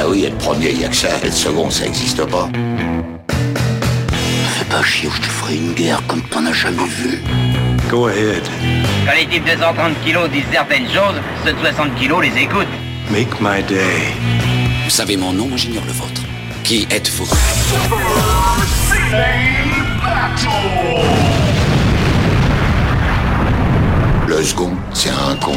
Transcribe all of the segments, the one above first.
oui, être premier, il y a que ça. Être second, ça existe pas. Fais pas chier ou je te ferai une guerre comme t'en as jamais vu. Go ahead. Quand les types de 130 kilos disent certaines choses, ceux de 60 kilos les écoutent. Make my day. Vous savez mon nom, j'ignore le vôtre. Qui êtes-vous? Le second, c'est un con.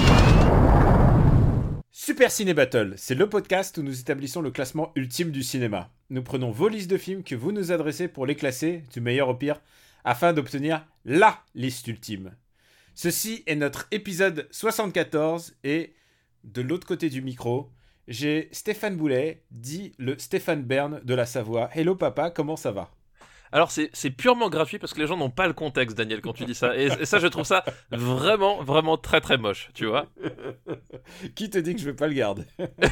Super Ciné Battle, c'est le podcast où nous établissons le classement ultime du cinéma. Nous prenons vos listes de films que vous nous adressez pour les classer, du meilleur au pire, afin d'obtenir LA liste ultime. Ceci est notre épisode 74 et de l'autre côté du micro, j'ai Stéphane Boulet, dit le Stéphane Bern de la Savoie. Hello papa, comment ça va? Alors c'est purement gratuit parce que les gens n'ont pas le contexte, Daniel, quand tu dis ça. Et ça, je trouve ça vraiment, vraiment très très moche, tu vois. Qui te dit que je vais pas le garder?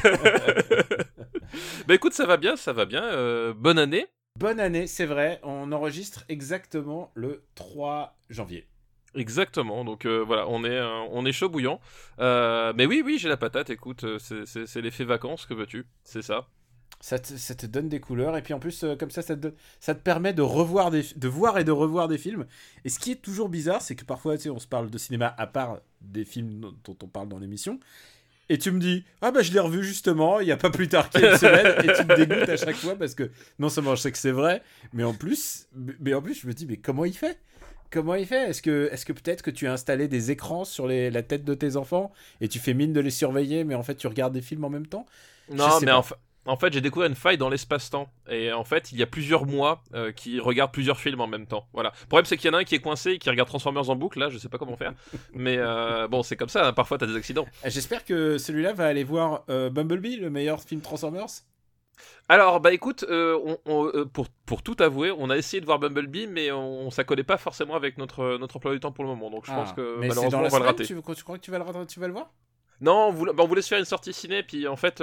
Bah écoute, ça va bien. Bonne année. Bonne année, c'est vrai, on enregistre exactement le 3 janvier. Exactement, donc voilà, on est chaud bouillant. Mais oui, j'ai la patate, écoute, c'est l'effet vacances, que veux-tu, c'est ça. Ça te donne des couleurs, et puis en plus, comme ça te permet de voir et de revoir des films. Et ce qui est toujours bizarre, c'est que parfois, tu sais, on se parle de cinéma à part des films dont on parle dans l'émission, et tu me dis, ah bah je l'ai revu justement, il n'y a pas plus tard qu'il y a une semaine, et tu me dégoûtes à chaque fois, parce que non seulement je sais que c'est vrai, mais en plus je me dis, mais comment il fait? Est-ce que peut-être que tu as installé des écrans sur la tête de tes enfants, et tu fais mine de les surveiller, mais en fait tu regardes des films en même temps? Non, mais en fait, j'ai découvert une faille dans l'espace-temps. Et en fait, il y a plusieurs mois qui regardent plusieurs films en même temps. Voilà. Le problème, c'est qu'il y en a un qui est coincé et qui regarde Transformers en boucle. Là, je sais pas comment faire. Mais bon, c'est comme ça. Hein. Parfois, t'as des accidents. J'espère que celui-là va aller voir Bumblebee, le meilleur film Transformers. Alors, bah écoute, pour tout avouer, on a essayé de voir Bumblebee, mais ça collait pas forcément avec notre emploi du temps pour le moment. Donc, je pense que malheureusement, on va le rater. Tu crois que tu vas le voir? Non, on voulait se faire une sortie ciné, puis en fait,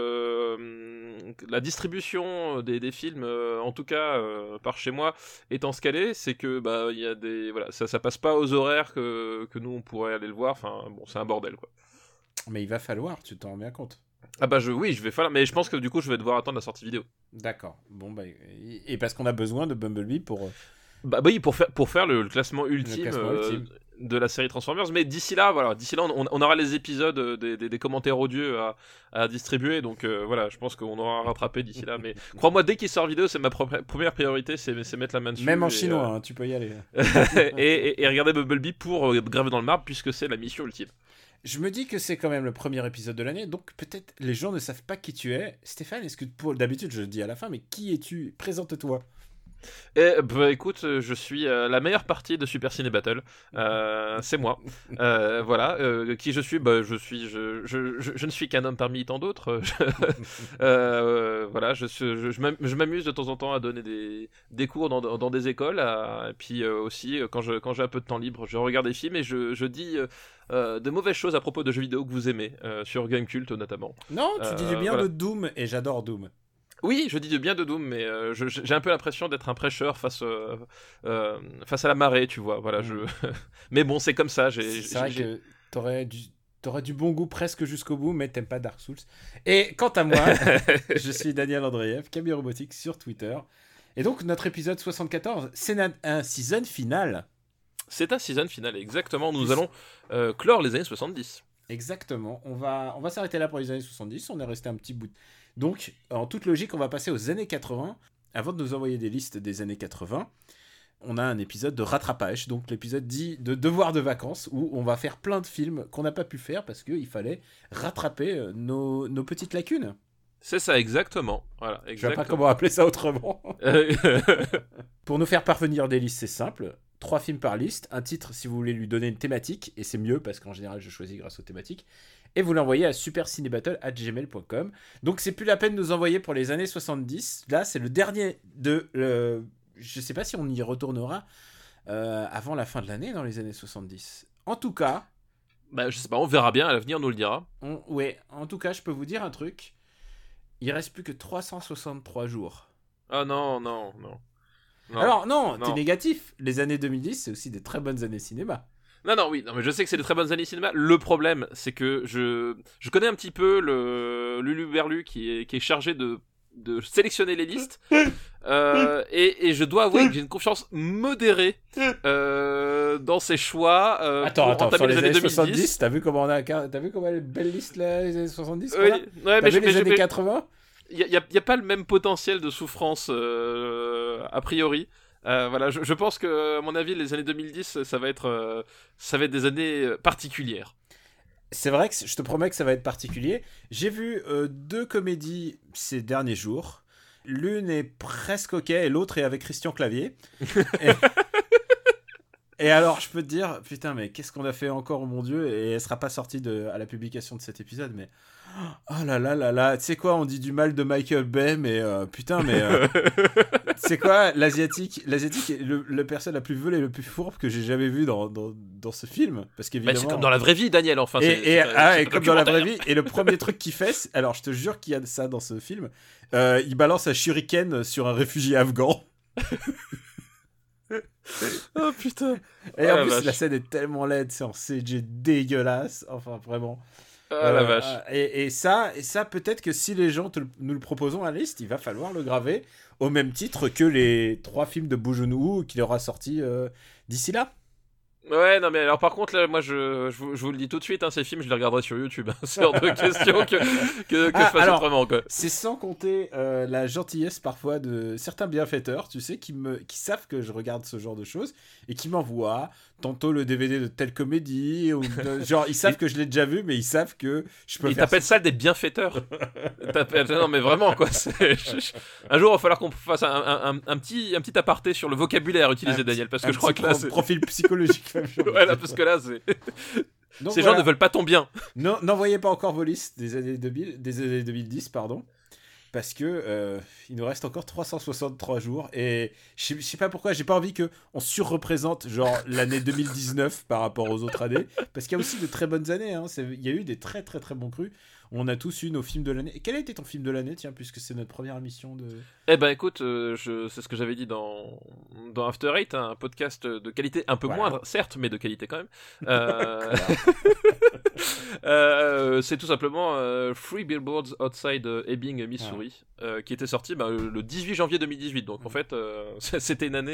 la distribution des films, en tout cas par chez moi, étant scalée, c'est que bah il y a ça passe pas aux horaires que nous on pourrait aller le voir. Enfin bon, c'est un bordel quoi. Mais il va falloir, tu t'en rends bien compte. Ah bah oui, je vais falloir, mais je pense que du coup je vais devoir attendre la sortie vidéo. D'accord. Bon bah et parce qu'on a besoin de Bumblebee pour. Bah oui, pour faire le classement ultime. De la série Transformers, mais d'ici là on aura les épisodes des commentaires odieux à distribuer, donc voilà, je pense qu'on aura rattrapé d'ici là, mais crois-moi, dès qu'il sort vidéo, c'est ma première priorité, c'est mettre la main dessus. Même en chinois, hein, tu peux y aller. et regarder Bumblebee pour graver dans le marbre, puisque c'est la mission ultime. Je me dis que c'est quand même le premier épisode de l'année, donc peut-être les gens ne savent pas qui tu es. Stéphane, est-ce que d'habitude je le dis à la fin, mais qui es-tu? Présente-toi. Bah écoute, je suis la meilleure partie de Super Ciné Battle, c'est moi. Voilà, qui je suis? Bah je ne suis qu'un homme parmi tant d'autres. Voilà, je m'amuse de temps en temps à donner des cours dans des écoles, et puis aussi quand j'ai un peu de temps libre, je regarde des films et je dis de mauvaises choses à propos de jeux vidéo que vous aimez, sur Gamecult notamment. Non, tu dis du bien voilà. de Doom, et j'adore Doom. Oui, je dis du bien de Doom, mais j'ai un peu l'impression d'être un prêcheur face à la marée, tu vois. Voilà, mais bon, c'est comme ça. C'est vrai que t'aurais du bon goût presque jusqu'au bout, mais t'aimes pas Dark Souls. Et quant à moi, je suis Daniel Andreev, Camille Robotique sur Twitter. Et donc, notre épisode 74, c'est un season final. C'est un season final, exactement. Nous allons clore les années 70. Exactement. On va s'arrêter là pour les années 70. On est resté un petit bout. Donc, en toute logique, on va passer aux années 80. Avant de nous envoyer des listes des années 80, on a un épisode de rattrapage. Donc, l'épisode dit de devoir de vacances, où on va faire plein de films qu'on n'a pas pu faire parce qu'il fallait rattraper nos petites lacunes. C'est ça, exactement. Voilà, exactement. Je ne sais pas comment appeler ça autrement. Pour nous faire parvenir des listes, c'est simple. 3 films par liste, un titre si vous voulez lui donner une thématique, et c'est mieux parce qu'en général je choisis grâce aux thématiques, et vous l'envoyez à supercinébattle@gmail.com. Donc c'est plus la peine de nous envoyer pour les années 70, là c'est le dernier je sais pas si on y retournera avant la fin de l'année dans les années 70. En tout cas... Bah je sais pas, on verra bien, à l'avenir nous le dira. Ouais, en tout cas je peux vous dire un truc, il reste plus que 363 jours. Ah non. Alors non, t'es négatif. Les années 2010, c'est aussi des très bonnes années cinéma. Non, oui, non, mais je sais que c'est de très bonnes années cinéma. Le problème, c'est que je connais un petit peu le Lulu Berlu qui est chargé de sélectionner les listes. Et je dois avouer que j'ai une confiance modérée dans ses choix. Attends, sur les années 70, t'as vu comment elle est belle liste là, les années 70 Oui, t'as vu les années 80 Il y a pas le même potentiel de souffrance a priori. Voilà, je pense que, à mon avis, les années 2010, ça va être des années particulières. C'est vrai que je te promets que ça va être particulier. J'ai vu 2 comédies ces derniers jours. L'une est presque ok et l'autre est avec Christian Clavier. Et alors, je peux te dire, putain, mais qu'est-ce qu'on a fait encore, oh mon Dieu, et elle sera pas sortie à la publication de cet épisode, mais oh là là là là, tu sais quoi, on dit du mal de Michael Bay, mais putain, mais tu sais quoi, l'asiatique est la personne la plus veule et le plus fourbe que j'ai jamais vu dans ce film, parce qu'évidemment. C'est comme dans la vraie vie, Daniel. Enfin. Et comme dans la vraie vie. Et le premier truc qu'il fait, alors je te jure qu'il y a ça dans ce film, il balance un shuriken sur un réfugié afghan. Oh putain. Et en plus la scène est tellement laide, c'est en CG dégueulasse, enfin vraiment. La vache. Et ça peut-être que si les gens nous le proposons à la liste, il va falloir le graver au même titre que les 3 films de Bong Joon-ho qu'il aura sortis d'ici là. Ouais, non mais alors par contre là, moi je vous le dis tout de suite, hein, ces films je les regarderai sur YouTube, hein, c'est hors de question que je fasse autrement quoi. C'est sans compter la gentillesse parfois de certains bienfaiteurs, tu sais, qui savent que je regarde ce genre de choses et qui m'envoient tantôt le DVD de telle comédie ou genre ils savent que je l'ai déjà vu mais ils savent que je peux. Ils t'appellent ça des bienfaiteurs. Non mais vraiment quoi. Un jour il va falloir qu'on fasse un petit aparté sur le vocabulaire utilisé, Daniel, parce que je crois que là c'est profil psychologique. Voilà, parce que là c'est donc, ces gens ne veulent pas ton bien. Non, n'envoyez pas encore vos listes des années 2010, pardon, parce que il nous reste encore 363 jours et je sais pas pourquoi j'ai pas envie que on surreprésente genre l'année 2019 par rapport aux autres années, parce qu'il y a aussi de très bonnes années, hein. Il y a eu des très très très bons crus. On a tous eu nos films de l'année. Et quel a été ton film de l'année, tiens, puisque c'est notre première émission de... Eh ben écoute, c'est ce que j'avais dit dans After Eight, hein, un podcast de qualité un peu moindre, certes, mais de qualité quand même. C'est tout simplement Three Billboards Outside Ebbing, Missouri, qui était sorti le 18 janvier 2018. Donc en fait, c'était une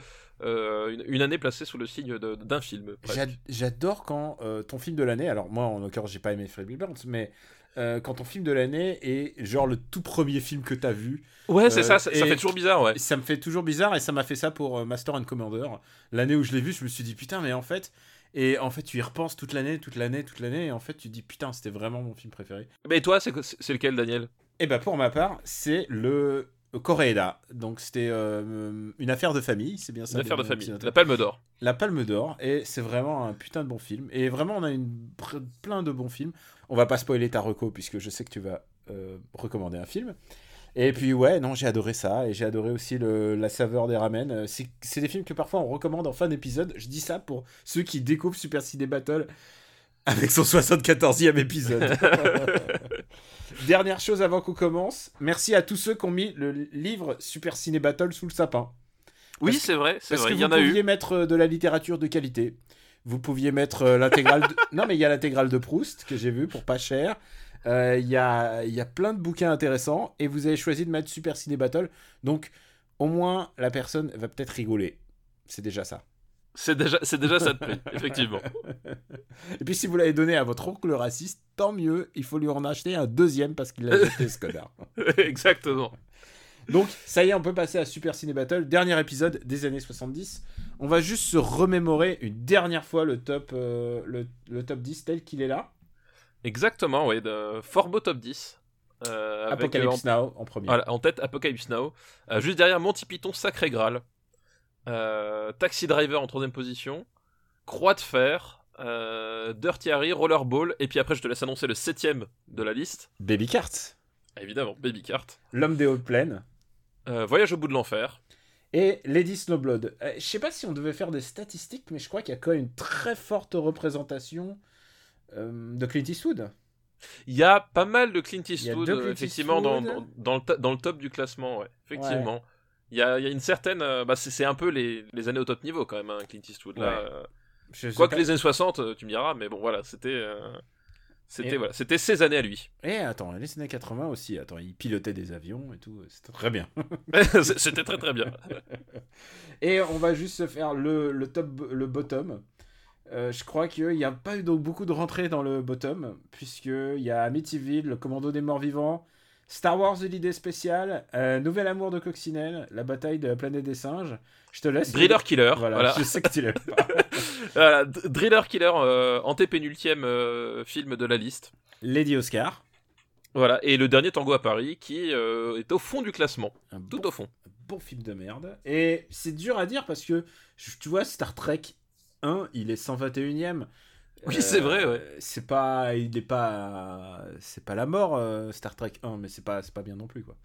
année placée sous le signe d'un film. J'adore quand ton film de l'année, alors moi en l'occurrence j'ai pas aimé Three Billboards, mais quand ton film de l'année est genre le tout premier film que t'as vu. Ouais, c'est ça fait toujours bizarre, ouais. Ça me fait toujours bizarre et ça m'a fait ça pour Master and Commander. L'année où je l'ai vu, je me suis dit putain, mais en fait tu y repenses toute l'année et en fait tu te dis putain, c'était vraiment mon film préféré. Mais toi, c'est lequel, Daniel? Et bah pour ma part, c'est le Koreeda. Donc c'était une affaire de famille, c'est bien ça. Une affaire de famille, la Palme d'Or. La Palme d'Or, et c'est vraiment un putain de bon film. Et vraiment, on a plein de bons films. On va pas spoiler ta reco, puisque je sais que tu vas recommander un film. Et puis ouais, non, j'ai adoré ça, et j'ai adoré aussi la saveur des ramen. C'est des films que parfois on recommande en fin d'épisode. Je dis ça pour ceux qui découvrent Super Ciné Battle avec son 74e épisode. Dernière chose avant qu'on commence, merci à tous ceux qui ont mis le livre Super Ciné Battle sous le sapin. Oui, c'est vrai, il y en a eu. Vous pouviez mettre de la littérature de qualité. Vous pouviez mettre l'intégrale Non, mais il y a l'intégrale de Proust que j'ai vu pour pas cher. Il y a plein de bouquins intéressants et vous avez choisi de mettre Super Ciné Battle. Donc, au moins, la personne va peut-être rigoler. C'est déjà ça. C'est déjà ça de prix, effectivement. Et puis si vous l'avez donné à votre oncle raciste, tant mieux, il faut lui en acheter un deuxième parce qu'il l'a jeté ce connard. Exactement. Donc ça y est, on peut passer à Super Ciné Battle, dernier épisode des années 70. On va juste se remémorer une dernière fois le top 10 tel qu'il est là. Exactement, oui, fort beau top 10. Apocalypse Now en premier. Voilà, en tête Apocalypse Now. Juste derrière Monty Python, Sacré Graal. Taxi Driver en 3ème position, Croix de Fer, Dirty Harry, Rollerball, et puis après je te laisse annoncer le 7ème de la liste. Baby Cart. Évidemment, Baby Cart. L'homme des hautes plaines. Voyage au bout de l'enfer. Et Lady Snowblood. Je sais pas si on devait faire des statistiques, mais je crois qu'il y a quand même une très forte représentation de Clint Eastwood. Il y a pas mal de Clint Eastwood, effectivement, dans le top du classement, ouais, effectivement. Ouais. Il y a une certaine... c'est un peu les années au top niveau, quand même, hein, Clint Eastwood. Là, Quoique les années 60, tu me diras, mais bon, voilà, c'était ces années à lui. Et attends, les années 80 aussi. Attends, il pilotait des avions et tout. C'était très bien. C'était très très bien. Et on va juste se faire le bottom. Je crois qu'il n'y a pas eu donc beaucoup de rentrées dans le bottom, puisqu'il y a Amityville, le Commando des Morts Vivants, Star Wars de l'idée spéciale, Nouvel Amour de Coccinelle, La Bataille de la Planète des Singes. Je te laisse. Driller Killer. Voilà. Je sais que tu l'aimes pas. Voilà, Driller Killer, antépénultième film de la liste. Lady Oscar. Voilà, et le dernier Tango à Paris, qui est au fond du classement. Tout au fond. Un bon film de merde. Et c'est dur à dire parce que, tu vois, Star Trek 1, il est 121ème. Oui, c'est vrai, ouais. C'est pas la mort, Star Trek 1, mais c'est pas bien non plus, quoi.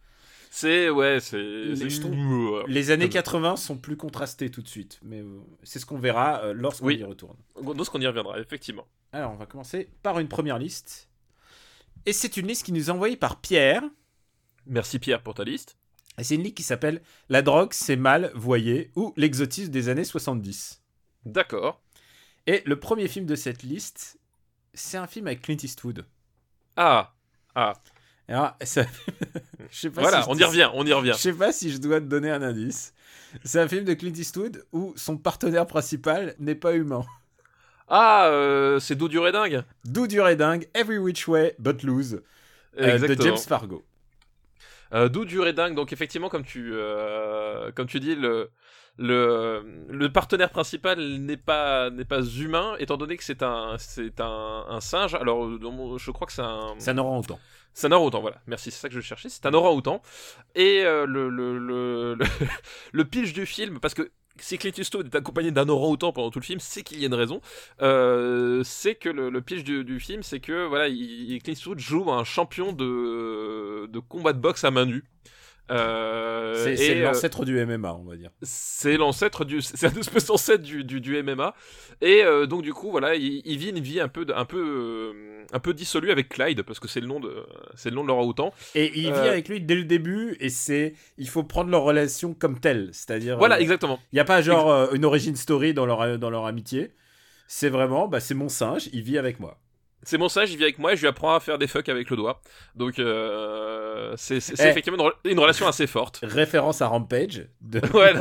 Je trouve... Les années 80 sont plus contrastées tout de suite, mais c'est ce qu'on verra lorsqu'on y retourne. Lorsqu'on y reviendra, effectivement. Alors, on va commencer par une première liste. Et c'est une liste qui nous est envoyée par Pierre. Merci Pierre pour ta liste. Et c'est une liste qui s'appelle « La drogue, c'est mal, voyez » ou « L'exotisme des années 70 ». D'accord. Et le premier film de cette liste, c'est un film avec Clint Eastwood. Ah. Alors, ça... je sais pas voilà, si on y revient. Je sais pas si je dois te donner un indice. C'est un film de Clint Eastwood où son partenaire principal n'est pas humain. Ah, c'est Doux dur et dingue. Doux dur et dingue, Every Which Way But Loose, de James Fargo. Doux dur et dingue, donc effectivement, comme tu dis, le partenaire principal n'est pas humain, étant donné que c'est un singe. Alors, je crois que c'est un orang-outan. C'est un orang-outan, voilà. Merci, c'est ça que je cherchais. C'est un orang-outan. Et le pitch du film, parce que si Clint Eastwood est accompagné d'un orang-outan pendant tout le film, c'est qu'il y a une raison. C'est que le pitch du film, c'est que voilà, Clint Eastwood joue un champion de combat de boxe à main nue. C'est l'ancêtre du MMA, on va dire. C'est un espèce d'ancêtre du MMA. Et donc du coup, voilà, il vit une vie un peu dissolue avec Clyde, parce que c'est le nom de l'orang-outan. Et il vit avec lui dès le début, et il faut prendre leur relation comme telle, c'est-à-dire. Voilà, exactement. Il n'y a pas genre une origin story dans leur amitié. C'est vraiment, c'est mon singe, il vit avec moi. C'est mon singe, il vit avec moi et je lui apprends à faire des fucks avec le doigt. Donc, c'est effectivement une relation assez forte. Référence à Rampage. Ouais,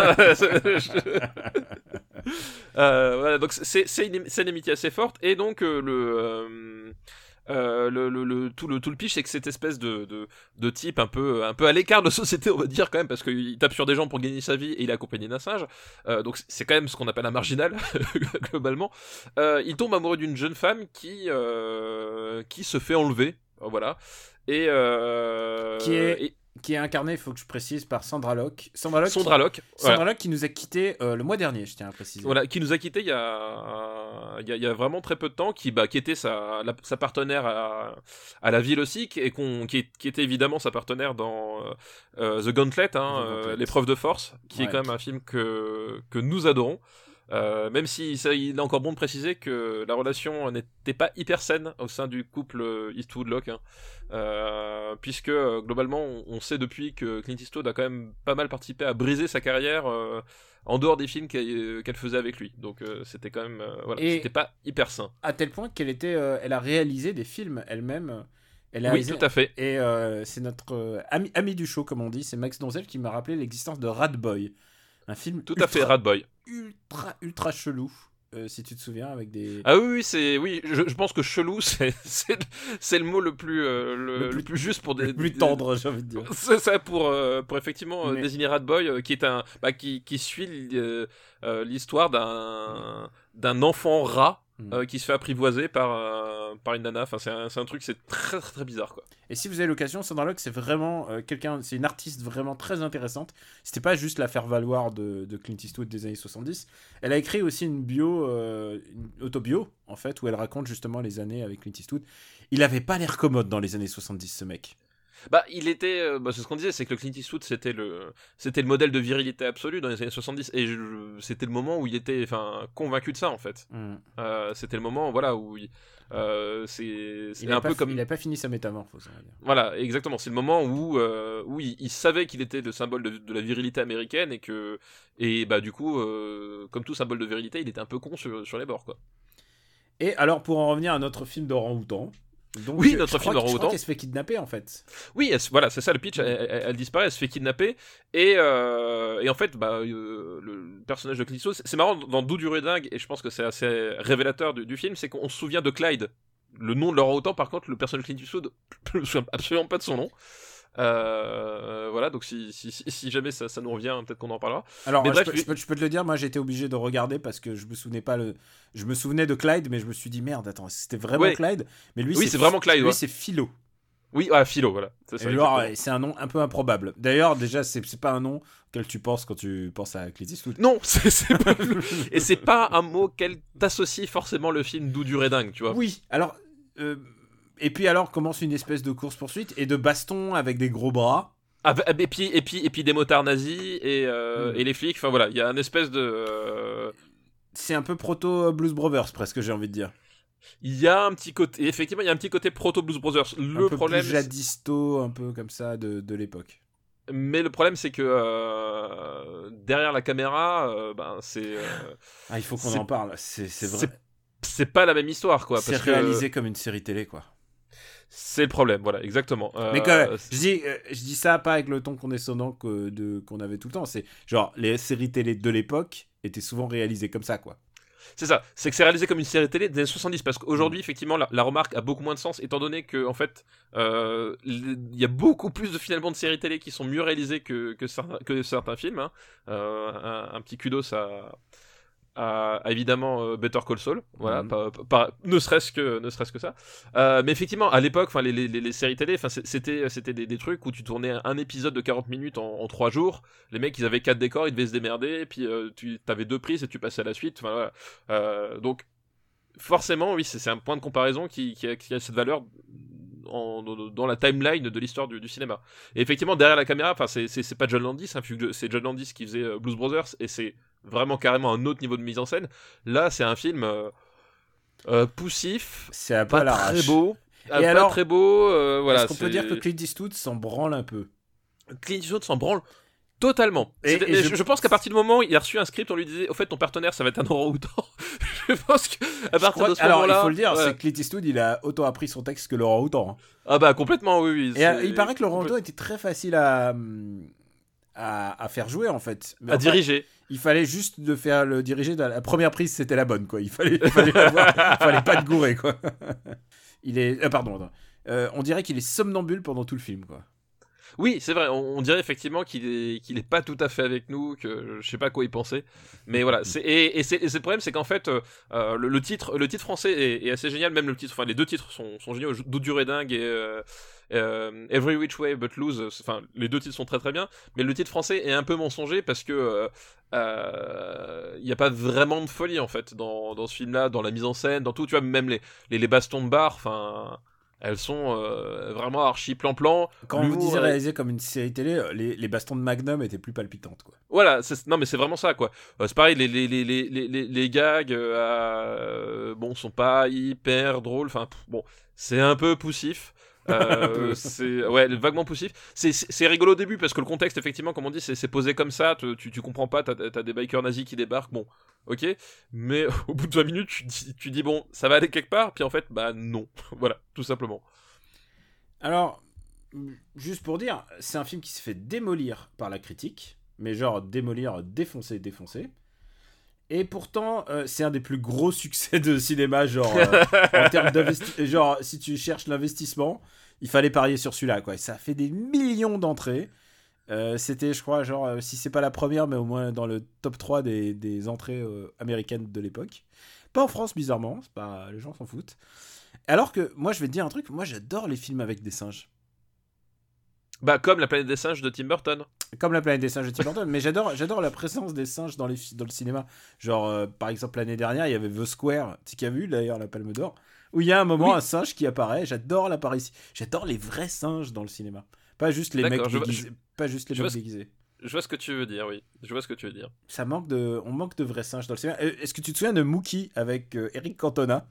voilà, donc c'est une amitié assez forte. Et donc, tout le pitch, c'est que cette espèce de type un peu à l'écart de la société, on va dire quand même, parce qu'il tape sur des gens pour gagner sa vie et il est accompagné d'un singe. Donc c'est quand même ce qu'on appelle un marginal globalement. Il tombe amoureux d'une jeune femme qui se fait enlever, voilà. Et qui est incarnée, il faut que je précise, par Sandra Locke. Sandra Locke qui nous a quittés le mois dernier, je tiens à préciser. Voilà, qui nous a quittés il y a vraiment très peu de temps, qui était sa partenaire à la ville aussi, qui était évidemment sa partenaire dans The Gauntlet, l'épreuve de force, qui est quand même un film que nous adorons. Même si il est encore bon de préciser que la relation n'était pas hyper saine au sein du couple Eastwood-Locke, puisque globalement on sait depuis que Clint Eastwood a quand même pas mal participé à briser sa carrière en dehors des films qu'elle faisait avec lui, donc c'était quand même c'était pas hyper sain, à tel point elle a réalisé des films elle-même. Oui, tout à fait. Et c'est notre ami du show, comme on dit, c'est Max Donzel qui m'a rappelé l'existence de Rat Boy. Un film tout à fait Rat Boy. Ultra chelou, si tu te souviens, avec des... Ah oui, je pense que chelou, c'est le mot le plus juste pour le plus tendre, j'ai envie de dire. C'est ça, pour effectivement désigner Rat Boy, qui est qui suit l'histoire d'un enfant rat qui se fait apprivoiser par une nana. Enfin, c'est un truc, c'est très, très très bizarre, quoi. Et si vous avez l'occasion, Sandra Locke, c'est vraiment c'est une artiste vraiment très intéressante. C'était pas juste la faire valoir de Clint Eastwood des années 70. Elle a écrit aussi une autobio, en fait, où elle raconte justement les années avec Clint Eastwood. Il avait pas l'air commode dans les années 70, ce mec. Bah, il était, c'est ce qu'on disait, c'est que le Clint Eastwood c'était le modèle de virilité absolue dans les années 70, et c'était le moment où il était, convaincu de ça en fait. C'était le moment, voilà, où il a pas fini sa métamorphose. On va dire. Voilà, exactement. C'est le moment où il savait qu'il était le symbole de la virilité américaine et du coup, comme tout symbole de virilité, il était un peu con sur les bords, quoi. Et alors, pour en revenir à notre film d'orang-outan. Donc, oui, notre film d'orang-outan. Je crois qu'elle se fait kidnapper en fait. Oui, voilà, c'est ça le pitch. Elle disparaît, elle se fait kidnapper et en fait, le personnage de Clint Eastwood, c'est marrant dans D'où du dingue, et je pense que c'est assez révélateur du film, c'est qu'on se souvient de Clyde, le nom de l'orang-outan. Par contre, le personnage de Clint Eastwood, je me souviens absolument pas de son nom. Voilà, donc si jamais ça nous revient, peut-être qu'on en parlera. Alors, mais bref, je peux te le dire, moi j'ai été obligé de regarder parce que je me souvenais de Clyde, mais je me suis dit merde, attends, c'était vraiment Clyde, mais lui c'est vraiment Clyde. Lui c'est Philo. Oui, Philo, voilà. C'est un nom un peu improbable. D'ailleurs, déjà, c'est pas un nom auquel tu penses quand tu penses à Clint Eastwood. Non, c'est pas. Et c'est pas un mot qu'elle t'associe forcément le film D'où du dingue, tu vois. Oui, alors. Et puis alors commence une espèce de course-poursuite et de baston avec des gros bras. Et puis des motards nazis et les flics. Enfin voilà, il y a une espèce de. C'est un peu proto Blues Brothers presque, j'ai envie de dire. Il y a un petit côté, effectivement, il y a un petit côté proto Blues Brothers. Le problème, plus jadisto, un peu comme ça de l'époque. Mais le problème, c'est que derrière la caméra, c'est. Il faut qu'on en parle. C'est vrai. C'est pas la même histoire, quoi. C'est réalisé comme une série télé, quoi. C'est le problème, voilà, exactement. Mais quand même, je dis ça pas avec le ton condescendant qu'on avait tout le temps. C'est genre, les séries télé de l'époque étaient souvent réalisées comme ça, quoi. C'est ça, c'est que c'est réalisé comme une série télé des années 70, parce qu'aujourd'hui, effectivement, la remarque a beaucoup moins de sens, étant donné que, en fait, il y a beaucoup plus finalement de séries télé qui sont mieux réalisées que certains films. Hein. Un petit kudos à évidemment Better Call Saul, voilà, ne serait-ce que ça. Mais effectivement, à l'époque, les séries télé, c'était des trucs où tu tournais un épisode de 40 minutes en 3 jours. Les mecs, ils avaient 4 décors, ils devaient se démerder, et puis tu avais 2 prises et tu passais à la suite. Voilà. Donc forcément, oui, c'est un point de comparaison qui a cette valeur dans la timeline de l'histoire du cinéma. Et effectivement, derrière la caméra, c'est pas John Landis, hein, c'est John Landis qui faisait Blues Brothers, et c'est vraiment carrément un autre niveau de mise en scène. Là, c'est un film poussif, c'est pas très beau, et alors, très beau. Voilà. Est-ce qu'on peut dire que Clint Eastwood s'en branle un peu? Clint Eastwood s'en branle totalement. Et je pense qu'à partir du moment où il a reçu un script, on lui disait, au fait, ton partenaire, ça va être un orang-outan. Je pense qu'à partir de ce moment-là. Alors, il faut le dire, c'est que Clint Eastwood, il a autant appris son texte que l'orang-outan. Ah bah complètement, oui. Et il paraît que l'orang-outan était très facile à faire jouer, en fait. Mais diriger. Il fallait juste de faire le diriger. La première prise, c'était la bonne, quoi. Il fallait pas te gourer, quoi. Il est. Pardon. On dirait qu'il est somnambule pendant tout le film, quoi. Oui, c'est vrai, on dirait effectivement qu'il est pas tout à fait avec nous, que je sais pas quoi il pensait, mais voilà. Et le problème, c'est qu'en fait, le titre français est assez génial, même le titre, les deux titres sont géniaux, D'où du dingue et Every Which Way But Loose. Les deux titres sont très très bien, mais le titre français est un peu mensonger parce que y a pas vraiment de folie en fait dans ce film-là, dans la mise en scène, dans tout. Tu vois, même les bastons de bar, elles sont vraiment archi plan-plan. Quand vous disiez réalisé comme une série télé, les bastons de Magnum étaient plus palpitantes, quoi. Voilà, non mais c'est vraiment ça, quoi. C'est pareil, les gags, sont pas hyper drôles. C'est un peu poussif. C'est vaguement poussif. C'est rigolo au début parce que le contexte, effectivement, comme on dit, c'est posé comme ça. Tu comprends pas. T'as des bikers nazis qui débarquent. Bon, ok. Mais au bout de 20 minutes, tu dis bon, ça va aller quelque part. Puis en fait, non. Voilà, tout simplement. Alors, juste pour dire, c'est un film qui se fait démolir par la critique, mais genre démolir, défoncer. Et pourtant, c'est un des plus gros succès de cinéma, genre en termes d'investissement. Genre, si tu cherches l'investissement, il fallait parier sur celui-là, quoi. Ça a fait des millions d'entrées. C'était, je crois, genre, si c'est pas la première, mais au moins dans le top 3 des entrées américaines de l'époque. Pas en France, bizarrement. C'est pas... Les gens s'en foutent. Alors que, moi, je vais te dire un truc. Moi, j'adore les films avec des singes. Comme La Planète des Singes de Tim Burton. Comme La Planète des Singes de Tim Burton, mais j'adore la présence des singes dans le cinéma. Genre, par exemple, l'année dernière, il y avait The Square, tu as vu d'ailleurs la Palme d'Or. où il y a un moment un singe qui apparaît. J'adore l'apparition. J'adore les vrais singes dans le cinéma. Pas juste les mecs déguisés. Pas juste les mecs déguisés. Je vois ce que tu veux dire, oui. Je vois ce que tu veux dire. On manque de vrais singes dans le cinéma. Est-ce que tu te souviens de Mookie avec Eric Cantona?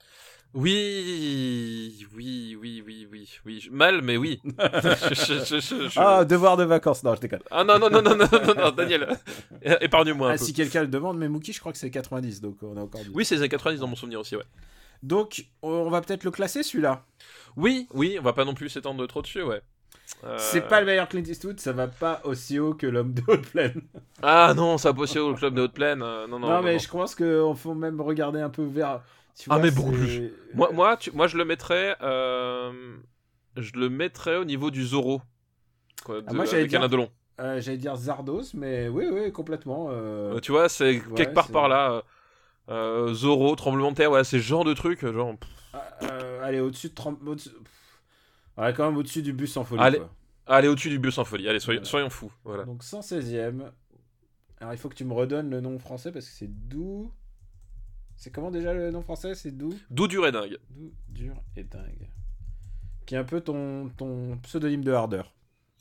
Oui. Mal, mais oui. Devoir de vacances. Non, je déconne. Ah non, Daniel. Épargne-moi un peu. Si quelqu'un le demande, mais Mookie, je crois que c'est 90, donc on a encore dit. Oui, c'est les années 90 dans mon souvenir aussi, ouais. Donc, on va peut-être le classer, celui-là. Oui, on va pas non plus s'étendre trop dessus, ouais. C'est pas le meilleur Clint Eastwood, ça va pas aussi haut que L'Homme de Haute-Plaine. Ah non, ça va pas aussi haut que L'Homme de Haute-Plaine. Non, mais je pense qu'on faut même regarder un peu vers... mais beaucoup plus. Moi, je le mettrais... Je le mettrais au niveau du Zorro. Moi, j'allais dire... Alain Delon. J'allais dire Zardos, mais oui, complètement. Tu vois, c'est quelque part par là. Zorro, Tremblement de Terre, ouais, c'est ce genre de truc. Genre... allez, au-dessus de... Ouais, quand même au-dessus du bus en folie. Allez, au-dessus du bus en folie. Allez, soyons fous. Voilà. Donc 116e. Alors il faut que tu me redonnes le nom français parce que c'est Doux. C'est comment déjà le nom français? C'est Doux. Doux, dur et dingue. Doux, dur et dingue. Qui est un peu ton pseudonyme de hardeur.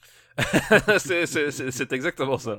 c'est exactement ça.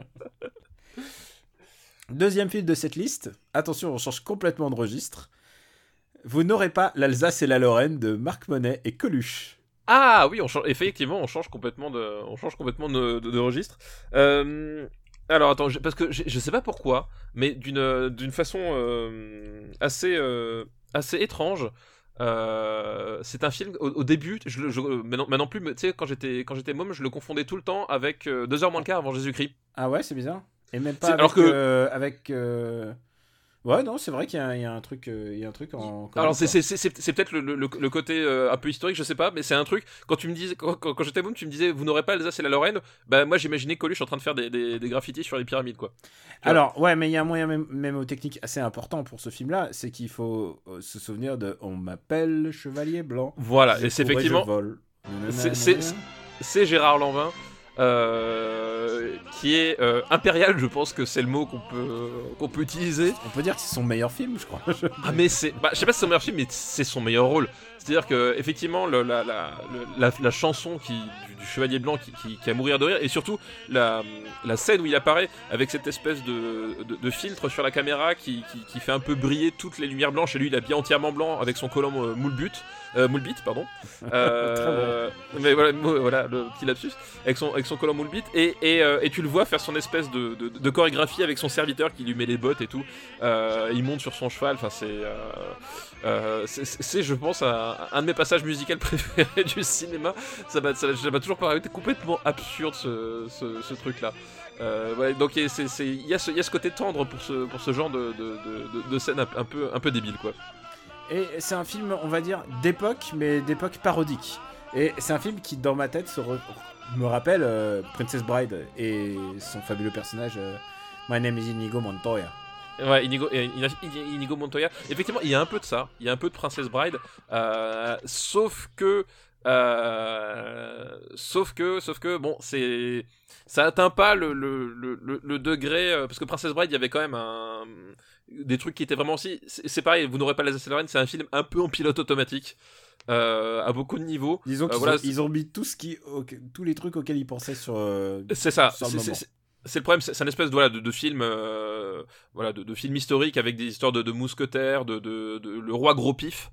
Deuxième film de cette liste. Attention, on change complètement de registre. Vous n'aurez pas l'Alsace et la Lorraine de Marc Monet et Coluche. Ah oui, effectivement, on change complètement de registre. Alors attends, parce que je sais pas pourquoi, mais d'une façon assez étrange. C'est un film au début, maintenant plus, tu sais, quand j'étais môme, je le confondais tout le temps avec 2 heures moins le quart avant Jésus-Christ. Ah ouais, c'est bizarre. Et même pas avec Ouais, non, c'est vrai qu'il y a un truc, en. Alors c'est peut-être le côté un peu historique, je sais pas, mais c'est un truc. Quand tu me disais, quand j'étais môme, tu me disais, vous n'aurez pas l'Alsace et la Lorraine. Bah moi j'imaginais Coluche en train de faire des graffitis sur les pyramides, quoi. Alors ouais, mais il y a un moyen mémotechnique assez important pour ce film-là, c'est qu'il faut se souvenir de On m'appelle Chevalier Blanc. Voilà, et c'est effectivement. C'est Gérard Lanvin. Qui est impérial, je pense que c'est le mot qu'on peut utiliser. On peut dire que c'est son meilleur film, je crois. Mais je sais pas si c'est son meilleur film, mais c'est son meilleur rôle. C'est-à-dire que effectivement la chanson du Chevalier Blanc qui a mourir de rire, et surtout la scène où il apparaît avec cette espèce de filtre sur la caméra qui fait un peu briller toutes les lumières blanches, et lui il est habillé entièrement blanc avec son collant Moulbit, pardon. Mais voilà le petit lapsus avec son collant Moulbit, et tu le vois faire son espèce de chorégraphie avec son serviteur qui lui met les bottes et tout. Il monte sur son cheval. Enfin c'est je pense un de mes passages musicaux préférés du cinéma. Ça m'a toujours paru complètement absurde ce truc là. Ouais, donc il y a ce côté tendre pour ce genre de scène un peu débile, quoi. Et c'est un film, on va dire, d'époque, mais d'époque parodique. Et c'est un film qui, dans ma tête, me rappelle Princess Bride et son fabuleux personnage My name is Inigo Montoya. Ouais, Inigo Montoya. Effectivement, il y a un peu de ça. Il y a un peu de Princess Bride. Sauf que bon, ça atteint pas le degré, parce que Princess Bride, il y avait quand même des trucs qui étaient vraiment aussi. C'est pareil, vous n'aurez pas l'Alsace et la Lorraine, c'est un film un peu en pilote automatique. À beaucoup de niveaux. Disons qu'ils ont mis tous les trucs auxquels ils pensaient sur. C'est ça. Sur le moment. C'est le problème, c'est un espèce de film, de film historique avec des histoires de mousquetaires, de le roi gros pif.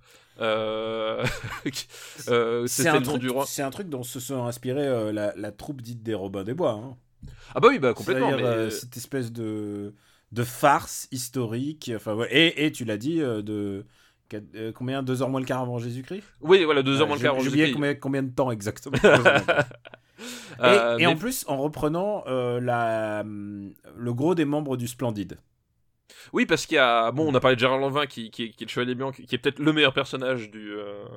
C'est le nom du roi. C'est un truc dont se sont inspirés la troupe dite des Robins des Bois. Hein. Ah bah oui, complètement. Mais... cette espèce de farce historique. Enfin ouais, et tu l'as dit combien 2 heures moins le quart avant Jésus-Christ. Oui, voilà, 2 heures moins le quart avant Jésus-Christ. J'ai oublié combien de temps exactement. Et en plus, en reprenant le gros des membres du Splendide. Oui, parce qu'il y a... Bon, on a parlé de Gérard Lanvin, qui est le Chevalier Blanc, qui est peut-être le meilleur personnage du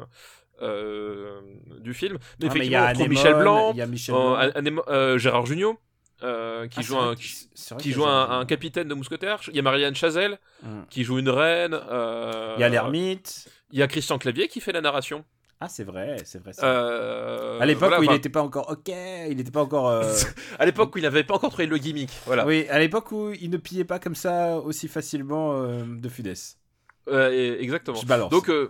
film. Mais effectivement, il y a Michel Blanc, Gérard Jugnot, qui joue un capitaine de mousquetaires. Il y a Marianne Chazelle, qui joue une reine. Il y a l'ermite. Il y a Christian Clavier qui fait la narration. Ah, c'est vrai. À l'époque où il n'était pas encore il n'était pas encore. À l'époque où il n'avait pas encore trouvé le gimmick. Voilà. Oui, à l'époque où il ne pillait pas comme ça aussi facilement de Funès. Exactement. Je balance. Donc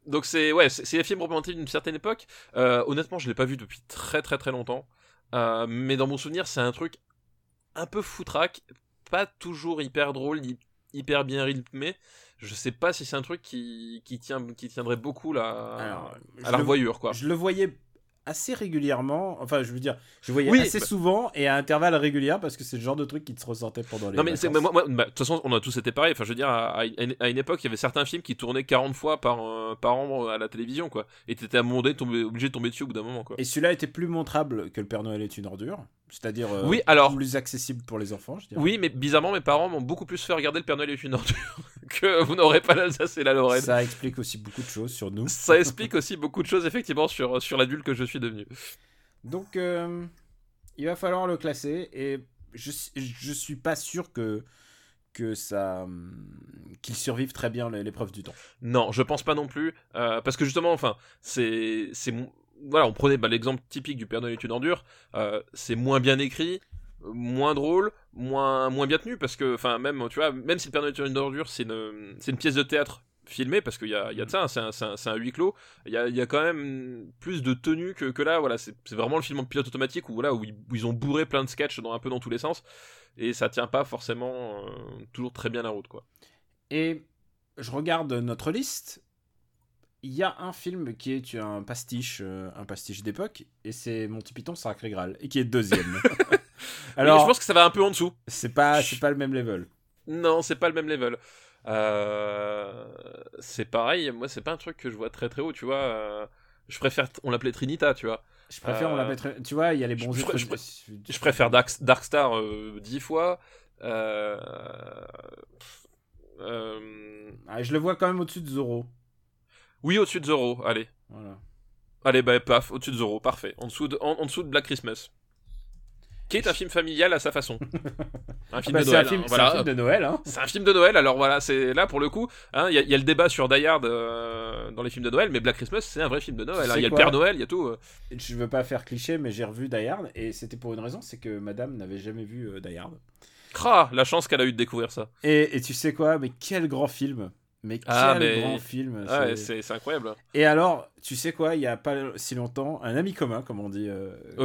Donc c'est les films représentatifs d'une certaine époque. Honnêtement, je l'ai pas vu depuis très très très longtemps. Mais dans mon souvenir, c'est un truc un peu foutraque, pas toujours hyper drôle, ni hyper bien rythmé. Je sais pas si c'est un truc qui tiendrait beaucoup à la revoyure, quoi. Je le voyais assez régulièrement, enfin je veux dire, je voyais assez souvent et à intervalles réguliers parce que c'est le genre de truc qui te ressortait pendant les vacances. Moi, de toute façon, on a tous été pareil. Enfin, je veux dire, à une époque, il y avait certains films qui tournaient 40 fois par an à la télévision, quoi. Et t'étais obligé de tomber dessus au bout d'un moment, quoi. Et celui-là était plus montrable que Le Père Noël est une ordure, c'est-à-dire plus accessible pour les enfants, je dirais. Oui, mais bizarrement, mes parents m'ont beaucoup plus fait regarder Le Père Noël est une ordure que Vous n'aurez pas l'Alsace et la Lorraine. Ça explique aussi beaucoup de choses sur nous. Ça explique aussi beaucoup de choses, effectivement, sur l'adulte que je suis devenu. Donc, il va falloir le classer et je suis pas sûr qu'il survive très bien l'épreuve du temps. Non, je pense pas non plus, parce que justement, enfin, voilà, on prenait l'exemple typique du Père Noël est une ordure, c'est moins bien écrit, moins drôle, moins bien tenu, parce que, enfin, même, tu vois, même si le Père Noël est une ordure, c'est une pièce de théâtre filmé, parce qu'il y a de ça, c'est un huis clos, il y a quand même plus de tenue que là, voilà, c'est vraiment le film en pilote automatique où ils ont bourré plein de sketchs un peu dans tous les sens, et ça tient pas forcément toujours très bien la route, quoi. Et je regarde notre liste, il y a un film qui est un pastiche d'époque, et c'est Monty Python Sacré Graal, et qui est deuxième. Alors, je pense que ça va un peu en dessous. C'est pas le même level. Non, c'est pas le même level. C'est pareil, moi c'est pas un truc que je vois très très haut, tu vois. Je préfère, on l'appelait Trinita, tu vois. Je préfère, on l'appelait, tu vois, il y a les bons je préfère Dark Star 10 fois. Je le vois quand même au-dessus de Zorro. Oui, au-dessus de Zorro, allez. Voilà. Allez, paf, au-dessus de Zorro, parfait. En dessous de Black Christmas. Qui est un film familial à sa façon. Un film de Noël. C'est un film de Noël. Hein. C'est un film de Noël, alors voilà, c'est là pour le coup. Il y a le débat sur Die Hard dans les films de Noël, mais Black Christmas, c'est un vrai film de Noël. Il y a le Père Noël, il y a tout. Je veux pas faire cliché, mais j'ai revu Die Hard, et c'était pour une raison, c'est que madame n'avait jamais vu Die Hard. La chance qu'elle a eu de découvrir ça. Et tu sais quoi, mais quel grand film. Grand film. C'est incroyable. Et alors, tu sais quoi, il y a pas si longtemps, un ami commun, comme on dit,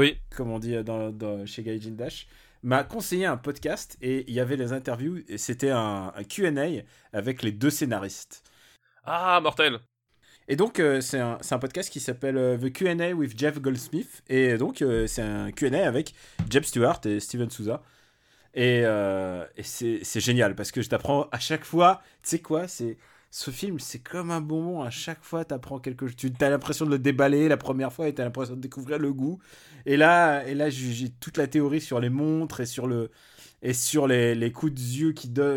chez Gaijin Dash, m'a conseillé un podcast, et il y avait les interviews, et c'était un Q&A avec les deux scénaristes. Ah, mortel. Et donc, c'est un podcast qui s'appelle The Q&A with Jeff Goldsmith, et donc, c'est un Q&A avec Jeb Stewart et Steven Souza. Et c'est génial parce que je t'apprends à chaque fois, tu sais quoi, ce film c'est comme un bonbon, à chaque fois t'apprends quelque chose, tu as l'impression de le déballer la première fois et t'as l'impression de découvrir le goût, et là j'ai toute la théorie sur les montres et sur les coups de yeux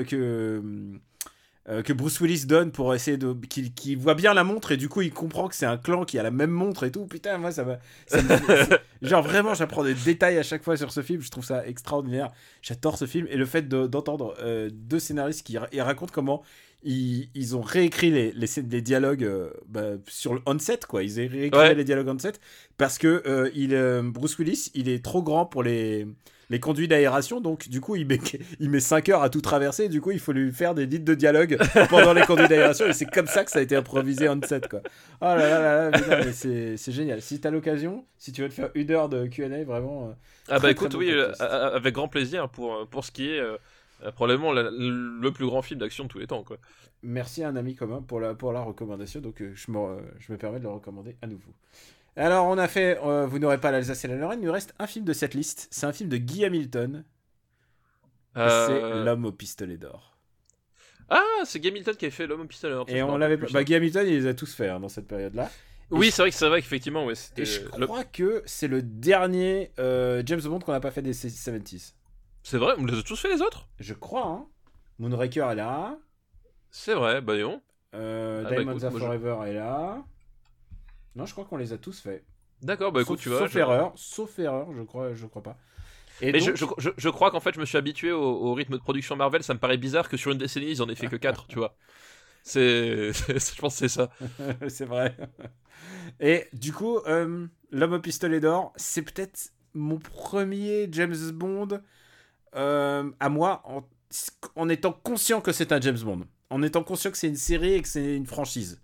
que Bruce Willis donne pour essayer qu'il voit bien la montre, et du coup il comprend que c'est un clan qui a la même montre et tout. Putain, moi genre vraiment j'apprends des détails à chaque fois sur ce film, je trouve ça extraordinaire, j'adore ce film. Et le fait d'entendre deux scénaristes qui racontent comment ils ont réécrit les dialogues sur le on-set, quoi. Ils ont réécrit les dialogues on-set parce que Bruce Willis il est trop grand pour les conduits d'aération, donc du coup il met 5 heures à tout traverser, du coup il faut lui faire des litres de dialogue pendant les conduits d'aération, et c'est comme ça que ça a été improvisé on set, quoi. Oh là là là, mais c'est génial. Si t'as l'occasion, si tu veux te faire une heure de Q&A, vraiment écoute, oui, avec grand plaisir pour ce qui est probablement le plus grand film d'action de tous les temps, quoi. Merci à un ami commun pour la recommandation, donc je me permets de le recommander à nouveau. Alors, on a fait Vous n'aurez pas l'Alsace et la Lorraine. Il nous reste un film de cette liste. C'est un film de Guy Hamilton. C'est L'homme au pistolet d'or. Ah, c'est Guy Hamilton qui a fait L'homme au pistolet d'or. Et on l'avait pas. Guy Hamilton, il les a tous fait dans cette période-là. Oui, c'est vrai qu'effectivement, ouais. Et je crois que c'est le dernier James Bond qu'on n'a pas fait des 70s. C'est vrai, on les a tous fait les autres. Je crois, hein. Moonraker est là. C'est vrai, non. Diamonds Are Forever est là. Non, je crois qu'on les a tous faits. D'accord, écoute, tu vois. Sauf erreur, je crois pas. Et mais donc... je crois qu'en fait, je me suis habitué au rythme de production Marvel. Ça me paraît bizarre que sur une décennie, ils en aient fait que 4, tu vois. Je pense que c'est ça. C'est vrai. Et du coup, L'homme au pistolet d'or, c'est peut-être mon premier James Bond à moi, en étant conscient que c'est un James Bond. En étant conscient que c'est une série et que c'est une franchise.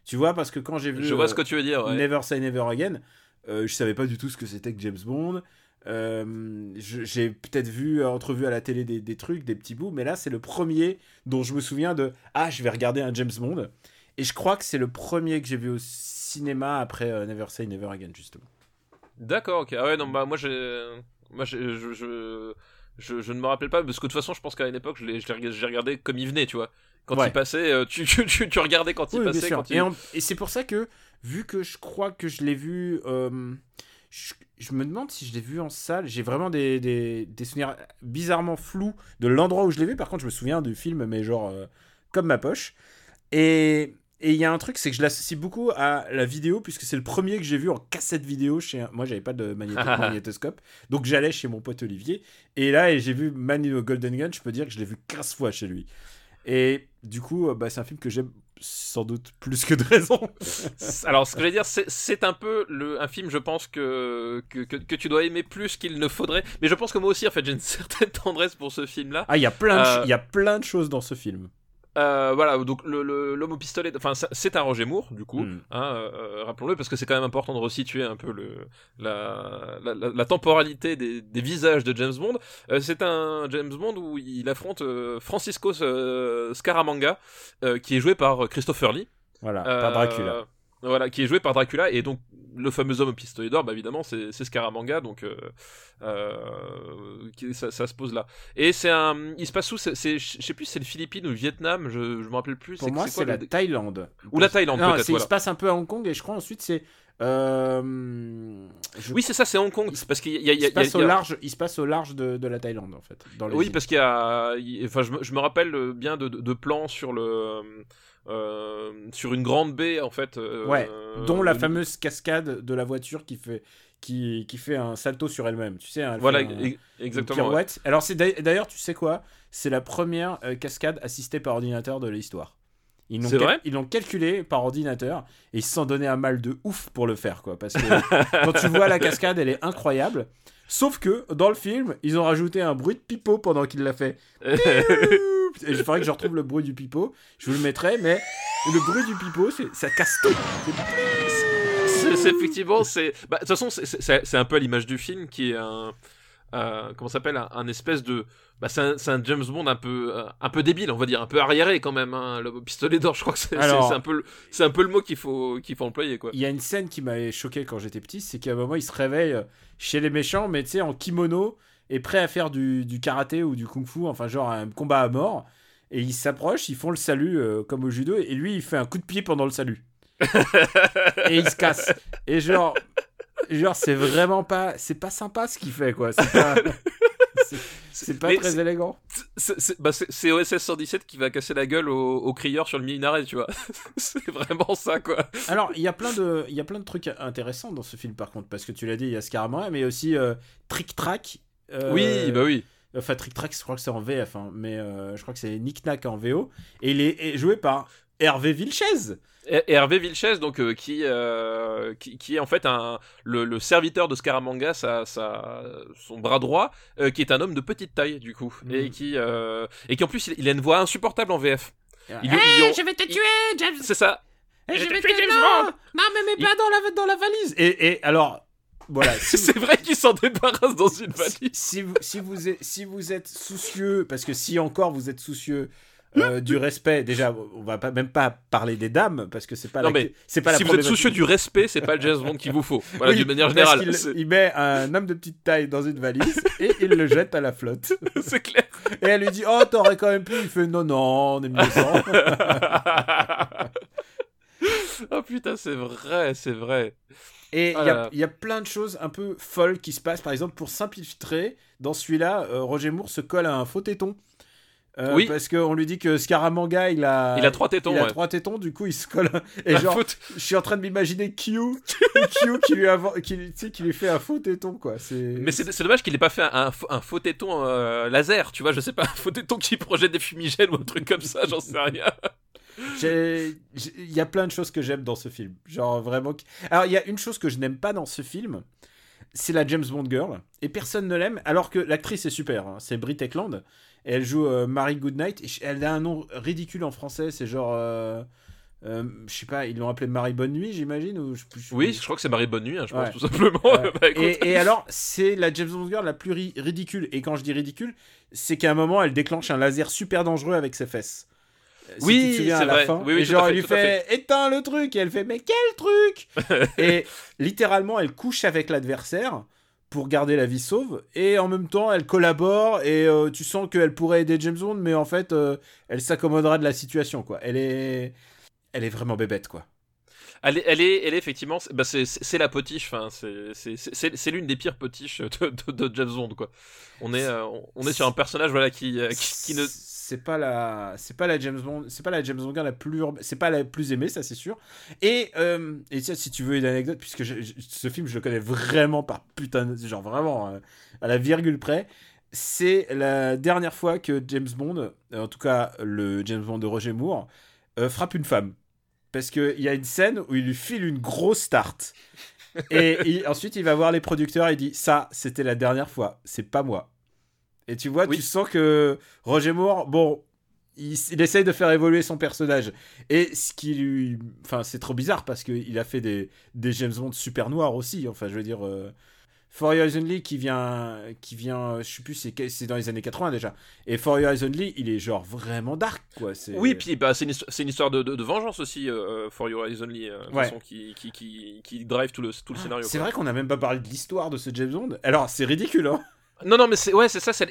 Tu vois, parce que quand j'ai vu je vois ce que tu veux dire, ouais. Never Say Never Again, je savais pas du tout ce que c'était que James Bond. J'ai peut-être entrevu à la télé des trucs, des petits bouts, mais là c'est le premier dont je me souviens de je vais regarder un James Bond, et je crois que c'est le premier que j'ai vu au cinéma après Never Say Never Again, justement. D'accord, ok. Ah ouais, non, bah moi je ne me rappelle pas, parce que de toute façon je pense qu'à une époque j'ai regardé comme il venait, tu vois. Quand il passait, tu regardais quand il passait. Et c'est pour ça que, vu que je crois que je l'ai vu, je me demande si je l'ai vu en salle. J'ai vraiment des souvenirs bizarrement flous de l'endroit où je l'ai vu. Par contre, je me souviens du film, mais genre comme ma poche. Et il y a un truc, c'est que je l'associe beaucoup à la vidéo, puisque c'est le premier que j'ai vu en cassette vidéo. Moi, j'avais pas de magnétoscope, donc j'allais chez mon pote Olivier. Et là, j'ai vu Man in a Golden Gun. Je peux dire que je l'ai vu 15 fois chez lui. Et du coup, c'est un film que j'aime sans doute plus que de raison. Alors, ce que je vais dire, c'est un peu un film, je pense, que tu dois aimer plus qu'il ne faudrait. Mais je pense que moi aussi, en fait, j'ai une certaine tendresse pour ce film-là. Il y a plein de choses dans ce film. Voilà, donc l'homme au pistolet, enfin c'est un Roger Moore du coup, rappelons-le, parce que c'est quand même important de resituer un peu la temporalité des visages de James Bond. C'est un James Bond où il affronte Francisco Scaramanga, qui est joué par Christopher Lee. Voilà, par Dracula. Voilà, qui est joué par Dracula, et donc le fameux homme au pistolet d'or, évidemment, c'est Scaramanga, donc ça se pose là. Et il se passe où, je sais plus si c'est le Philippines ou le Vietnam, je me rappelle plus. Pour moi, c'est la Thaïlande. Ou la Thaïlande, peut-être. Il se passe un peu à Hong Kong, et je crois ensuite c'est. Oui, c'est ça, c'est Hong Kong. Parce qu'il y a, il se passe au large de la Thaïlande, en fait. Oui, îles. Parce qu'il y a. Enfin, je me rappelle bien de plans sur sur une grande baie, en fait. Dont la fameuse cascade de la voiture qui fait un salto sur elle-même. Tu sais, voilà, exactement. Une pirouette. Ouais. Alors, d'ailleurs, tu sais quoi ? C'est la première cascade assistée par ordinateur de l'histoire. Ils l'ont calculé par ordinateur et ils se sont donné un mal de ouf pour le faire, quoi. Parce que quand tu vois la cascade, elle est incroyable. Sauf que dans le film, ils ont rajouté un bruit de pipeau pendant qu'il l'a fait. Et il faudrait que je retrouve le bruit du pipeau. Je vous le mettrai, mais le bruit du pipeau, ça casse tout. C'est effectivement, de toute façon, c'est un peu à l'image du film qui est comment ça s'appelle, un espèce de. C'est un James Bond un peu débile, on va dire, un peu arriéré quand même, hein, le pistolet d'or. Je crois que c'est un peu le mot qu'il faut employer, quoi. Il y a une scène qui m'avait choqué quand j'étais petit, c'est qu'à un moment il se réveille chez les méchants, mais tu sais, en kimono et prêt à faire du karaté ou du kung-fu, enfin genre un combat à mort. Et ils s'approchent, ils font le salut comme au judo, et lui il fait un coup de pied pendant le salut. Et il se casse. Et genre c'est vraiment pas sympa ce qu'il fait, quoi. C'est pas très élégant. C'est OSS 117 qui va casser la gueule au crieur sur le minaret, tu vois. C'est vraiment ça, quoi. Alors, il y a plein de trucs intéressants dans ce film, par contre, parce que tu l'as dit, il y a Scaramanga, mais il y a aussi Trick Track. Oui, bah oui. Enfin, Trick Track, je crois que c'est en VF, hein, mais je crois que c'est Nick Nack en VO. Et il est joué par Hervé Vilches. Hervé Vilches, donc qui est en fait le serviteur de Scaramanga, son bras droit, qui est un homme de petite taille du coup, et qui en plus il a une voix insupportable en VF. Je vais te tuer, James. C'est ça. Je vais te tuer, James. Non, mais mets pas dans la valise. Et alors. Voilà, c'est vrai qu'il s'en débarrasse dans une valise. Si vous êtes soucieux, parce que si encore vous êtes soucieux du respect, déjà on va même pas parler des dames parce que c'est pas si vous êtes soucieux du respect, c'est pas le James Bond qu'il vous faut. Voilà, d'une manière générale. Il met un homme de petite taille dans une valise et il le jette à la flotte. C'est clair. Et elle lui dit "Oh, t'aurais quand même pu." Il fait "Non, on est mieux sans." Oh putain, c'est vrai. Et il y a plein de choses un peu folles qui se passent. Par exemple, pour s'infiltrer dans celui-là, Roger Moore se colle à un faux téton. Oui. Parce qu'on lui dit que Scaramanga, il a 3 tétons. Il a 3 tétons, du coup, il se colle. Et genre, je suis en train de m'imaginer Q qui lui fait un faux téton, quoi. Mais c'est dommage qu'il ait pas fait un faux téton laser, tu vois, je sais pas, un faux téton qui projette des fumigènes ou un truc comme ça, j'en sais rien. Il y a plein de choses que j'aime dans ce film. Genre vraiment. Alors, il y a une chose que je n'aime pas dans ce film, c'est la James Bond Girl. Et personne ne l'aime, alors que l'actrice est super. Hein. C'est Brit Eklund. Et elle joue Mary Goodnight. Et elle a un nom ridicule en français. C'est genre. Je sais pas, ils l'ont appelé Marie Bonne Nuit, j'imagine ou Oui, je crois que c'est Marie Bonne Nuit, je pense, tout simplement. Et alors, c'est la James Bond girl la plus ridicule. Et quand je dis ridicule, c'est qu'à un moment, elle déclenche un laser super dangereux avec ses fesses. Oui, si tu te souviens, c'est à la vrai. fin, Oui, et genre, elle lui fait éteins le truc, et elle fait mais quel truc. Et littéralement, elle couche avec l'adversaire pour garder la vie sauve, et en même temps, elle collabore, et tu sens qu'elle pourrait aider James Bond, mais en fait, elle s'accommodera de la situation, quoi. Elle est vraiment bébête, quoi. Elle est effectivement, c'est la potiche, enfin, c'est l'une des pires potiches de James Bond, quoi. On est sur un personnage, voilà, qui ne... C'est pas la James Bond girl la plus c'est pas la plus aimée, ça c'est sûr. Et tiens, si tu veux une anecdote, puisque ce film je le connais vraiment par putain, genre vraiment à la virgule près, c'est la dernière fois que James Bond, en tout cas le James Bond de Roger Moore, frappe une femme. Parce qu'il y a une scène où il lui file une grosse tarte. Et ensuite, il va voir les producteurs et il dit « Ça, c'était la dernière fois, c'est pas moi. » Et tu vois, tu sens que Roger Moore, bon, il essaye de faire évoluer son personnage. Et ce qui lui... Enfin, c'est trop bizarre parce qu'il a fait des James Bond super noirs aussi. Enfin, je veux dire... For Your Eyes Only qui vient, je sais plus, c'est dans les années 80 déjà. Et For Your Eyes Only, il est genre vraiment dark, quoi. Oui, puis bah, c'est une histoire de vengeance aussi, For Your Eyes Only, façon qui drive tout le scénario. C'est vrai qu'on n'a même pas parlé de l'histoire de ce James Bond. Alors, c'est ridicule, hein. Non, mais c'est ça. C'est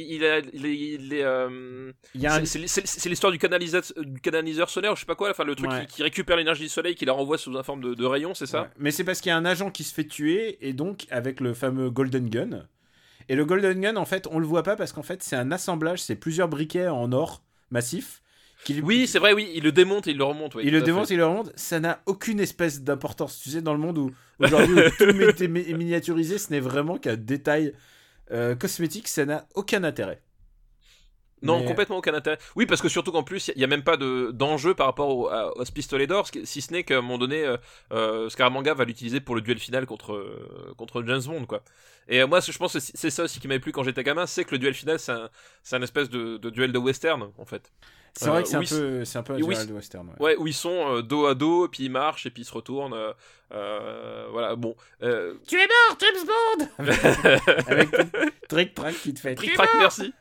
l'histoire du canaliseur solaire, je sais pas quoi. Enfin, le truc qui récupère l'énergie du soleil, qui la renvoie sous une forme de rayon, c'est ça. Mais c'est parce qu'il y a un agent qui se fait tuer, et donc avec le fameux Golden Gun. Et le Golden Gun, en fait, on le voit pas parce qu'en fait, c'est un assemblage, c'est plusieurs briquets en or massif. Oui, c'est vrai, oui, il le démonte et il le remonte. Oui, il le démonte et il le remonte. Ça n'a aucune espèce d'importance. Tu sais, dans le monde où aujourd'hui où tout est miniaturisé, ce n'est vraiment qu'un détail. Cosmétique, ça n'a aucun intérêt. Non, complètement aucun intérêt. Oui, parce que surtout qu'en plus, il n'y a même pas d'enjeu par rapport à ce pistolet d'or, si ce n'est qu'à un moment donné, Scaramanga va l'utiliser pour le duel final contre James Bond, quoi. Et moi, je pense que c'est ça aussi qui m'avait plu quand j'étais gamin, c'est que le duel final, c'est un espèce de duel de western, en fait. C'est vrai que c'est un peu un duel de western. Ouais, où ils sont dos à dos, puis ils marchent, et puis ils se retournent. Voilà, bon. Tu es mort, James Bond. Avec trick-track qui te fait. Trick-track, merci.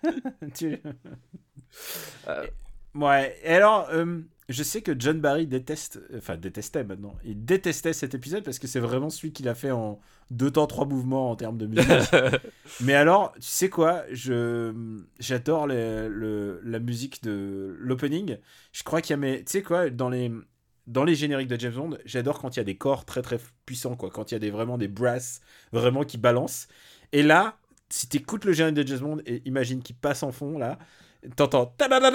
Ouais, et alors, je sais que John Barry détestait maintenant. Il détestait cet épisode parce que c'est vraiment celui qu'il a fait en 2 temps 3 mouvements en termes de musique. Mais alors, tu sais quoi, j'adore la musique de l'opening. Je crois qu'il y a tu sais quoi, dans les génériques de James Bond, j'adore quand il y a des corps très très puissants, quoi, quand il y a vraiment des brasses vraiment qui balancent. Et là, si t'écoutes le générique de James Bond et imagine qu'il passe en fond là, t'entends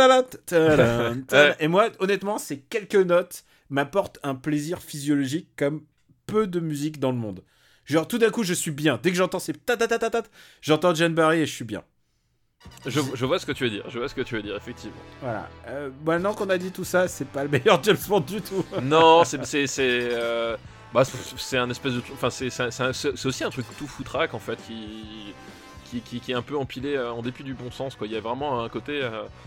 et moi honnêtement ces quelques notes m'apportent un plaisir physiologique comme peu de musique dans le monde. Genre tout d'un coup je suis bien, dès que j'entends ces j'entends John Barry et je suis bien. Je vois ce que tu veux dire, effectivement. Voilà. Maintenant qu'on a dit tout ça, c'est pas le meilleur James Bond du tout. Non, c'est un espèce de, enfin c'est aussi un truc tout foutraque en fait qui est un peu empilé en dépit du bon sens, quoi. Il y a vraiment un côté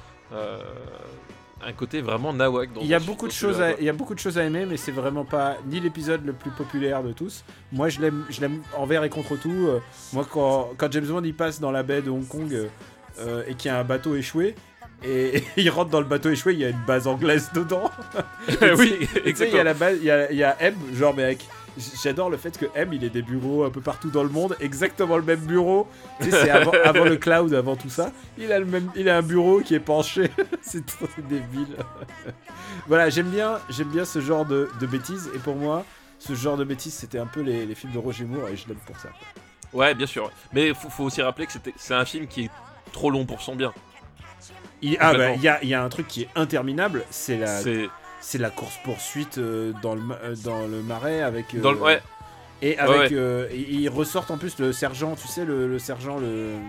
vraiment nawak. Il y a beaucoup de choses à aimer, mais c'est vraiment pas ni l'épisode le plus populaire de tous. Moi, je l'aime envers et contre tout. Moi, quand James Bond il passe dans la baie de Hong Kong et qu'il y a un bateau échoué. Et il rentre dans le bateau échoué, il y a une base anglaise dedans. Oui, exactement. Il y a M, genre, mec. J'adore le fait que M, il ait des bureaux un peu partout dans le monde, exactement le même bureau. Tu sais, c'est avant le cloud, avant tout ça. Il a un bureau qui est penché. c'est débile. Voilà, j'aime bien ce genre de bêtises. Et pour moi, ce genre de bêtises, c'était un peu les films de Roger Moore et je l'aime pour ça. Ouais, bien sûr. Mais faut aussi rappeler que c'est un film qui est trop long pour son bien. Il y a un truc qui est interminable, c'est la course-poursuite dans le marais avec... ouais. Et avec... ils ressortent en plus le sergent, tu sais, le sergent,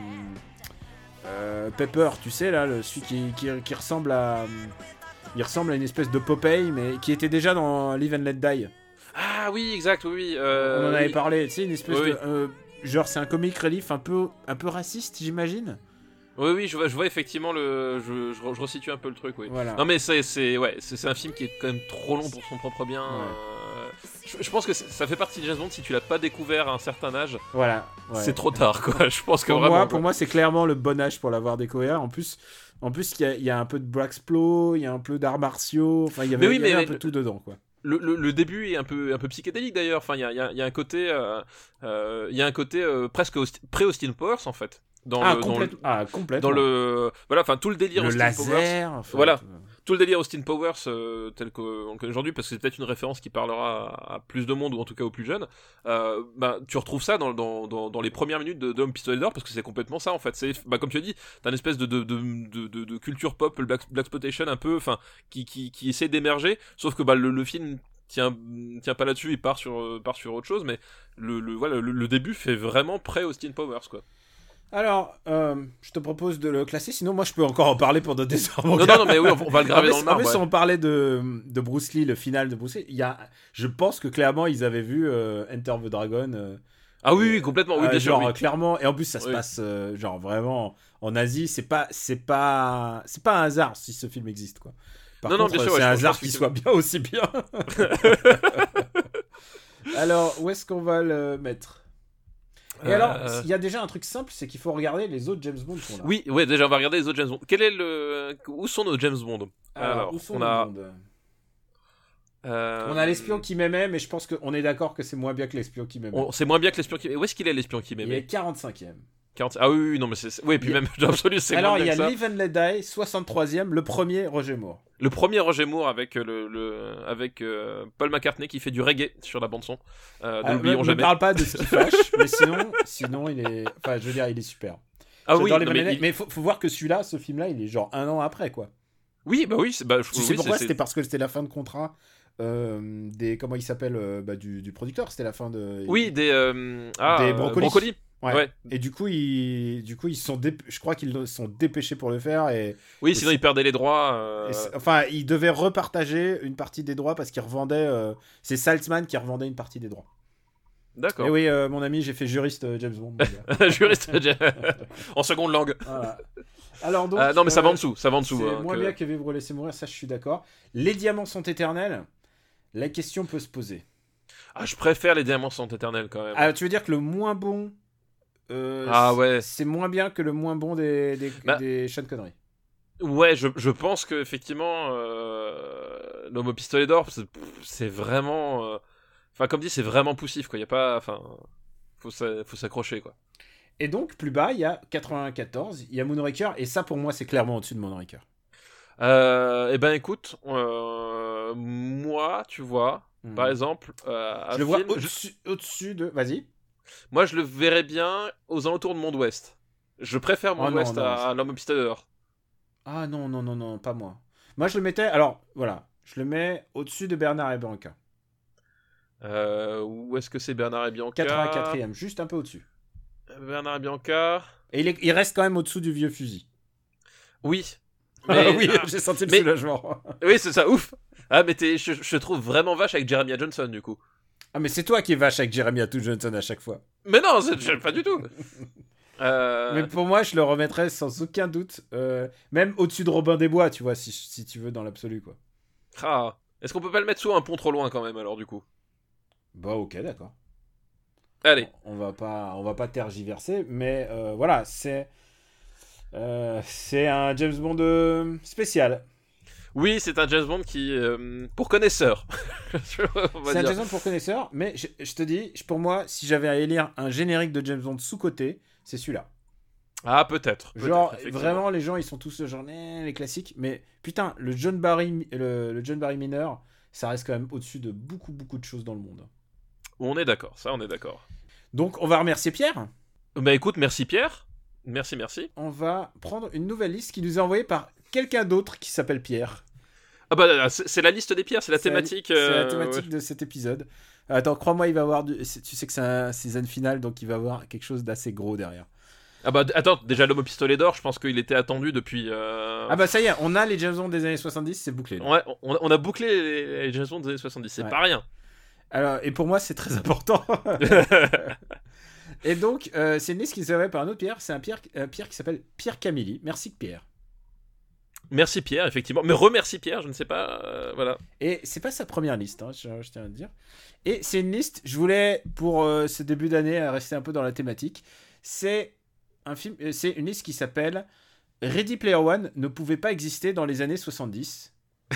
Pepper, tu sais, là, celui qui ressemble à... Il ressemble à une espèce de Popeye, mais qui était déjà dans Live and Let Die. Ah oui, exact, oui. On en avait parlé, tu sais, une espèce de... genre, c'est un comic relief un peu raciste, j'imagine. Oui, je vois effectivement je resitue un peu le truc, oui. Voilà. Non mais c'est un film qui est quand même trop long pour son propre bien. Ouais. Je pense que ça fait partie de James Bond, si tu l'as pas découvert à un certain âge, Voilà. Ouais. c'est trop tard, quoi. Je pense que Pour moi, c'est clairement le bon âge pour l'avoir découvert. En plus, il y a un peu de Blaxplo, il y a un peu d'arts martiaux. Enfin, il y avait un peu tout dedans, quoi. Le début est un peu psychédélique d'ailleurs. Enfin, il y a un côté, presque pré-Austin Powers en fait. Complètement. Dans le voilà, enfin tout le délire le Austin laser, Powers. enfin, voilà. Tout le délire Austin Powers tel qu'on connaît aujourd'hui, parce que c'est peut-être une référence qui parlera à plus de monde, ou en tout cas aux plus jeunes, tu retrouves ça dans les premières minutes de L'Homme Pistolet d'Or, parce que c'est complètement ça en fait. C'est, comme tu as dit, t'as une espèce de culture pop, le blaxploitation un peu, enfin, qui essaie d'émerger, sauf que le film tient pas là-dessus, il part sur autre chose, mais le début fait vraiment pré-Austin Powers, quoi. Alors, je te propose de le classer, sinon moi je peux encore en parler pendant des heures. Non, mais oui, on va le graver dans le marbre. En plus, on parlait de Bruce Lee, le final de Bruce Lee. Je pense que clairement ils avaient vu Enter the Dragon. Ah oui, complètement, oui, bien sûr. Genre, clairement, et en plus ça se passe genre vraiment en Asie. C'est pas un hasard si ce film existe, quoi. Par contre, bien sûr, c'est un hasard qu'il soit bien aussi bien. Alors, où est-ce qu'on va le mettre ? Et alors, il y a déjà un truc simple, c'est qu'il faut regarder les autres James Bond qu'on a. Oui, déjà on va regarder les autres James Bond. Où sont nos James Bond ? Alors, où sont nos Bond ? On a l'espion qui m'aimait, mais je pense qu'on est d'accord que c'est moins bien que l'espion qui m'aimait. C'est moins bien que l'espion qui m'aimait. Où est-ce qu'il est, l'espion qui m'aimait ? Il est 45e. Ah oui, non, mais c'est... Oui, puis même, dans l'absolu, c'est alors, moins bien que ça. Alors, il y a Live and Let Die, 63e, le premier Roger Moore. Le premier Roger Moore avec Paul McCartney qui fait du reggae sur la bande-son. N'oublions jamais. Ne parle pas de ce qui fâche, mais sinon, il est... Enfin, je veux dire, il est super. Ah oui, mais faut voir que ce film-là, il est genre 1 an après, quoi. Oui, oui. Tu sais pourquoi ? C'était parce que c'était la fin de contrat comment il s'appelle du producteur, c'était la fin de... Oui, des Broccoli. Ouais. Et du coup ils sont je crois qu'ils se sont dépêchés pour le faire oui, sinon ils perdaient les droits. Enfin, ils devaient repartager une partie des droits parce qu'ils revendaient c'est Saltzman qui revendait une partie des droits. D'accord. Et oui, mon ami, j'ai fait juriste James Bond. Juriste en seconde langue. Voilà. Alors donc non mais ça va en dessous, c'est moins bien que Vivre ou laisser mourir, ça je suis d'accord. Les diamants sont éternels. La question peut se poser. Ah, je préfère les diamants sont éternels quand même. Ah, tu veux dire que le moins bon ouais. C'est moins bien que le moins bon des Sean Connery. Ouais, je pense que effectivement L'Homme au pistolet d'or, c'est vraiment enfin comme dit, c'est vraiment poussif, quoi. Il y a pas, enfin faut s'accrocher, quoi. Et donc plus bas, il y a 94, il y a Moonraker, et ça pour moi c'est clairement au-dessus de Moonraker. Eh ben écoute, moi, tu vois, par exemple, je le vois au-dessus de... Vas-y. Moi, je le verrais bien aux alentours de Monde Ouest. Je préfère Monde Ouest à L'Homme au pistolet d'or. Ah non, pas moi. Moi, je le mettais... Alors, voilà. Je le mets au-dessus de Bernard et Bianca. Où est-ce que c'est Bernard et Bianca ? 84e, juste un peu au-dessus. Bernard et Bianca... Et il reste quand même au-dessous du vieux fusil. Oui. Mais... oui, j'ai senti le soulagement. Oui, c'est ça, ouf. Ah, mais je trouve vraiment vache avec Jeremiah Johnson, du coup. Ah, mais c'est toi qui es vache avec Jeremiah Johnson à chaque fois. Mais non, pas du tout. Mais pour moi, je le remettrais sans aucun doute, même au-dessus de Robin des Bois, tu vois, si tu veux, dans l'absolu, quoi. Ah, est-ce qu'on peut pas le mettre sous un pont trop loin, quand même, alors, du coup ? Bah, ok, d'accord. Allez. On va pas tergiverser, mais voilà, c'est un James Bond spécial. Oui, c'est un James Bond qui pour connaisseurs. C'est un James Bond pour connaisseurs, mais je te dis, pour moi, si j'avais à élire un générique de James Bond sous-côté, c'est celui-là. Ah, peut-être. Genre, vraiment, les gens, ils sont tous genre les classiques, mais putain, le John Barry mineur, ça reste quand même au-dessus de beaucoup de choses dans le monde. On est d'accord, ça, on est d'accord. Donc, on va remercier Pierre. Bah écoute, merci Pierre. Merci. On va prendre une nouvelle liste qui nous est envoyée par quelqu'un d'autre qui s'appelle Pierre. Ah bah c'est la liste des pierres, c'est la thématique. C'est la thématique de cet épisode. Attends, crois-moi, il va avoir tu sais que c'est un season final, donc il va avoir quelque chose d'assez gros derrière. Ah bah attends, déjà L'Homme au pistolet d'or, je pense qu'il était attendu depuis... Ah bah ça y est, on a les James Bond des années 70, c'est bouclé. Ouais, on a bouclé les James Bond des années 70, c'est pas rien. Alors, et pour moi, c'est très important. Et donc, c'est une liste qui est faite par un autre Pierre. C'est un Pierre qui s'appelle Pierre Camilli. Merci Pierre. Merci Pierre, effectivement. Mais remercie Pierre, je ne sais pas. Voilà. Et c'est pas sa première liste, hein, je tiens à le dire. Et c'est une liste, je voulais, pour ce début d'année, rester un peu dans la thématique. C'est une liste qui s'appelle Ready Player One ne pouvait pas exister dans les années 70.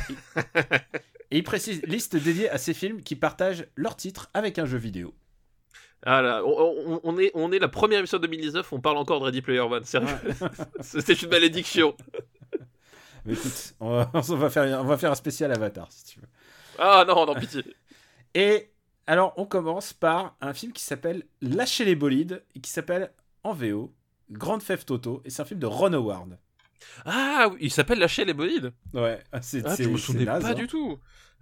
Et il précise, liste dédiée à ces films qui partagent leur titre avec un jeu vidéo. Ah là, on est la première émission de 2019, on parle encore de Ready Player One, sérieux. Ouais. C'était une malédiction. Mais écoute, on va faire un spécial Avatar, si tu veux. Ah non, pitié. Et alors, on commence par un film qui s'appelle Lâcher les bolides, et qui s'appelle, en VO, Grand Theft Auto, et c'est un film de Ron Howard. Ah, il s'appelle Lâcher les bolides. Ouais, je me souvenais naze, pas du tout.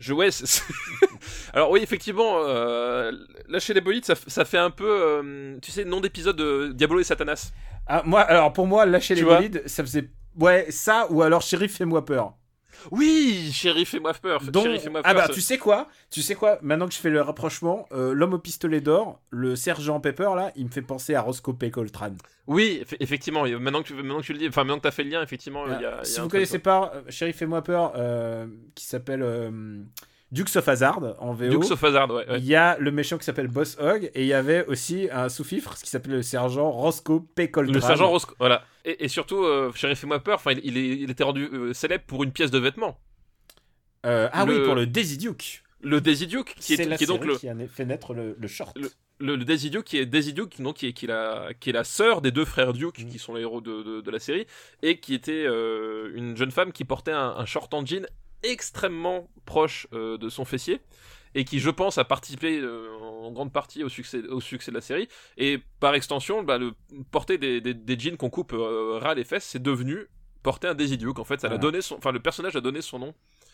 Alors oui, effectivement, Lâcher les bolides, ça fait un peu, tu sais, nom d'épisode de Diablo et Satanas. Ah, pour moi, Lâcher les bolides, ça faisait... Ouais, ça, ou alors Shérif, fais-moi peur. Oui, Shérif, fais-moi peur. Tu sais quoi, maintenant que je fais le rapprochement, l'homme au pistolet d'or, le sergent Pepper, là, il me fait penser à Roscoe P. Coltrane. Oui, effectivement, maintenant que tu le dis, enfin, maintenant que tu as fait le lien, effectivement, il y a si vous connaissez pas Shérif, fais-moi peur, qui s'appelle Dukes of Hazzard, en VO. Dukes of Hazzard, ouais. Il y a le méchant qui s'appelle Boss Hogg, et il y avait aussi un sous-fifre qui s'appelait le sergent Roscoe P. Coltrane. Le sergent Roscoe, voilà. Et surtout, Shérif, fais-moi peur, il était rendu célèbre pour une pièce de vêtements. Oui, pour le Daisy Duke. Le Daisy Duke, qui est donc qui a fait naître le short. Le Daisy Duke, qui est la sœur des deux frères Duke, qui sont les héros de la série, et qui était une jeune femme qui portait un short en jean extrêmement proche de son fessier, et qui, je pense, a participé en grande partie au succès de la série. Et par extension, porter des jeans qu'on coupe ras les fesses, c'est devenu porter un Daisy Duke. En fait, le personnage a donné son nom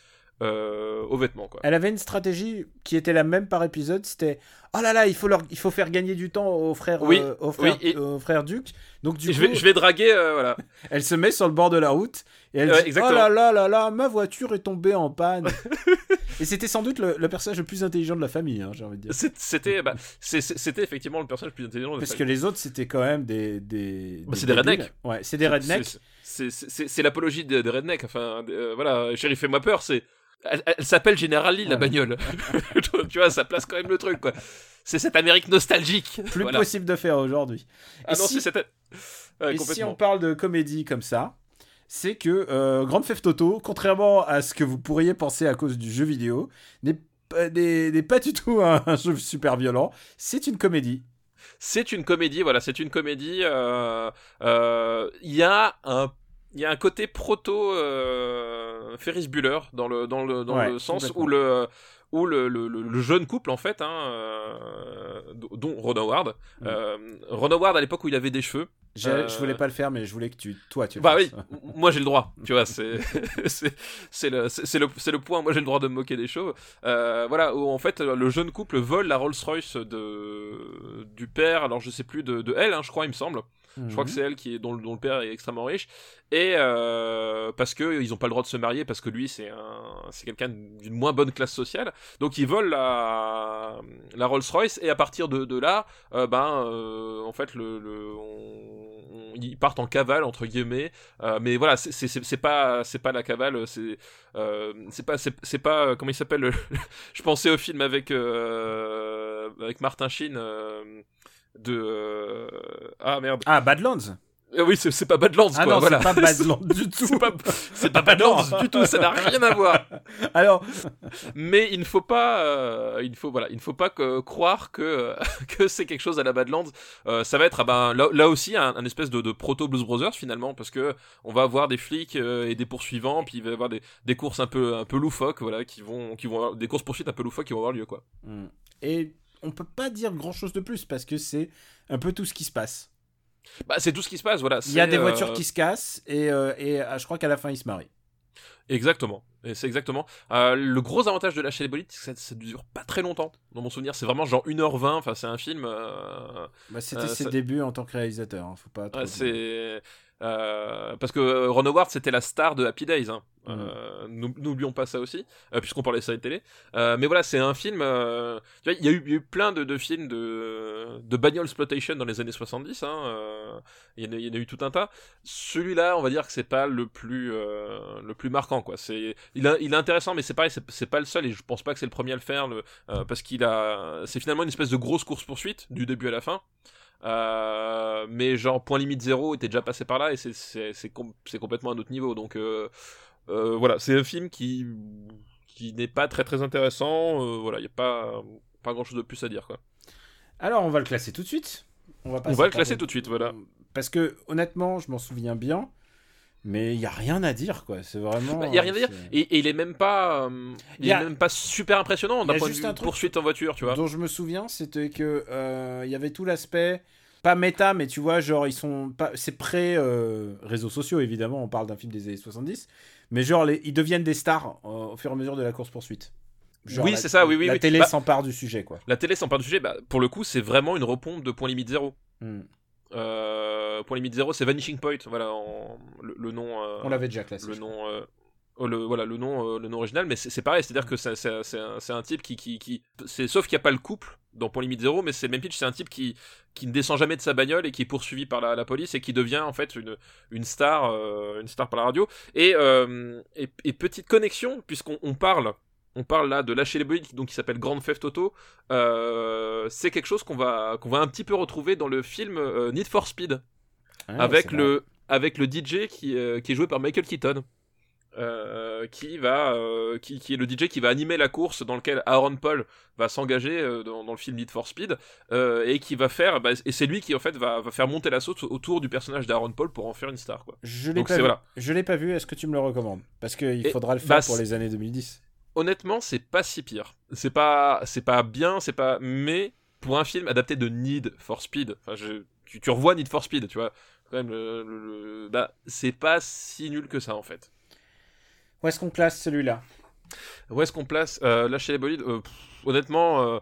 aux vêtements, quoi. Elle avait une stratégie qui était la même par épisode, c'était oh là là, il faut faire gagner du temps aux frères Duke. Donc du coup, je vais draguer, voilà. Elle se met sur le bord de la route et elle dit exactement. Oh là là, ma voiture est tombée en panne. Et c'était sans doute le personnage le plus intelligent de la famille, hein, j'ai envie de dire. C'était effectivement le personnage le plus intelligent de la famille. Parce que les autres, c'était quand même des c'est des rednecks. Ouais, c'est des rednecks. C'est l'apologie des rednecks. Enfin, voilà, Shérif, fais-moi peur, c'est... Elle s'appelle General Lee, la bagnole. Tu vois, ça place quand même le truc, quoi. C'est cette Amérique nostalgique. Plus possible de faire aujourd'hui. Et si on parle de comédie comme ça, c'est que Grand Theft Auto, contrairement à ce que vous pourriez penser à cause du jeu vidéo, n'est pas du tout un jeu super violent. C'est une comédie. C'est une comédie, voilà, c'est une comédie. Il y a un côté proto Ferris Bueller dans le sens où le jeune couple, en fait, dont Ron Howard. Ron Howard, à l'époque où il avait des cheveux. Je voulais pas le faire, mais je voulais que tu le fasses. Oui, moi j'ai le droit, tu vois, c'est le point, moi j'ai le droit de me moquer des chauves. Voilà, où en fait le jeune couple vole la Rolls-Royce du père, alors je sais plus, de elle, je crois, il me semble. Je crois que c'est elle dont le père est extrêmement riche, et parce que ils ont pas le droit de se marier, parce que lui c'est quelqu'un d'une moins bonne classe sociale, donc ils volent la Rolls-Royce, et à partir de là, en fait ils partent en cavale, entre guillemets, mais voilà, c'est pas la cavale, c'est pas comment il s'appelle je pensais au film avec Martin Sheen Badlands. Oui, c'est pas Badlands, quoi. Non, voilà. C'est pas Badlands du tout. c'est pas Badlands du tout, ça n'a rien à voir. Alors, mais il ne faut pas croire que c'est quelque chose à la Badlands. Ça va être là aussi un espèce de proto Blues Brothers, finalement, parce que on va avoir des flics et des poursuivants, puis il va y avoir des courses un peu loufoques, voilà, qui vont avoir des courses poursuites un peu loufoques qui vont avoir lieu, quoi. Et on peut pas dire grand chose de plus, parce que c'est un peu tout ce qui se passe. C'est tout ce qui se passe, voilà. Il y a des voitures qui se cassent, et je crois qu'à la fin ils se marient. Exactement. Et c'est exactement. Le gros avantage de Lâcher les bolides, c'est que ça dure pas très longtemps. Dans mon souvenir, c'est vraiment genre 1h20. Enfin, c'est un film. C'était ses débuts en tant que réalisateur. Faut pas. Parce que Ron Howard, c'était la star de Happy Days. N'oublions pas ça aussi, puisqu'on parlait de séries de télé. Mais voilà, c'est un film. Tu vois, il y a eu plein de films de bagnole exploitation dans les années 70. Il y en a eu tout un tas. Celui-là, on va dire que c'est pas le plus marquant, quoi. Il est intéressant, mais c'est pareil, c'est pas le seul, et je pense pas que c'est le premier à le faire, parce c'est finalement une espèce de grosse course-poursuite du début à la fin. Mais genre Point Limite Zéro était déjà passé par là, et c'est complètement un autre niveau. Donc voilà, c'est un film qui n'est pas très très intéressant. Voilà, il y a pas grand chose de plus à dire, quoi. Alors on va le classer tout de suite. On va le classer tout de suite, voilà. Parce que honnêtement, je m'en souviens bien, mais il y a rien à dire, quoi. C'est vraiment. Il y a rien à dire. Et il est même pas. Il est même pas super impressionnant d'un point de vue poursuite en voiture, tu vois. Dont je me souviens, c'était que il y avait tout l'aspect pas méta, mais tu vois, genre ils sont pas. C'est pré réseaux sociaux, évidemment. On parle d'un film des années 70, mais genre ils deviennent des stars au fur et à mesure de la course poursuite. Genre, oui, c'est ça. Oui. La télé s'empare du sujet, quoi. La télé s'empare du sujet. Pour le coup, c'est vraiment une repompe de Point Limite Zéro. Point Limite Zéro, c'est Vanishing Point, voilà, le nom. On l'avait déjà classé. Le nom, le nom original, mais c'est pareil, c'est-à-dire que c'est un type qui sauf qu'il n'y a pas le couple dans Point Limite Zéro, mais c'est le même pitch, c'est un type qui ne descend jamais de sa bagnole et qui est poursuivi par la police et qui devient en fait une star par la radio. Et petite connexion, puisqu'on parle là de Lâcher les bolides, donc qui s'appelle Grand Theft Auto. C'est quelque chose qu'on va un petit peu retrouver dans le film Need for Speed, avec le DJ qui est joué par Michael Keaton, qui est le DJ qui va animer la course dans lequel Aaron Paul va s'engager dans le film Need for Speed, et qui va faire et c'est lui qui en fait va faire monter la sauce autour du personnage d'Aaron Paul pour en faire une star, quoi. Je l'ai pas vu. Est-ce que tu me le recommandes? Parce qu'il faudra le faire pour les années 2010. Honnêtement, c'est pas si pire. C'est pas bien, mais pour un film adapté de Need for Speed, enfin, tu revois Need for Speed, tu vois, quand même, c'est pas si nul que ça, en fait. Où est-ce qu'on classe celui-là? Où est-ce qu'on place Lâcher les bolides? Honnêtement,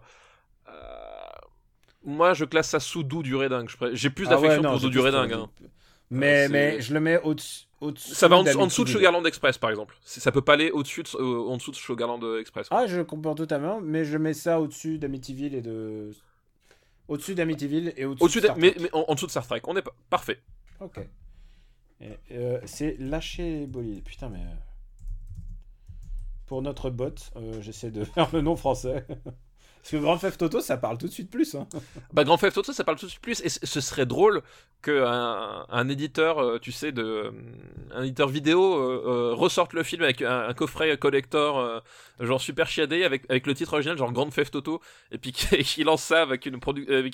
moi, je classe ça sous Doux du Redingue. J'ai plus d'affection pour Doux du Redingue. Mais je le mets au-dessus. Ça va en dessous de Sugarland Express, par exemple. Ça peut pas aller en dessous de Sugarland Express, quoi. Ah, je comprends totalement, mais je mets ça au-dessus d'Amityville et de. Au-dessus d'Amityville et au-dessus de Star Trek. Mais en dessous de Star Trek. On est parfait. Ok. C'est Lâcher les bolides. Putain, mais. Pour notre bot, j'essaie de faire le nom français. Parce que Grand Theft Auto, ça parle tout de suite plus. Hein. Grand Theft Auto, ça parle tout de suite plus. Et ce serait drôle qu'un éditeur, tu sais, un éditeur vidéo ressorte le film avec un coffret collector, genre super chiadé, avec le titre original, genre Grand Theft Auto, et puis qu'il lance ça avec une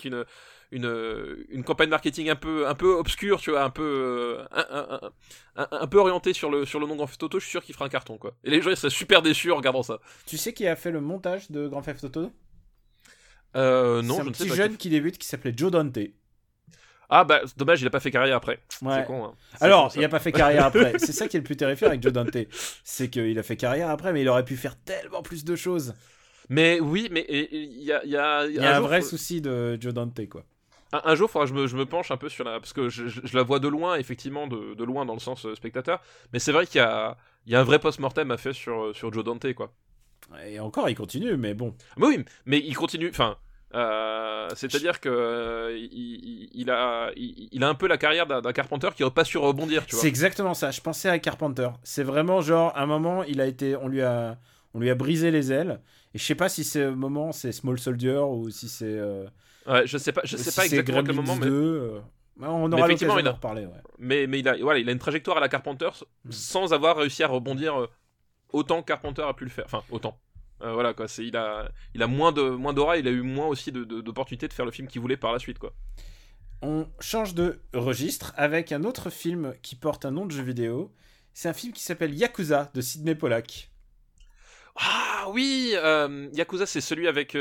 campagne marketing un peu obscure, tu vois, un peu orientée sur le nom Grand Theft Auto. Je suis sûr qu'il fera un carton, quoi. Et les gens ils seraient super déçus en regardant ça. Tu sais qui a fait le montage de Grand Theft Auto? Non, je ne sais pas. C'est un petit jeune qui débute qui s'appelait Joe Dante. Ah dommage, il a pas fait carrière après. Ouais. C'est con, hein. Alors, il a pas fait carrière après. C'est ça qui est le plus terrifiant avec Joe Dante, c'est qu'il a fait carrière après, mais il aurait pu faire tellement plus de choses. Mais oui, mais il y a un vrai souci de Joe Dante, quoi. Un jour, il faudra que je me penche un peu sur parce que je la vois de loin, effectivement, de loin dans le sens spectateur. Mais c'est vrai qu'il y a un vrai post-mortem à faire sur Joe Dante, quoi. Et encore, il continue, mais bon. Oui, mais il continue. Enfin, c'est-à-dire que il a un peu la carrière d'un Carpenter qui aurait pas su rebondir, tu vois. C'est exactement ça. Je pensais à Carpenter. C'est vraiment genre à un moment, on lui a brisé les ailes. Et je sais pas si c'est moment c'est Small Soldier ou si c'est. Ouais, je sais pas exactement quel moment, mais on aura l'occasion d'en reparler. Ouais. Mais il a une trajectoire à la Carpenter sans avoir réussi à rebondir autant que Carpenter a pu le faire. Enfin, autant. Voilà, quoi. Il a moins d'aura, il a eu moins aussi d'opportunités de faire le film qu'il voulait par la suite, quoi. On change de registre avec un autre film qui porte un nom de jeu vidéo. C'est un film qui s'appelle Yakuza de Sidney Pollack. Ah oui, Yakuza, c'est celui avec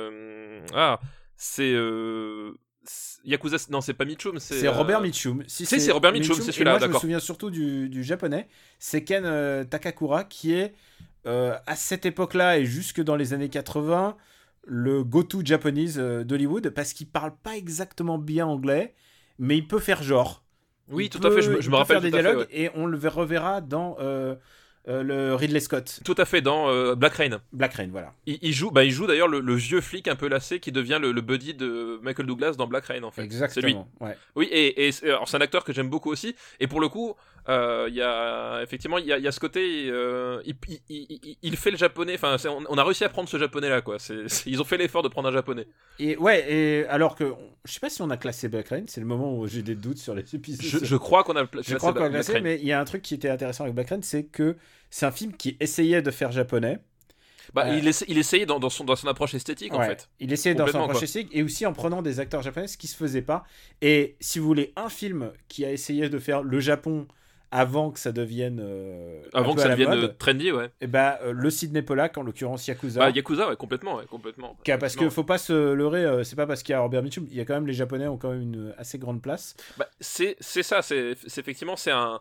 c'est Yakuza, non, c'est pas Mitchum, c'est Robert Mitchum. C'est Robert Mitchum, c'est celui-là, moi, d'accord. Je me souviens surtout du japonais, c'est Ken Takakura, qui est à cette époque-là et jusque dans les années 80 le go-to Japanese d'Hollywood, parce qu'il parle pas exactement bien anglais, mais il peut faire genre. Oui, tout à fait, je me rappelle faire des dialogues, et on le reverra dans le Ridley Scott. Tout à fait, dans Black Rain. Black Rain, voilà. Il joue d'ailleurs le vieux flic un peu lassé qui devient le buddy de Michael Douglas dans Black Rain, en fait. Exactement. C'est lui. Ouais. Oui, alors c'est un acteur que j'aime beaucoup aussi. Et pour le coup, il y a ce côté, il fait le japonais. Enfin, on a réussi à prendre ce japonais-là, quoi. Ils ont fait l'effort de prendre un japonais. Et alors que je sais pas si on a classé Black Rain. C'est le moment où j'ai des doutes sur les épisodes. Je crois qu'on a classé Black Rain. Mais il y a un truc qui était intéressant avec Black Rain, c'est que c'est un film qui essayait de faire japonais. Il essayait dans son approche esthétique, en fait. Il essayait dans son approche esthétique et aussi en prenant des acteurs japonais, ce qui se faisait pas. Et si vous voulez, un film qui a essayé de faire le Japon avant que ça devienne trendy, ouais. Et le Sidney Pollack, en l'occurrence Yakuza. Yakuza, ouais, complètement. Parce que faut pas se leurrer, c'est pas parce qu'il y a Robert Mitchum, il y a quand même les Japonais ont quand même une assez grande place. C'est ça, c'est effectivement c'est un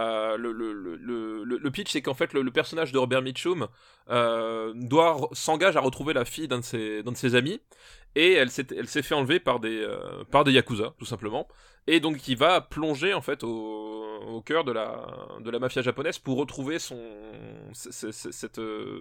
le pitch, c'est qu'en fait le personnage de Robert Mitchum s'engage à retrouver la fille d'un de ses amis. Et elle s'est fait enlever par des Yakuza, tout simplement. Et donc il va plonger en fait au cœur de la mafia japonaise pour retrouver cette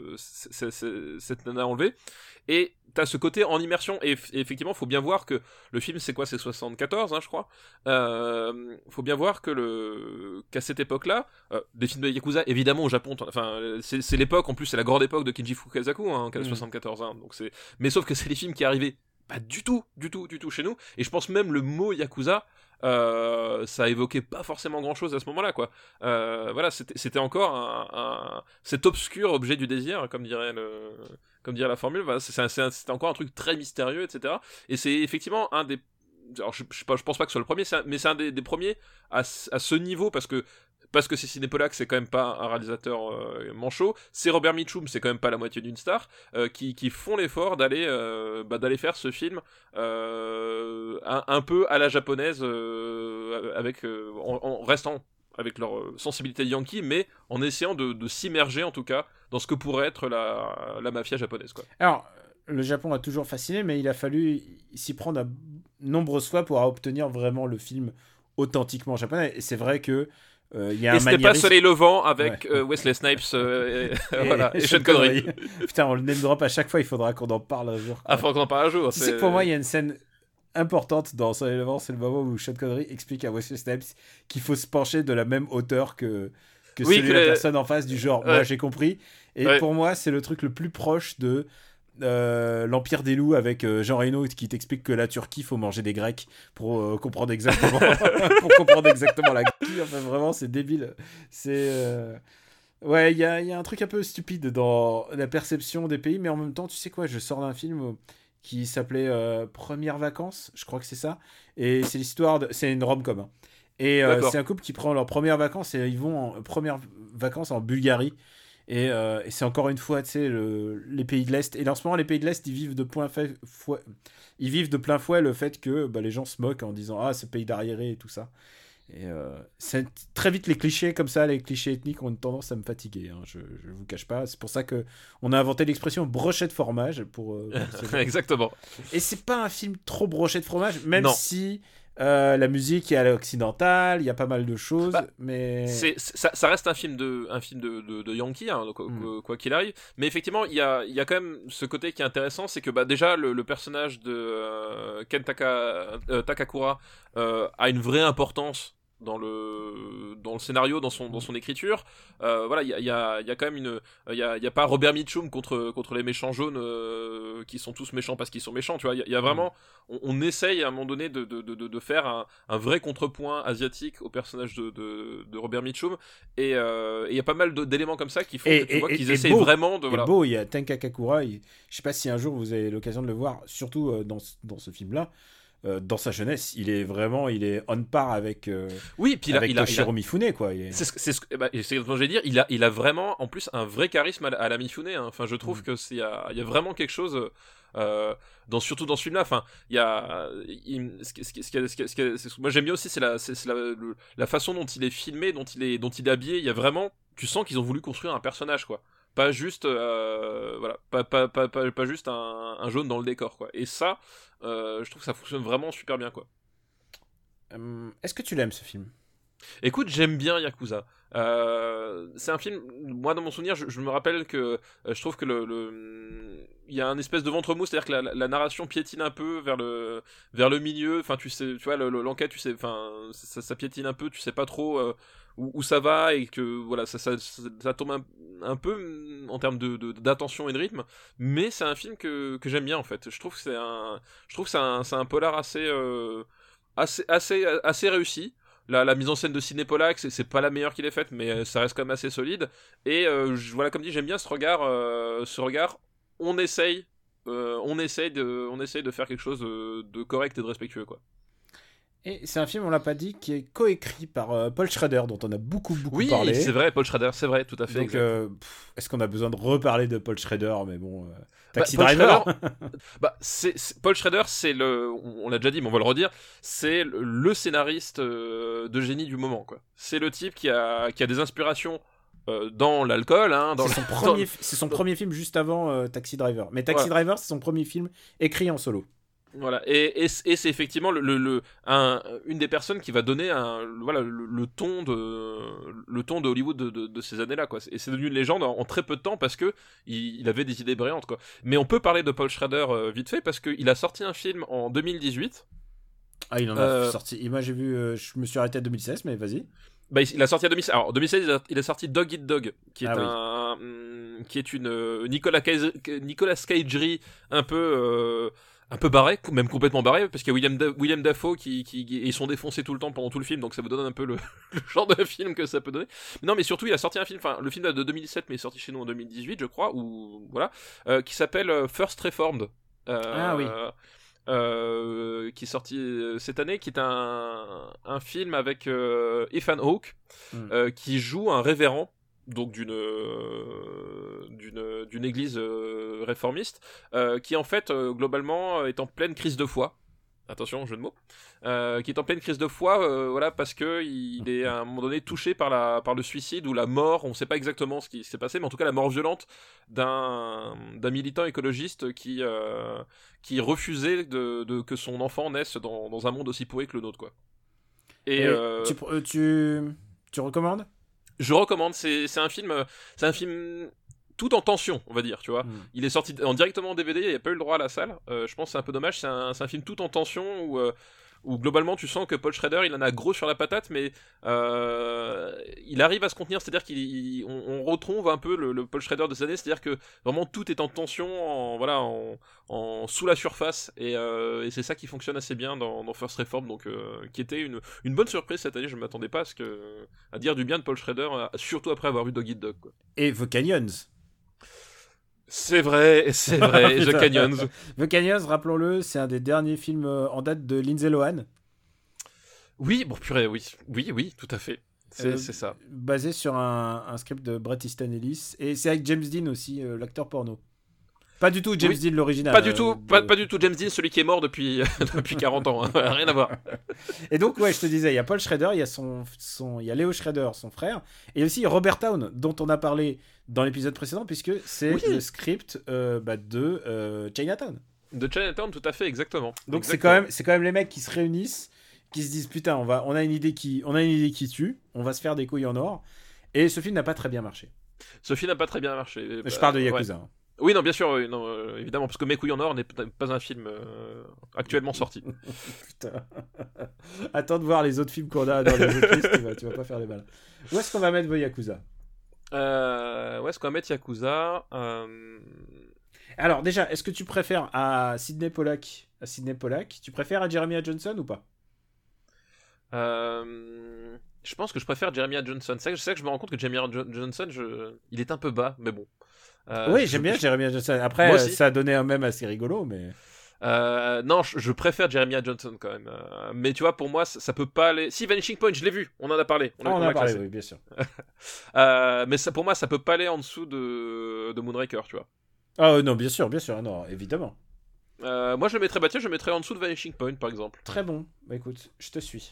nana enlevée. Et t'as ce côté en immersion. Et effectivement, faut bien voir que le film, c'est quoi ? C'est 74, je crois. Faut bien voir qu'à cette époque-là, des films de Yakuza, évidemment au Japon, c'est l'époque, en plus c'est la grande époque de Kinji Fukasaku, 74. Donc mais sauf que c'est des films qui arrivaient pas du tout chez nous. Et je pense même le mot Yakuza, ça évoquait pas forcément grand chose à ce moment-là, quoi. Voilà, c'était encore cet obscur objet du désir, comme dirait la formule. Voilà, c'était encore un truc très mystérieux, etc. Et c'est effectivement un des, alors je pense pas que ce soit le premier, mais c'est un des premiers à ce niveau, parce que c'est Sidney Pollack, c'est quand même pas un réalisateur manchot, c'est Robert Mitchum, c'est quand même pas la moitié d'une star, qui font l'effort d'aller faire ce film un peu à la japonaise, en restant avec leur sensibilité yankee, mais en essayant de s'immerger en tout cas dans ce que pourrait être la mafia japonaise, quoi. Alors, le Japon a toujours fasciné, mais il a fallu s'y prendre à nombreuses fois pour obtenir vraiment le film authentiquement japonais. Et c'est vrai que y a et c'était pas Soleil Levant avec Wesley Snipes et Sean Connery. Putain, on le name drop à chaque fois, il faudra qu'on en parle un jour. Faudra qu'on en parle un jour. Tu sais que pour moi, il y a une scène importante dans Soleil Levant, c'est le moment où Sean Connery explique à Wesley Snipes qu'il faut se pencher de la même hauteur que celui de la personne en face, du genre, moi j'ai compris. Et pour moi, c'est le truc le plus proche de l'Empire des loups avec Jean Reno qui t'explique que la Turquie faut manger des Grecs pour comprendre exactement la culture. Enfin, vraiment c'est débile, c'est ouais, il y a un truc un peu stupide dans la perception des pays, mais en même temps, tu sais quoi, je sors d'un film qui s'appelait Premières Vacances, je crois que c'est ça, et c'est l'histoire c'est une rom-com, hein. Et c'est un couple qui prend leurs premières vacances et ils vont en premières vacances en Bulgarie. Et c'est encore une fois, tu sais, les pays de l'Est. Et en ce moment, les pays de l'Est, ils vivent de plein fouet le fait que les gens se moquent en disant « Ah, ce pays d'arriérés et tout ça ». Et c'est très vite, les clichés comme ça, les clichés ethniques ont une tendance à me fatiguer, hein, je vous cache pas. C'est pour ça qu'on a inventé l'expression brochette fromage pour Exactement. Et c'est pas un film trop brochette fromage, même si... la musique est à l'occidental, il y a pas mal de choses, mais ça reste un film de Yankee, hein, quoi qu'il arrive. Mais effectivement, il y a quand même ce côté qui est intéressant, c'est que déjà le personnage de Ken Takakura a une vraie importance dans le scénario, dans son écriture. Voilà, il y a quand même il y a pas Robert Mitchum contre les méchants jaunes qui sont tous méchants parce qu'ils sont méchants, tu vois. Il y a vraiment, on essaye à un moment donné de faire un vrai contrepoint asiatique au personnage de Robert Mitchum, et il y a pas mal d'éléments comme ça qui font que tu vois qu'ils essayent vraiment de... Voilà. Beau, il y a Tenka Kakura, je sais pas si un jour vous avez l'occasion de le voir, surtout dans ce film-là. Dans sa jeunesse, il est on par avec Toshiro Mifune, quoi. C'est ce que j'allais dire. Il a vraiment, en plus, un vrai charisme à la Mifune, hein. Enfin, je trouve que il y a vraiment quelque chose surtout dans ce film-là. Enfin, moi j'aime bien aussi, c'est la façon dont il est filmé, dont il est habillé. Il y a vraiment, tu sens qu'ils ont voulu construire un personnage, quoi. Pas juste pas juste un jaune dans le décor, quoi. Et ça, je trouve que ça fonctionne vraiment super bien, quoi. Est-ce que tu l'aimes, ce film ? Écoute, j'aime bien Yakuza. C'est un film, moi dans mon souvenir, je me rappelle que je trouve que il y a un espèce de ventre mou, c'est-à-dire que la narration piétine un peu vers le milieu, enfin tu sais, tu vois, l'enquête, tu sais, enfin ça piétine un peu, tu sais pas trop où ça va, et que voilà, ça tombe un peu en termes d'attention et de rythme, mais c'est un film que j'aime bien en fait. Je trouve que c'est un polar assez réussi. La mise en scène de Sidney Pollack, c'est pas la meilleure qu'il ait faite, mais ça reste quand même assez solide. Et voilà, comme dit, j'aime bien ce regard. On essaye de faire quelque chose de correct et de respectueux, quoi. Et c'est un film, on l'a pas dit, qui est coécrit par Paul Schrader, dont on a beaucoup parlé. Oui, c'est vrai, Paul Schrader, c'est vrai, tout à fait. Donc, est-ce qu'on a besoin de reparler de Paul Schrader? Mais bon, Taxi Paul Driver. Paul Schrader, on l'a déjà dit, mais on va le redire, c'est le scénariste de génie du moment, quoi. C'est le type qui a des inspirations dans l'alcool, hein, c'est son premier film juste avant Taxi Driver. Mais Taxi Driver, c'est son premier film écrit en solo. Voilà, et c'est effectivement une des personnes qui va donner le ton de Hollywood de ces années-là, quoi. Et c'est devenu une légende en très peu de temps parce que il avait des idées brillantes, quoi. Mais on peut parler de Paul Schrader vite fait parce qu'il a sorti un film en 2018. Ah, il en a sorti. Moi, j'ai vu. Je me suis arrêté à 2016, mais vas-y. Bah, il a sorti en 2016. Alors, en 2016, il a sorti Dog Eat Dog, qui est une Nicolas Cagerie un peu barré, même complètement barré, parce qu'il y a William Dafoe qui ils sont défoncés tout le temps pendant tout le film, donc ça vous donne un peu le genre de film que ça peut donner. Non, mais surtout, il a sorti un film, enfin, le film date de 2007, mais il est sorti chez nous en 2018, je crois, ou voilà, qui s'appelle First Reformed. Qui est sorti cette année, qui est un film avec Ethan Hawke, qui joue un révérend, donc d'une église réformiste, qui en fait globalement est en pleine crise de foi. Attention, jeu de mots. Qui est en pleine crise de foi, voilà, parce que il est à un moment donné touché par le suicide ou la mort. On ne sait pas exactement ce qui s'est passé, mais en tout cas la mort violente d'un militant écologiste qui refusait que son enfant naisse dans un monde aussi pourri que le nôtre, quoi. Et tu recommandes? Je recommande. C'est un film tout en tension, on va dire, tu vois. Il est sorti directement en DVD, il n'y a pas eu le droit à la salle. Je pense que c'est un peu dommage. C'est un film tout en tension où globalement tu sens que Paul Schrader il en a gros sur la patate, mais il arrive à se contenir. C'est-à-dire qu'on retrouve un peu le Paul Schrader de ces années, c'est-à-dire que vraiment tout est en tension, en sous la surface, et c'est ça qui fonctionne assez bien dans First Reformed, donc qui était une bonne surprise cette année. Je ne m'attendais pas à dire du bien de Paul Schrader, surtout après avoir vu Dog Eat Dog, quoi. Et The Canyons. C'est vrai, The Canyons. The Canyons, rappelons-le, c'est un des derniers films en date de Lindsay Lohan. Oui, bon purée, oui, tout à fait. C'est ça. Basé sur un script de Bret Easton Ellis, et c'est avec James Dean aussi, l'acteur porno. Pas du tout James Dean l'original. Pas du tout James Dean, celui qui est mort depuis 40 ans. Hein. Rien à voir. Et donc, ouais, je te disais, il y a Paul Schrader, il y a il y a Leo Schrader, son frère, et aussi Robert Towne, dont on a parlé dans l'épisode précédent, puisque c'est le script de Chinatown. De Chinatown, tout à fait, exactement. Donc exactement. c'est quand même les mecs qui se réunissent, qui se disent putain, on a une idée qui tue, on va se faire des couilles en or. Et ce film n'a pas très bien marché. Je parle de Yakuza. Ouais. Oui, non, bien sûr, évidemment, parce que Mes couilles en or n'est pas un film actuellement sorti. Putain. Attends de voir les autres films qu'on a dans les autres listes, tu vas pas faire les balles. Où est-ce qu'on va mettre Yakuza? Où est-ce qu'on va mettre Yakuza Alors, déjà, est-ce que tu préfères à Sidney Pollack, tu préfères à Jeremiah Johnson ou pas? Je pense que je préfère Jeremiah Johnson. C'est ça que je me rends compte que Jeremiah Johnson, il est un peu bas, mais bon. Oui, j'aime bien Jeremiah Johnson. Après, ça a donné un même assez rigolo, mais... non, je préfère Jeremiah Johnson quand même. Mais tu vois, pour moi, ça peut pas aller... Si, Vanishing Point, je l'ai vu, on en a parlé. On en a parlé, oui, bien sûr. Mais pour moi, ça peut pas aller en dessous de Moonraker, tu vois. Ah non, bien sûr, non, évidemment. Moi, je le mettrais en dessous de Vanishing Point, par exemple. Très bon. Bah écoute, je te suis.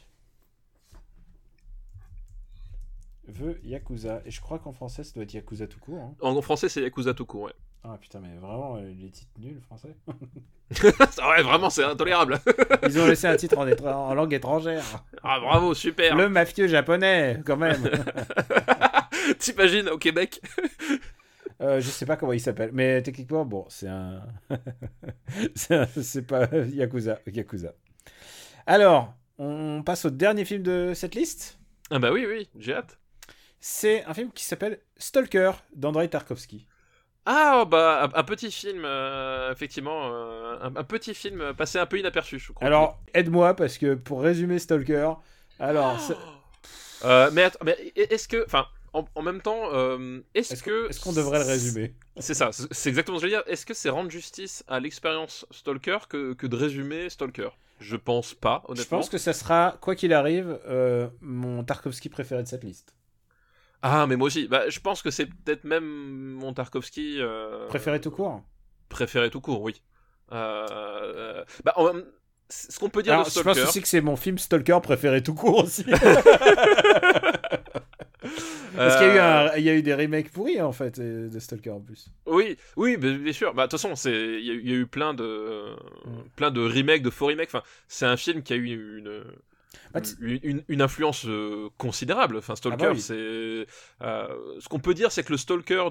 The Yakuza. Et je crois qu'en français, ça doit être Yakuza tout court. Hein. En français, c'est Yakuza tout court, ouais. Ah putain, mais vraiment, les titres nuls français. Ouais, vraiment, c'est intolérable. Ils ont laissé un titre en langue étrangère. Ah, bravo, super. Le mafieux japonais, quand même. T'imagines, au Québec? Je sais pas comment il s'appelle, mais techniquement, bon, c'est un... c'est pas Yakuza. Alors, on passe au dernier film de cette liste. Ah bah oui, j'ai hâte. C'est un film qui s'appelle Stalker d'Andrei Tarkovsky. Ah bah un petit film, effectivement, un petit film passé un peu inaperçu, je crois. Alors, aide-moi, parce que pour résumer Stalker, alors... mais est-ce que... Enfin, en même temps, est-ce qu'on devrait le résumer? C'est ça, c'est exactement ce que je veux dire. Est-ce que c'est rendre justice à l'expérience Stalker que de résumer Stalker? Je pense pas, honnêtement. Je pense que ça sera, quoi qu'il arrive, mon Tarkovsky préféré de cette liste. Ah, mais moi aussi. Bah, je pense que c'est peut-être même mon Tarkovsky... Préféré tout court? Préféré tout court, oui. Bah, ce qu'on peut dire de Stalker... Je pense aussi que c'est mon film Stalker préféré tout court aussi. Parce qu'il y a eu des remakes pourris, en fait, de Stalker en plus. Oui, bien sûr. Bah, de toute façon, il y a eu plein de remakes, de faux remakes. Enfin, c'est un film qui a eu une influence considérable. Enfin, Stalker, oui. c'est... ce qu'on peut dire, c'est que le Stalker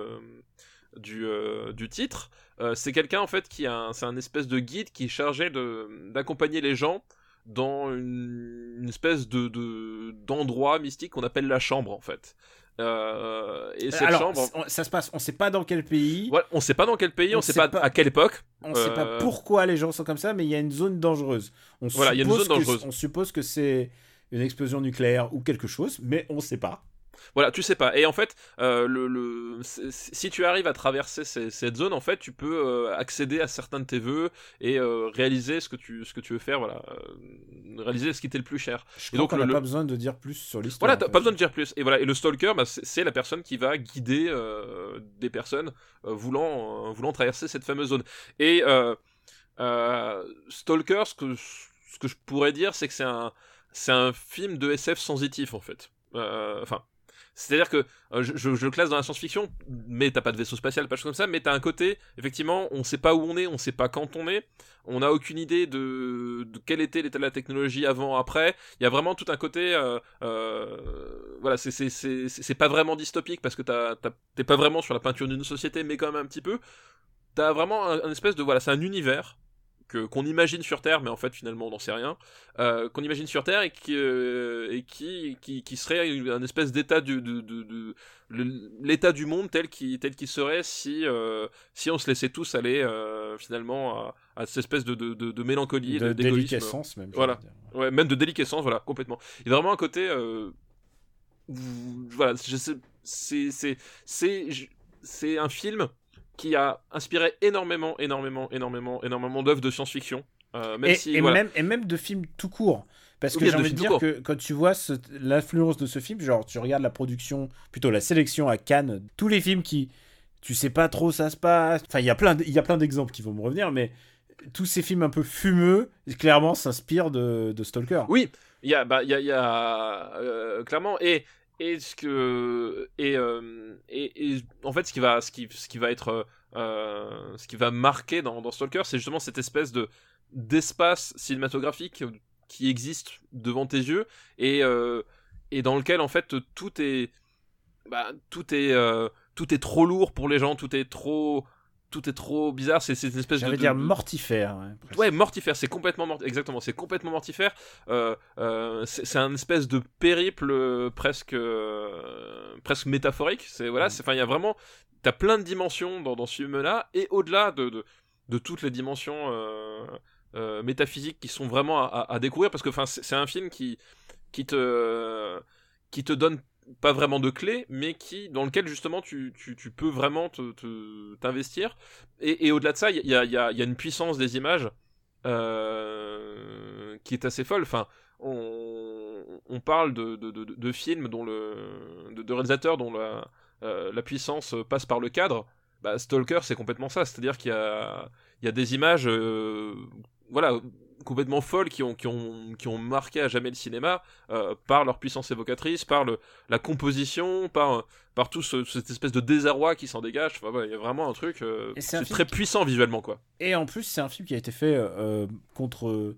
du titre, c'est quelqu'un, en fait, c'est un espèce de guide qui est chargé d'accompagner les gens dans une espèce d'endroit mystique qu'on appelle la chambre, en fait. Et cette chambre... ça se passe, on sait pas dans quel pays. Ouais, on sait pas dans quel pays, on sait pas à quelle époque. On sait pas pourquoi les gens sont comme ça, mais il y a une zone dangereuse. On suppose que c'est une explosion nucléaire ou quelque chose, mais on sait pas. Voilà, tu sais pas. Et en fait, si tu arrives à traverser cette zone, en fait, tu peux accéder à certains de tes vœux et réaliser ce que tu veux faire. Voilà, réaliser ce qui t'est le plus cher. Et donc, on n'a pas besoin de dire plus sur l'histoire. Voilà, t'as pas besoin de dire plus. Et voilà, et le stalker, bah, c'est la personne qui va guider des personnes voulant traverser cette fameuse zone. Et Stalker, ce que je pourrais dire, c'est que c'est un film de SF sensitif, en fait. Enfin. C'est-à-dire que je le classe dans la science-fiction, mais t'as pas de vaisseau spatial, pas de choses comme ça, mais t'as un côté, effectivement, on sait pas où on est, on sait pas quand on n'a aucune idée de quel était l'état de la technologie avant, après. Il y a vraiment tout un côté, voilà, c'est pas vraiment dystopique parce que t'es pas vraiment sur la peinture d'une société, mais quand même un petit peu. T'as vraiment un espèce de, voilà, c'est un univers qu'on imagine sur Terre, mais en fait finalement on n'en sait rien, qu'on imagine sur Terre et qui serait un espèce d'état l'état du monde tel qu'il serait si on se laissait tous aller finalement à cette espèce de mélancolie, de déliquescence même. Voilà, ouais, même de déliquescence, voilà, complètement. Il y a vraiment un côté, voilà, c'est un film qui a inspiré énormément d'œuvres de science-fiction. Même de films tout court. Parce que j'ai envie de dire que quand tu vois l'influence de ce film, genre tu regardes la production, plutôt la sélection à Cannes, tous les films qui, tu sais pas trop ça se passe, enfin il y a plein d'exemples qui vont me revenir, mais tous ces films un peu fumeux, clairement s'inspirent de Stalker. Oui, il y a clairement, et en fait ce qui va marquer dans Stalker, c'est justement cette espèce d'espace cinématographique qui existe devant tes yeux et dans lequel en fait tout est trop lourd pour les gens, tout est trop bizarre, c'est une espèce J'allais dire mortifère. Ouais, mortifère, c'est complètement exactement, c'est complètement mortifère. C'est un espèce de périple presque métaphorique. Enfin, il y a vraiment, t'as plein de dimensions dans ce film-là, et au-delà de toutes les dimensions métaphysiques qui sont vraiment à découvrir, parce que enfin, c'est un film qui te donne pas vraiment de clés, mais dans lequel justement tu peux vraiment t'investir, et au-delà de ça il y a une puissance des images qui est assez folle. Enfin, on parle de films de réalisateurs dont la puissance passe par le cadre. Bah, Stalker, c'est complètement ça, c'est-à-dire qu'il y a des images voilà, complètement folles qui ont marqué à jamais le cinéma par leur puissance évocatrice, par la composition, par tout cette espèce de désarroi qui s'en dégage. Enfin, il y a vraiment un truc c'est très puissant visuellement, quoi. Et en plus, c'est un film qui a été fait contre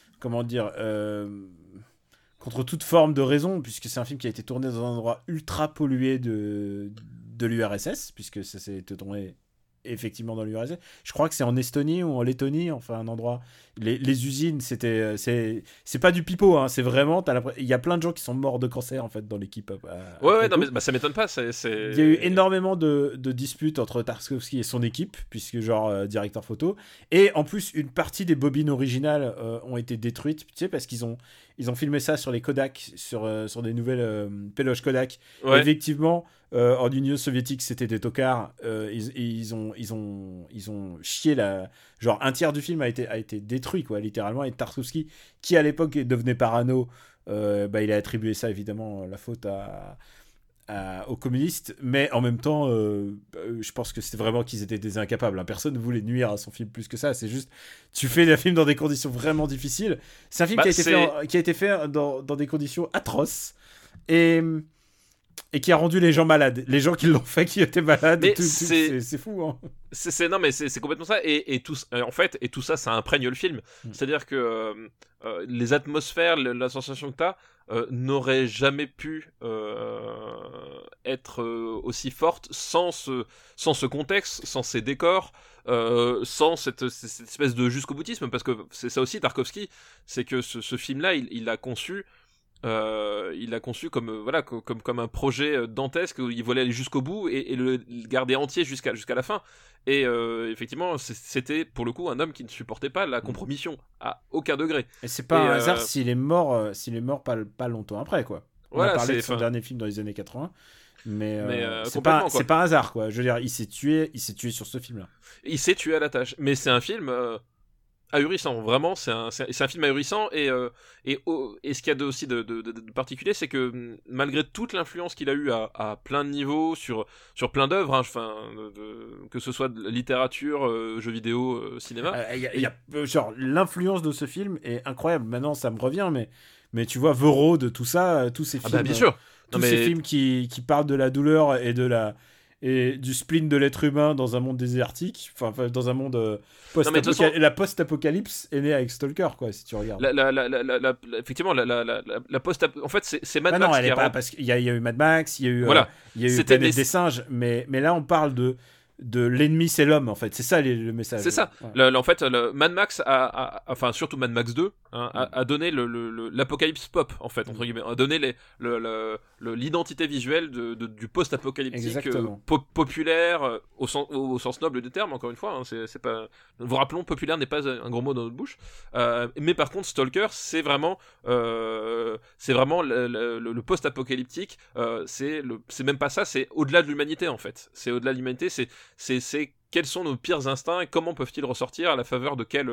toute forme de raison, puisque c'est un film qui a été tourné dans un endroit ultra pollué de l'URSS, puisque ça s'est tourné effectivement dans l'URSS. Je crois que c'est en Estonie ou en Lettonie, enfin un endroit. Les usines, c'est pas du pipeau, hein, c'est vraiment. Il y a plein de gens qui sont morts de cancer en fait dans l'équipe. Ouais, non, mais ça m'étonne pas. Il y a eu énormément de disputes entre Tarkovsky et son équipe, puisque genre directeur photo. Et en plus, une partie des bobines originales ont été détruites, tu sais, parce qu'ils ont filmé ça sur les Kodak, sur des nouvelles péloches Kodak. Ouais. Et effectivement, en Union soviétique, c'était des tocards. Ils ont chié genre un tiers du film a été détruit, quoi, littéralement. Et Tarkovsky, qui à l'époque devenait parano, il a attribué ça, évidemment, la faute aux communistes, mais en même temps, je pense que c'était vraiment qu'ils étaient des incapables, hein. Personne ne voulait nuire à son film plus que ça. C'est juste, tu fais un film dans des conditions vraiment difficiles. C'est un film qui a été fait dans des conditions atroces et qui a rendu les gens malades. Les gens qui l'ont fait, qui étaient malades, c'est fou, hein. Non, mais c'est complètement ça. Et tout ça, ça imprègne le film. C'est-à-dire que les atmosphères, la sensation que t'as n'aurait jamais pu être aussi forte sans ce contexte, sans ces décors, sans cette espèce de jusqu'au boutisme, parce que c'est ça aussi Tarkovsky, c'est que ce film-là, il l'a conçu. Il l'a conçu comme un projet dantesque où il voulait aller jusqu'au bout et le garder entier jusqu'à la fin. Et effectivement, c'était pour le coup un homme qui ne supportait pas la compromission à aucun degré. Et c'est pas un hasard s'il est mort pas longtemps après, quoi. On a parlé de son dernier film dans les années 80. Mais c'est pas un hasard, quoi. Je veux dire, il s'est tué sur ce film-là. Il s'est tué à la tâche. Mais c'est un film ahurissant, vraiment, c'est un film ahurissant. Et ce qu'il y a aussi de particulier, c'est que malgré toute l'influence qu'il a eue à plein de niveaux, sur plein d'œuvres, hein, que ce soit de littérature, jeux vidéo, cinéma, genre l'influence de ce film est incroyable. Maintenant ça me revient, mais tu vois, The Road, tout ça, tous ces films, bien sûr. Ces films qui parlent de la douleur et du spleen de l'être humain dans un monde désertique, enfin dans un monde la post-apocalypse est née avec Stalker, quoi, si tu regardes. Effectivement, la post, en fait, c'est Mad Max. Non, elle est pas, parce qu'il y a eu Mad Max, il y a eu Planète des singes, mais là on parle de l'ennemi, c'est l'homme, en fait. C'est ça le message. C'est ça. Ouais. En fait, Mad Max enfin surtout Mad Max 2 a donné l'apocalypse pop, en fait, entre guillemets, a donné l'identité visuelle du post-apocalyptique populaire au sens noble du terme. Encore une fois, hein, c'est pas. Vous rappelons, populaire n'est pas un gros mot dans notre bouche. Mais par contre, Stalker, c'est vraiment le post-apocalyptique. C'est même pas ça. C'est au-delà de l'humanité, en fait. C'est au-delà de l'humanité. C'est quels sont nos pires instincts et comment peuvent-ils ressortir à la faveur de quels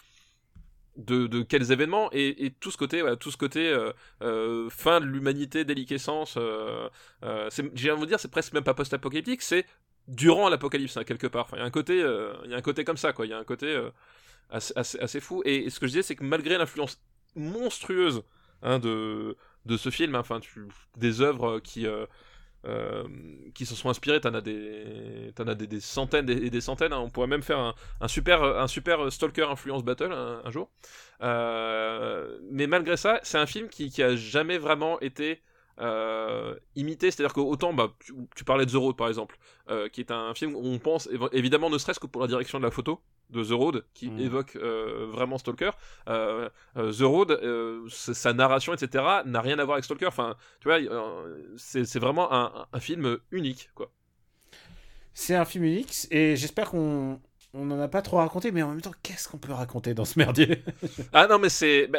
événements, et tout ce côté fin de l'humanité, déliquescence, j'ai envie de dire, c'est presque même pas post-apocalyptique, c'est durant l'apocalypse, hein, quelque part. Enfin, il y a un côté comme ça, quoi. Il y a un côté assez fou, et ce que je disais, c'est que malgré l'influence monstrueuse, hein, de ce film, hein, enfin, des œuvres qui s'en sont inspirés, t'en as des centaines et des centaines, hein. On pourrait même faire un super Stalker influence battle un jour, mais malgré ça, c'est un film qui a jamais vraiment été imité. C'est-à-dire qu'autant tu parlais de The Road, par exemple, qui est un film où on pense évidemment, ne serait-ce que pour la direction de la photo de The Road, qui évoque vraiment Stalker. The Road, sa narration, etc., n'a rien à voir avec Stalker. Enfin, tu vois, c'est vraiment un film unique, quoi. C'est un film unique, et j'espère qu'on n'en a pas trop raconté, mais en même temps, qu'est-ce qu'on peut raconter dans ce merdier? Ah non, mais c'est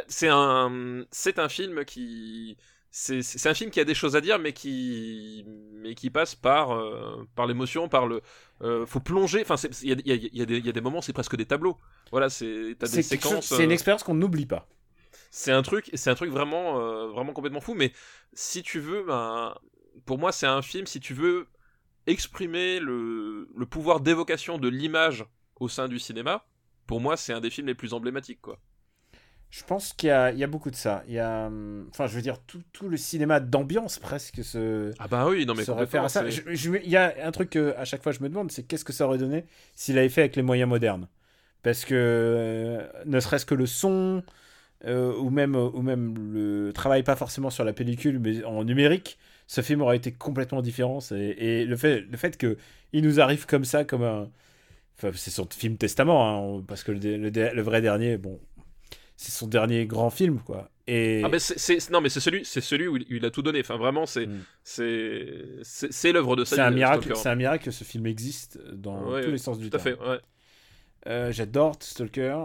un film qui... C'est un film qui a des choses à dire, mais qui passe par l'émotion, par le... faut plonger, enfin, il y a des moments, c'est presque des tableaux. Voilà, t'as des séquences... C'est une expérience qu'on n'oublie pas. C'est un truc vraiment, vraiment complètement fou, mais si tu veux, pour moi, c'est un film, si tu veux exprimer le pouvoir d'évocation de l'image au sein du cinéma, pour moi, c'est un des films les plus emblématiques, quoi. Je pense qu'il y a beaucoup de ça. Il y a, enfin, je veux dire, tout le cinéma d'ambiance presque Ah bah oui, non mais se réfère à ça. Il y a un truc que à chaque fois je me demande, c'est qu'est-ce que ça aurait donné s'il avait fait avec les moyens modernes. Parce que ne serait-ce que le son, ou même le travail pas forcément sur la pellicule, mais en numérique, ce film aurait été complètement différent. Et le fait qu'il nous arrive comme ça, comme un... Enfin, c'est son film testament, hein, parce que le vrai dernier, bon... C'est son dernier grand film, quoi. Et... Ah, mais c'est celui où il a tout donné. Enfin, vraiment, c'est l'œuvre de sa vie. C'est un miracle que ce film existe dans tous les sens du terme. Tout à fait, ouais. J'adore Stalker.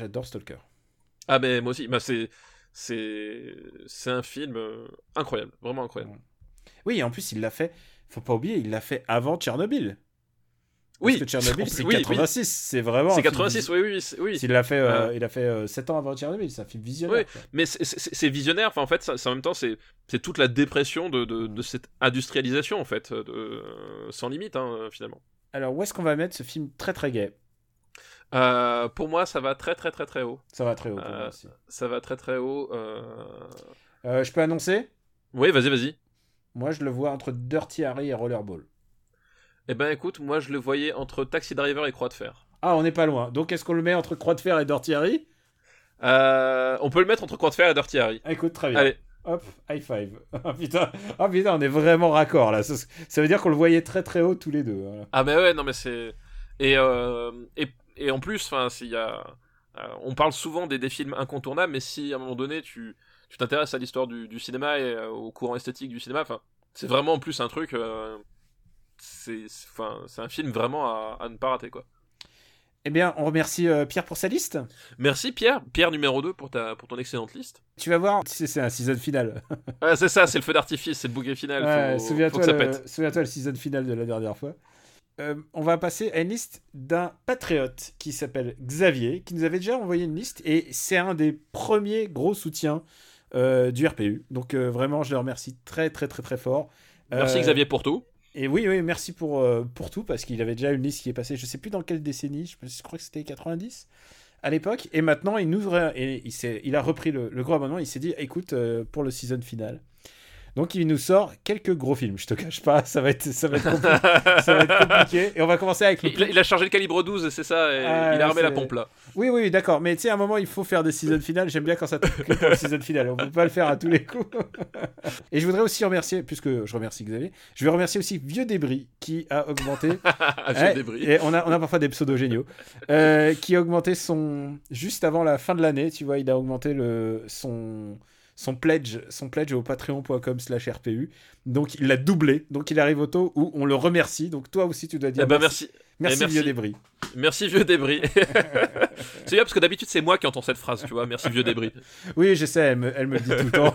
Ah, mais moi aussi. Bah, c'est un film incroyable. Vraiment incroyable. Oui, en plus, il l'a fait... Faut pas oublier, il l'a fait avant Tchernobyl. Oui, parce que Tchernobyl, c'est 86, oui. C'est vraiment. C'est 86, oui. Il a fait 7 ans avant Tchernobyl, c'est un film visionnaire. Oui, mais c'est visionnaire. Enfin, en fait, en même temps, c'est toute la dépression de cette industrialisation, en fait, sans limite, hein, finalement. Alors, où est-ce qu'on va mettre ce film très très gai ? Pour moi, ça va très très très très haut. Ça va très haut. Pour moi aussi. Ça va très très haut. Je peux annoncer ? Oui, vas-y. Moi, je le vois entre Dirty Harry et Rollerball. Eh ben écoute, moi je le voyais entre Taxi Driver et Croix de Fer. Ah, on n'est pas loin. Donc est-ce qu'on le met entre Croix de Fer et Dirty Harry ? On peut le mettre entre Croix de Fer et Dirty Harry. Ah, écoute, très bien. Allez. Hop, high five. Ah putain, on est vraiment raccord là. Ça veut dire qu'on le voyait très très haut tous les deux. Voilà. Ah mais ouais, non mais c'est... Et en plus, enfin, s'il y a... on parle souvent des films incontournables, mais si à un moment donné tu t'intéresses à l'histoire du cinéma et au courant esthétique du cinéma, enfin, c'est vraiment en plus un truc... c'est un film vraiment à ne pas rater, quoi. Eh bien, on remercie Pierre pour sa liste. Merci Pierre numéro 2 pour ton excellente liste. Tu vas voir, c'est un season final. Ouais, c'est ça, c'est le feu d'artifice, c'est le bouquet final. Ouais, faut que ça pète. Souviens-toi le season final de la dernière fois. On va passer à une liste d'un patriote qui s'appelle Xavier, qui nous avait déjà envoyé une liste, et c'est un des premiers gros soutiens du RPU. Donc vraiment, je le remercie très très très très fort. Merci Xavier pour tout. Et oui, merci pour tout, parce qu'il avait déjà une liste qui est passée, je sais plus dans quelle décennie, je crois que c'était 90 à l'époque, et maintenant il ouvre, et il a repris le gros abonnement, il s'est dit, écoute, pour le season final. Donc il nous sort quelques gros films, je te cache pas, ça va être compliqué. Et on va commencer avec il a chargé le calibre 12, c'est ça, et il a remis la pompe là. Oui, d'accord, mais tu sais, à un moment il faut faire des seasons finales, j'aime bien quand ça tombe pour le season final, on peut pas le faire à tous les coups. Et je voudrais aussi remercier, puisque je remercie Xavier, je vais remercier aussi Vieux Débris qui a augmenté. Vieux Débris. Et on a parfois des pseudos géniaux. Qui a augmenté juste avant la fin de l'année, tu vois, il a augmenté son pledge au patreon.com/RPU. Donc il l'a doublé. Donc il arrive au taux où on le remercie. Donc toi aussi tu dois dire merci. Merci Vieux Débris. Merci Vieux Débris. C'est bien parce que d'habitude c'est moi qui entends cette phrase, tu vois. Merci Vieux Débris. Oui, je sais, elle me le dit tout le temps.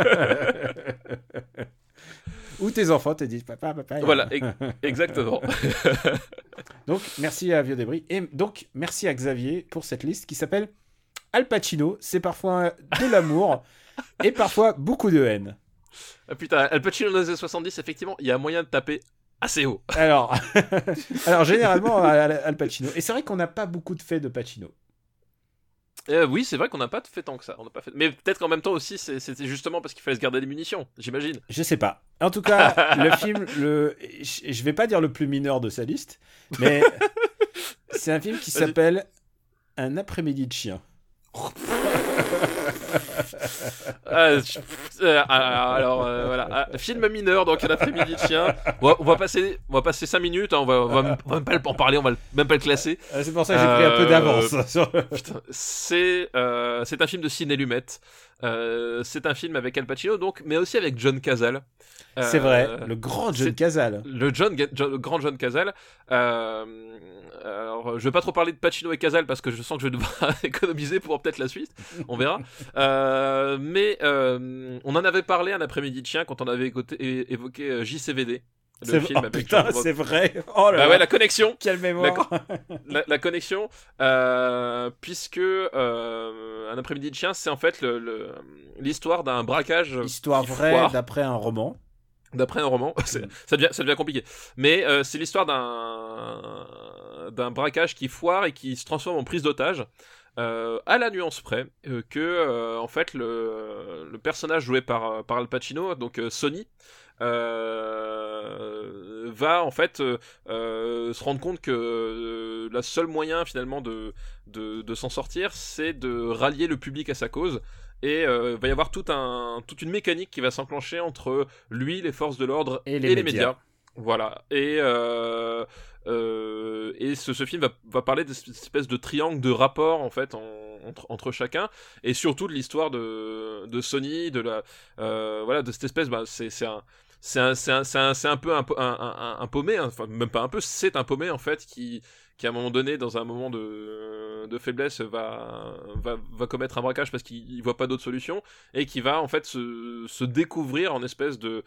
Ou tes enfants te disent papa. Voilà, exactement. Donc merci à Vieux Débris. Et donc merci à Xavier pour cette liste qui s'appelle Al Pacino. C'est parfois de l'amour et parfois beaucoup de haine. Ah putain, Al Pacino dans les années 70, effectivement, il y a moyen de taper assez haut. Alors généralement Al Pacino. Et c'est vrai qu'on n'a pas beaucoup de faits de Pacino. Oui, c'est vrai qu'on n'a pas fait tant que ça. Mais peut-être qu'en même temps aussi, c'était justement parce qu'il fallait se garder les munitions, j'imagine. Je sais pas. En tout cas, le film, je vais pas dire le plus mineur de sa liste, mais c'est un film qui s'appelle Un après-midi de chien. Voilà, film mineur, donc un après-midi de chien. On va passer 5 minutes, hein, on va même pas en parler, on va même pas le classer. C'est pour ça que j'ai pris un peu d'avance. Putain, c'est un film de Sidney Lumet. C'est un film avec Al Pacino, donc, mais aussi avec John Cazale. C'est vrai, le grand John Cazale. Le grand John Cazale. Alors, je vais pas trop parler de Pacino et Cazale parce que je sens que je vais devoir économiser pour peut-être la suite. On verra. Mais on en avait parlé un après-midi de chien quand on avait évoqué JCVD. Le film avec putain, c'est vrai. Oh là là. Ouais, la connexion. Quelle mémoire. La connexion, puisque un après-midi de chien, c'est en fait l'histoire d'un braquage. Histoire vraie d'après un roman. D'après un roman, ça devient compliqué. Mais c'est l'histoire d'un braquage qui foire et qui se transforme en prise d'otage. à la nuance près que en fait le personnage joué par Al Pacino, donc Sonny, va en fait se rendre compte que la seule moyen finalement de s'en sortir, c'est de rallier le public à sa cause. Et va y avoir toute une mécanique qui va s'enclencher entre lui, les forces de l'ordre et les médias. Voilà. Et ce film va parler de cette espèce de triangle de rapport en fait entre chacun, et surtout de l'histoire de Sonny, de cette espèce. C'est un peu un paumé, hein, enfin même pas un peu, c'est un paumé en fait qui à un moment donné, dans un moment de faiblesse, va commettre un braquage parce qu'il voit pas d'autre solution, et qui va en fait se découvrir en espèce de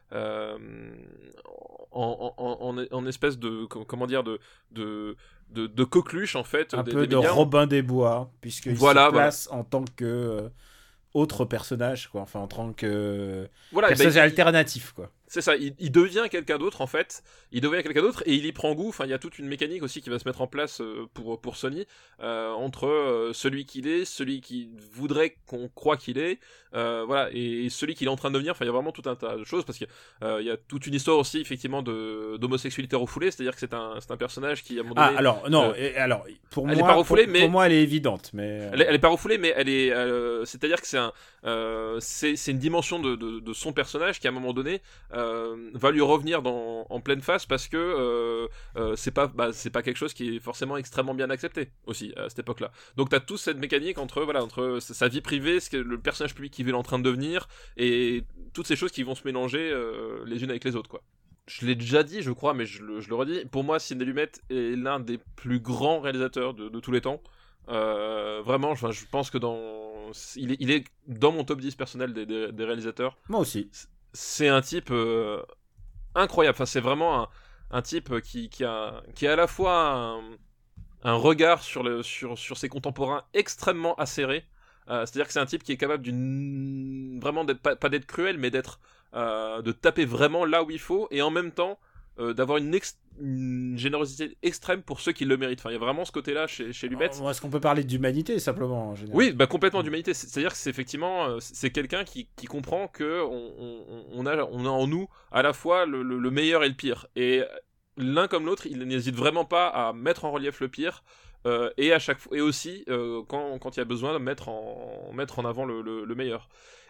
en espèce de comment dire de coqueluche en fait, un peu de Robin des Bois, puisqu'il se place en tant que autre personnage, quoi, enfin en tant que personnage alternatif, quoi. C'est ça, il devient quelqu'un d'autre en fait, et il y prend goût. Enfin, il y a toute une mécanique aussi qui va se mettre en place pour Sonny, entre celui qu'il est, celui qu'il voudrait qu'on croit qu'il est, et celui qu'il est en train de devenir. Enfin, il y a vraiment tout un tas de choses, parce qu'il y a toute une histoire aussi effectivement d'homosexualité refoulée, c'est-à-dire que c'est un personnage qui à un moment donné, pour moi, pour moi elle est évidente, mais elle est pas refoulée, mais elle est c'est-à-dire que c'est une dimension de son personnage qui à un moment donné va lui revenir en pleine face, parce que c'est pas quelque chose qui est forcément extrêmement bien accepté aussi à cette époque-là. Donc t'as toute cette mécanique entre sa vie privée, ce que le personnage public qu'il est en train de devenir, et toutes ces choses qui vont se mélanger les unes avec les autres, quoi. Je l'ai déjà dit, je crois, mais je le redis. Pour moi, Sidney Lumet est l'un des plus grands réalisateurs de tous les temps. Vraiment, je pense que il est dans mon top 10 personnel des réalisateurs. Moi aussi. C'est un type incroyable. Enfin, c'est vraiment un type qui a à la fois un regard sur ses contemporains extrêmement acéré. C'est-à-dire que c'est un type qui est capable vraiment d'être pas d'être cruel, mais de taper vraiment là où il faut, et en même temps d'avoir une générosité extrême pour ceux qui le méritent. Enfin, il y a vraiment ce côté-là chez Lumet. Est-ce qu'on peut parler d'humanité simplement en général ? Oui, complètement d'humanité. C'est-à-dire que c'est effectivement c'est quelqu'un qui comprend que on a en nous à la fois le meilleur et le pire, et l'un comme l'autre, il n'hésite vraiment pas à mettre en relief le pire, et à chaque fois, et aussi quand il y a besoin de mettre en avant le meilleur.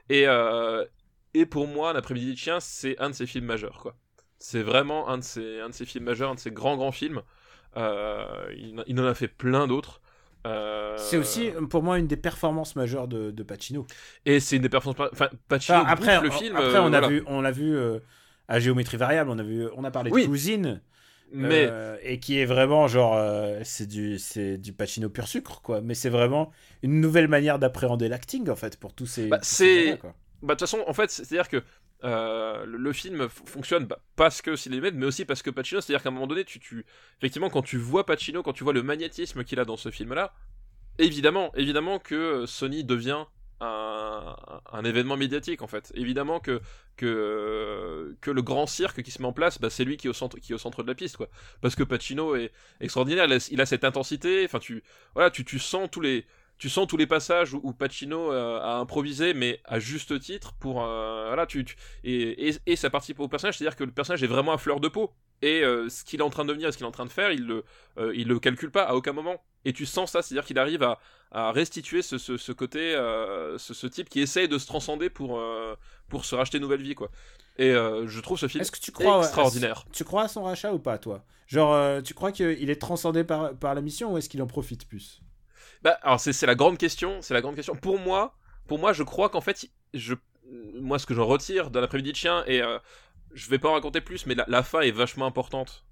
Et pour moi, L'après-midi de chien, c'est un de ses films majeurs, quoi. C'est vraiment un de ses films majeurs, un de ses grands films. Il en a fait plein d'autres. C'est aussi pour moi une des performances majeures de Pacino. Et c'est une des performances. Enfin, Pacino après le film. Après, on l'a vu à Géométrie Variable. On a parlé de Cousine. Mais et qui est vraiment genre c'est du Pacino pur sucre, quoi. Mais c'est vraiment une nouvelle manière d'appréhender l'acting en fait pour tous ces. De toute façon, en fait, c'est-à-dire que le film fonctionne parce que Sidney Lumet, mais aussi parce que Pacino. C'est-à-dire qu'à un moment donné, effectivement, quand tu vois Pacino, quand tu vois le magnétisme qu'il a dans ce film-là, évidemment que Sonny devient un événement médiatique, en fait. Évidemment que le grand cirque qui se met en place, c'est lui qui est au centre de la piste, quoi. Parce que Pacino est extraordinaire, il a cette intensité. Enfin, tu sens tous les passages où Pacino a improvisé, mais à juste titre, pour et ça participe au personnage. C'est-à-dire que le personnage est vraiment à fleur de peau, et ce qu'il est en train de devenir, ce qu'il est en train de faire, il le calcule pas à aucun moment, et tu sens ça. C'est-à-dire qu'il arrive à restituer ce côté, ce type qui essaye de se transcender pour se racheter une nouvelle vie, quoi. Et je trouve ce film extraordinaire. Tu crois à son rachat ou pas, toi ? Genre, tu crois qu'il est transcendé par la mission, ou est-ce qu'il en profite plus ? Alors c'est la grande question. Pour moi, je crois qu'en fait, moi, ce que j'en retire de L'après-midi de chien, et je vais pas en raconter plus, mais la fin est vachement importante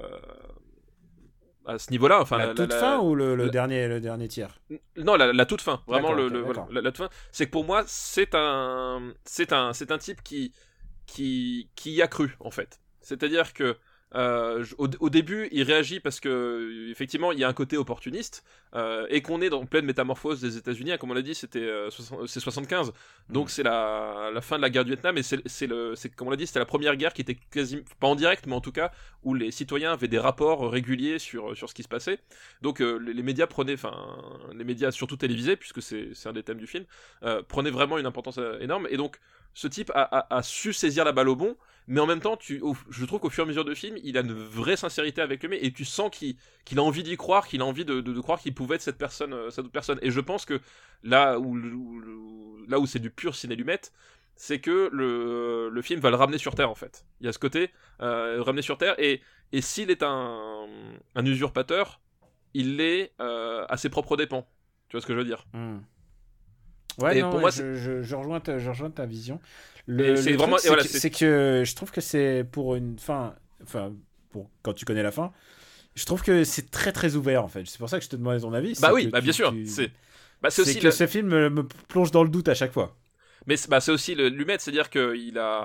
à ce niveau-là. Enfin, la toute fin ou le dernier tiers ? Non, la toute fin. Vraiment, d'accord. La toute fin. C'est que pour moi, c'est un type qui y a cru, en fait. C'est-à-dire que Au début, il réagit parce que effectivement, il y a un côté opportuniste et qu'on est dans pleine métamorphose des États-Unis. Comme on l'a dit, c'est 75, donc c'est la fin de la guerre du Vietnam et c'est comme on l'a dit, c'était la première guerre qui était quasiment pas en direct, mais en tout cas où les citoyens avaient des rapports réguliers sur ce qui se passait. Donc les médias les médias surtout télévisés, puisque c'est un des thèmes du film, prenaient vraiment une importance énorme. Et donc ce type a su saisir la balle au bon. Mais en même temps, je trouve qu'au fur et à mesure du film, il a une vraie sincérité avec lui, et tu sens qu'il a envie d'y croire, qu'il a envie de croire qu'il pouvait être cette autre personne. Et je pense que là où c'est du pur ciné-lumette, c'est que le film va le ramener sur Terre, en fait. Il y a ce côté, ramener sur Terre, et s'il est un usurpateur, il l'est à ses propres dépens. Tu vois ce que je veux dire ? Ouais, non, pour moi, je rejoins ta vision. C'est que je trouve que c'est pour une fin, pour quand tu connais la fin, je trouve que c'est très très ouvert en fait. C'est pour ça que je te demandais ton avis. Bah oui, bien sûr. C'est aussi que ce film me plonge dans le doute à chaque fois. Mais c'est aussi l'humain, c'est-à-dire que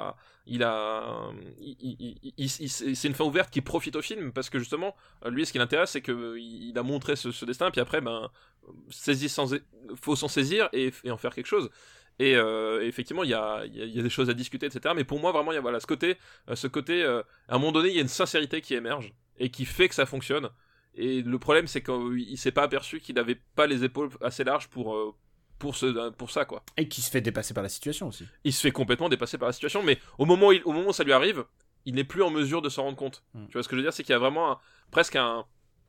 c'est une fin ouverte qui profite au film parce que justement, lui, ce qui l'intéresse, c'est qu'il a montré ce destin, puis après, faut s'en saisir et en faire quelque chose. Et effectivement, il y a des choses à discuter, etc. Mais pour moi, vraiment, il y a ce côté, à un moment donné, il y a une sincérité qui émerge et qui fait que ça fonctionne. Et le problème, c'est qu'il s'est pas aperçu qu'il n'avait pas les épaules assez larges pour ça, quoi. Et qui se fait dépasser par la situation aussi. Il se fait complètement dépasser par la situation, mais au moment où ça lui arrive, il n'est plus en mesure de s'en rendre compte. Tu vois ce que je veux dire, c'est qu'il y a vraiment presque un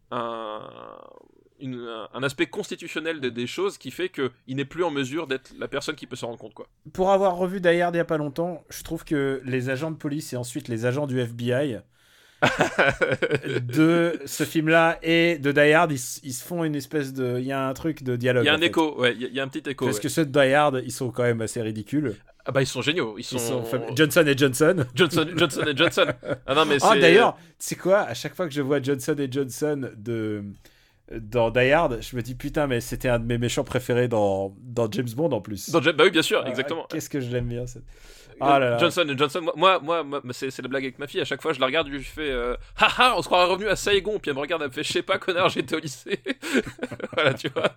aspect constitutionnel des choses qui fait qu'il n'est plus en mesure d'être la personne qui peut s'en rendre compte, quoi. Pour avoir revu Die Hard il y a pas longtemps, je trouve que les agents de police et ensuite les agents du FBI de ce film-là et de Die Hard, ils se font une espèce de... Il y a un truc de dialogue. Il y a un écho, ouais, il y a un petit écho. Parce que ceux de Die Hard, ils sont quand même assez ridicules. Ah bah ils sont géniaux, ils sont Johnson et Johnson. Johnson et Johnson. Ah non mais d'ailleurs, tu sais quoi, à chaque fois que je vois Johnson et Johnson dans Die Hard, je me dis putain, mais c'était un de mes méchants préférés dans James Bond en plus. Bah oui, bien sûr, exactement. Qu'est-ce que je l'aime bien Johnson et Johnson, moi c'est la blague avec ma fille, à chaque fois je la regarde, je lui fais haha, on se croirait revenu à Saigon, puis elle me regarde, elle me fait je sais pas connard, j'étais au lycée. Voilà, tu vois.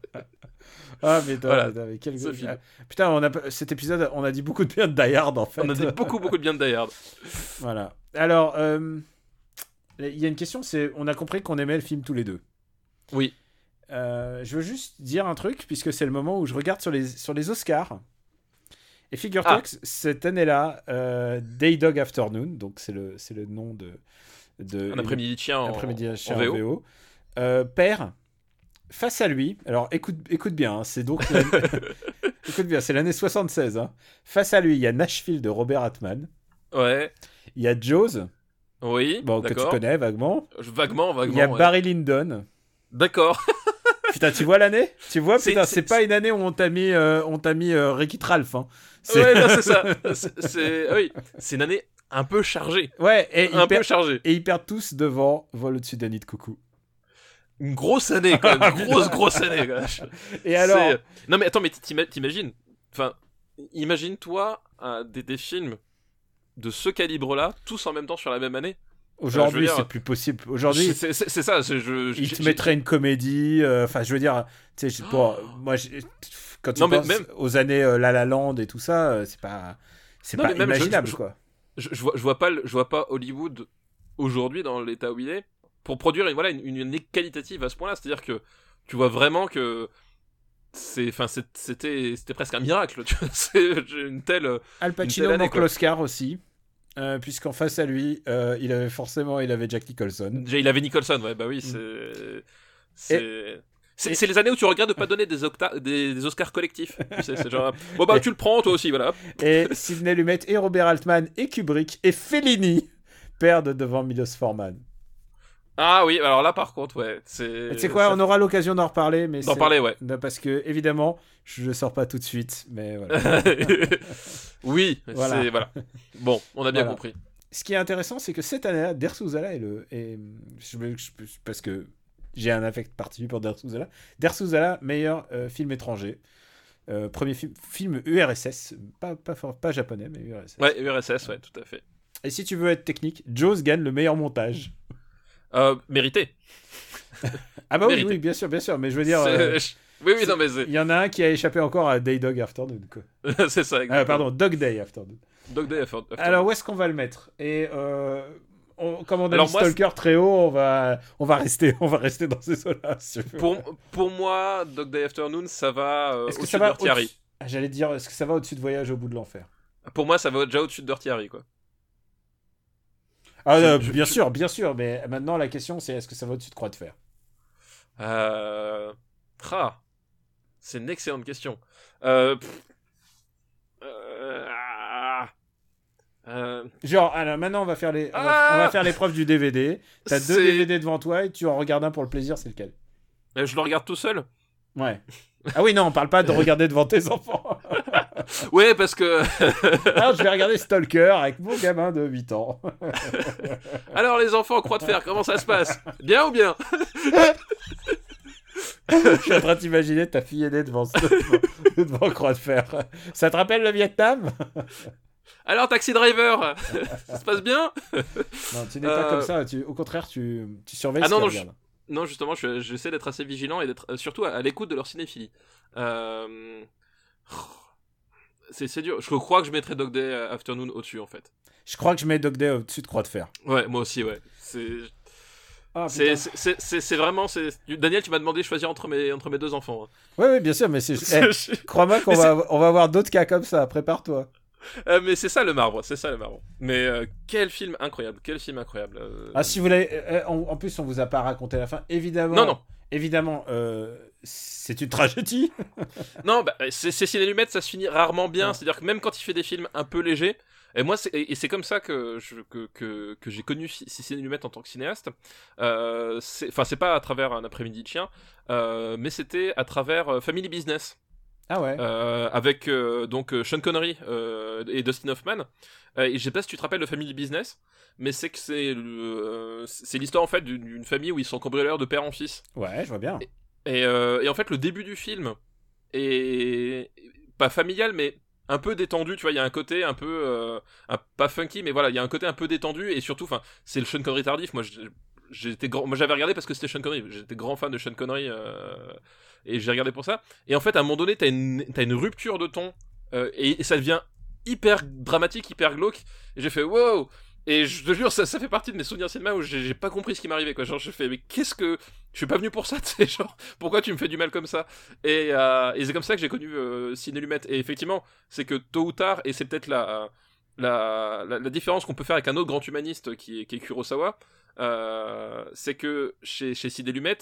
Ah mais quel putain, cet épisode, on a dit beaucoup de bien de Die Hard en fait. On a dit beaucoup de bien de Die Hard. Voilà. Alors, il y a une question, c'est on a compris qu'on aimait le film tous les deux. Oui. Je veux juste dire un truc, puisque c'est le moment où je regarde sur les Oscars. Et figure-toi que cette année-là, Day Dog Afternoon, donc c'est le nom de un après-midi de chien en VO, perd face à lui. Alors écoute bien, c'est donc écoute bien, c'est l'année 76. Hein. Face à lui, il y a Nashville de Robert Altman. Ouais. Il y a Jaws. Oui. Bon, que tu connais vaguement. Vaguement. Il y a Barry Lyndon. D'accord. Putain, tu vois l'année ? Tu vois, putain, c'est pas une année où on t'a mis Wreck-It Ralph. Hein. Ouais, non, c'est ça. Oui, c'est une année un peu chargée. Ouais, et chargée. Et ils perdent tous devant Vol au-dessus d'un nid de coucou. Une grosse année, quand même. grosse année, quoi. Et alors ? Non, mais attends, mais t'imagines. Enfin, imagine-toi des films de ce calibre-là, tous en même temps sur la même année. Aujourd'hui, c'est plus possible. Aujourd'hui, c'est ça. Il te mettrait une comédie. Enfin, je veux dire, tu sais, moi, quand tu penses aux années La La Land et tout ça, c'est pas imaginable, quoi. Je vois pas Hollywood aujourd'hui dans l'état où il est pour produire une qualitative à ce point-là. C'est-à-dire que tu vois vraiment que c'était presque un miracle. Tu vois, c'est une telle. Al Pacino manque l'Oscar aussi. Puisqu'en face à lui, il avait Jack Nicholson. Il avait Nicholson, ouais, bah oui, c'est les années où tu regrettes de pas donner des Oscars collectifs. C'est genre, bon bah tu le prends toi aussi, voilà. Et Sidney Lumet et Robert Altman et Kubrick et Fellini perdent devant Milos Forman. Ah oui, alors là par contre, ouais. Tu sais quoi, on aura l'occasion d'en reparler. D'en parler, ouais. Parce que, évidemment, je ne sors pas tout de suite, mais voilà. Oui, voilà. Bon, on a bien compris. Ce qui est intéressant, c'est que cette année-là, Der Souzala parce que j'ai un affect particulier pour Der Souzala. Der Souzala, meilleur film étranger. Premier film URSS, pas japonais, mais URSS. Ouais, URSS, ouais, tout à fait. Et si tu veux être technique, Jaws gagne le meilleur montage. Mérité. Ah bah oui, bien sûr, mais je veux dire... Oui, non, mais c'est... Il y en a un qui a échappé encore à Day Dog Afternoon, quoi. C'est ça, exactement. Pardon, Dog Day Afternoon. Dog Day Afternoon. Alors, où est-ce qu'on va le mettre? Et comme on a mis Stalker très haut, on va rester dans ces eaux-là. Si pour moi, Dog Day Afternoon, ça va au-dessus de Dirty Harry. J'allais te dire, est-ce que ça va au-dessus de Voyage au bout de l'enfer? Pour moi, ça va déjà au-dessus de Dirty Harry, quoi. Bien sûr, mais maintenant la question c'est est-ce que ça va au-dessus de Croix de Fer? C'est une excellente question. Genre, alors maintenant on va faire l'épreuve du DVD. T'as 2 DVD devant toi et tu en regardes un pour le plaisir, c'est lequel? Je le regarde tout seul. Ouais. Ah oui, non, on parle pas de regarder devant tes enfants. Ouais, parce que... Alors, je vais regarder Stalker avec mon gamin de 8 ans. Alors, les enfants, Croix de Fer, comment ça se passe? Bien ou bien? Je suis en train d'imaginer ta fille aînée devant Croix de Fer. Ça te rappelle le Vietnam? Alors, Taxi Driver, ça se passe bien? Non, tu n'es pas comme ça. Au contraire, tu surveilles ce qu'ils regardent. Non, justement, j'essaie d'être assez vigilant et d'être surtout à l'écoute de leur cinéphilie. C'est dur. Je crois que je mettrais Dog Day Afternoon au-dessus, en fait. Je crois que je mets Dog Day au-dessus de Croix de Fer. Ouais, moi aussi, ouais. C'est vraiment... Daniel, tu m'as demandé de choisir entre mes 2 enfants. Oui, bien sûr, mais crois-moi qu'on va avoir d'autres cas comme ça. Prépare-toi. Mais c'est ça le marbre. Mais quel film incroyable. Si vous voulez, en plus on vous a pas raconté la fin, évidemment. Non. Évidemment, c'est une tragédie. Non, c'est Sidney Lumet, ça se finit rarement bien. Ouais. C'est-à-dire que même quand il fait des films un peu légers, et moi c'est comme ça que j'ai connu Sidney Lumet en tant que cinéaste. C'est pas à travers Un après-midi de chien, mais c'était à travers Family Business. Ah ouais. Avec donc Sean Connery et Dustin Hoffman. Et je sais pas si tu te rappelles de Family Business, mais c'est l'histoire en fait d'une famille où ils sont cambrioleurs de père en fils. Ouais, je vois bien. Et en fait le début du film est pas familial mais un peu détendu, tu vois, il y a un côté un peu pas funky mais voilà, il y a un côté un peu détendu et surtout enfin, c'est le Sean Connery tardif. Moi j'avais regardé parce que c'était Sean Connery, j'étais grand fan de Sean Connery et j'ai regardé pour ça. Et en fait, à un moment donné, t'as une rupture de ton et ça devient hyper dramatique, hyper glauque. Et j'ai fait wow. Et je te jure, ça fait partie de mes souvenirs cinéma où j'ai pas compris ce qui m'arrivait, quoi. Genre, je fais mais qu'est-ce que je suis pas venu pour ça, tu sais, genre pourquoi tu me fais du mal comme ça. Et c'est comme ça que j'ai connu Sidney Lumet. Et effectivement, c'est que tôt ou tard, et c'est peut-être la différence qu'on peut faire avec un autre grand humaniste qui est Kurosawa, c'est que chez Sidney Lumet,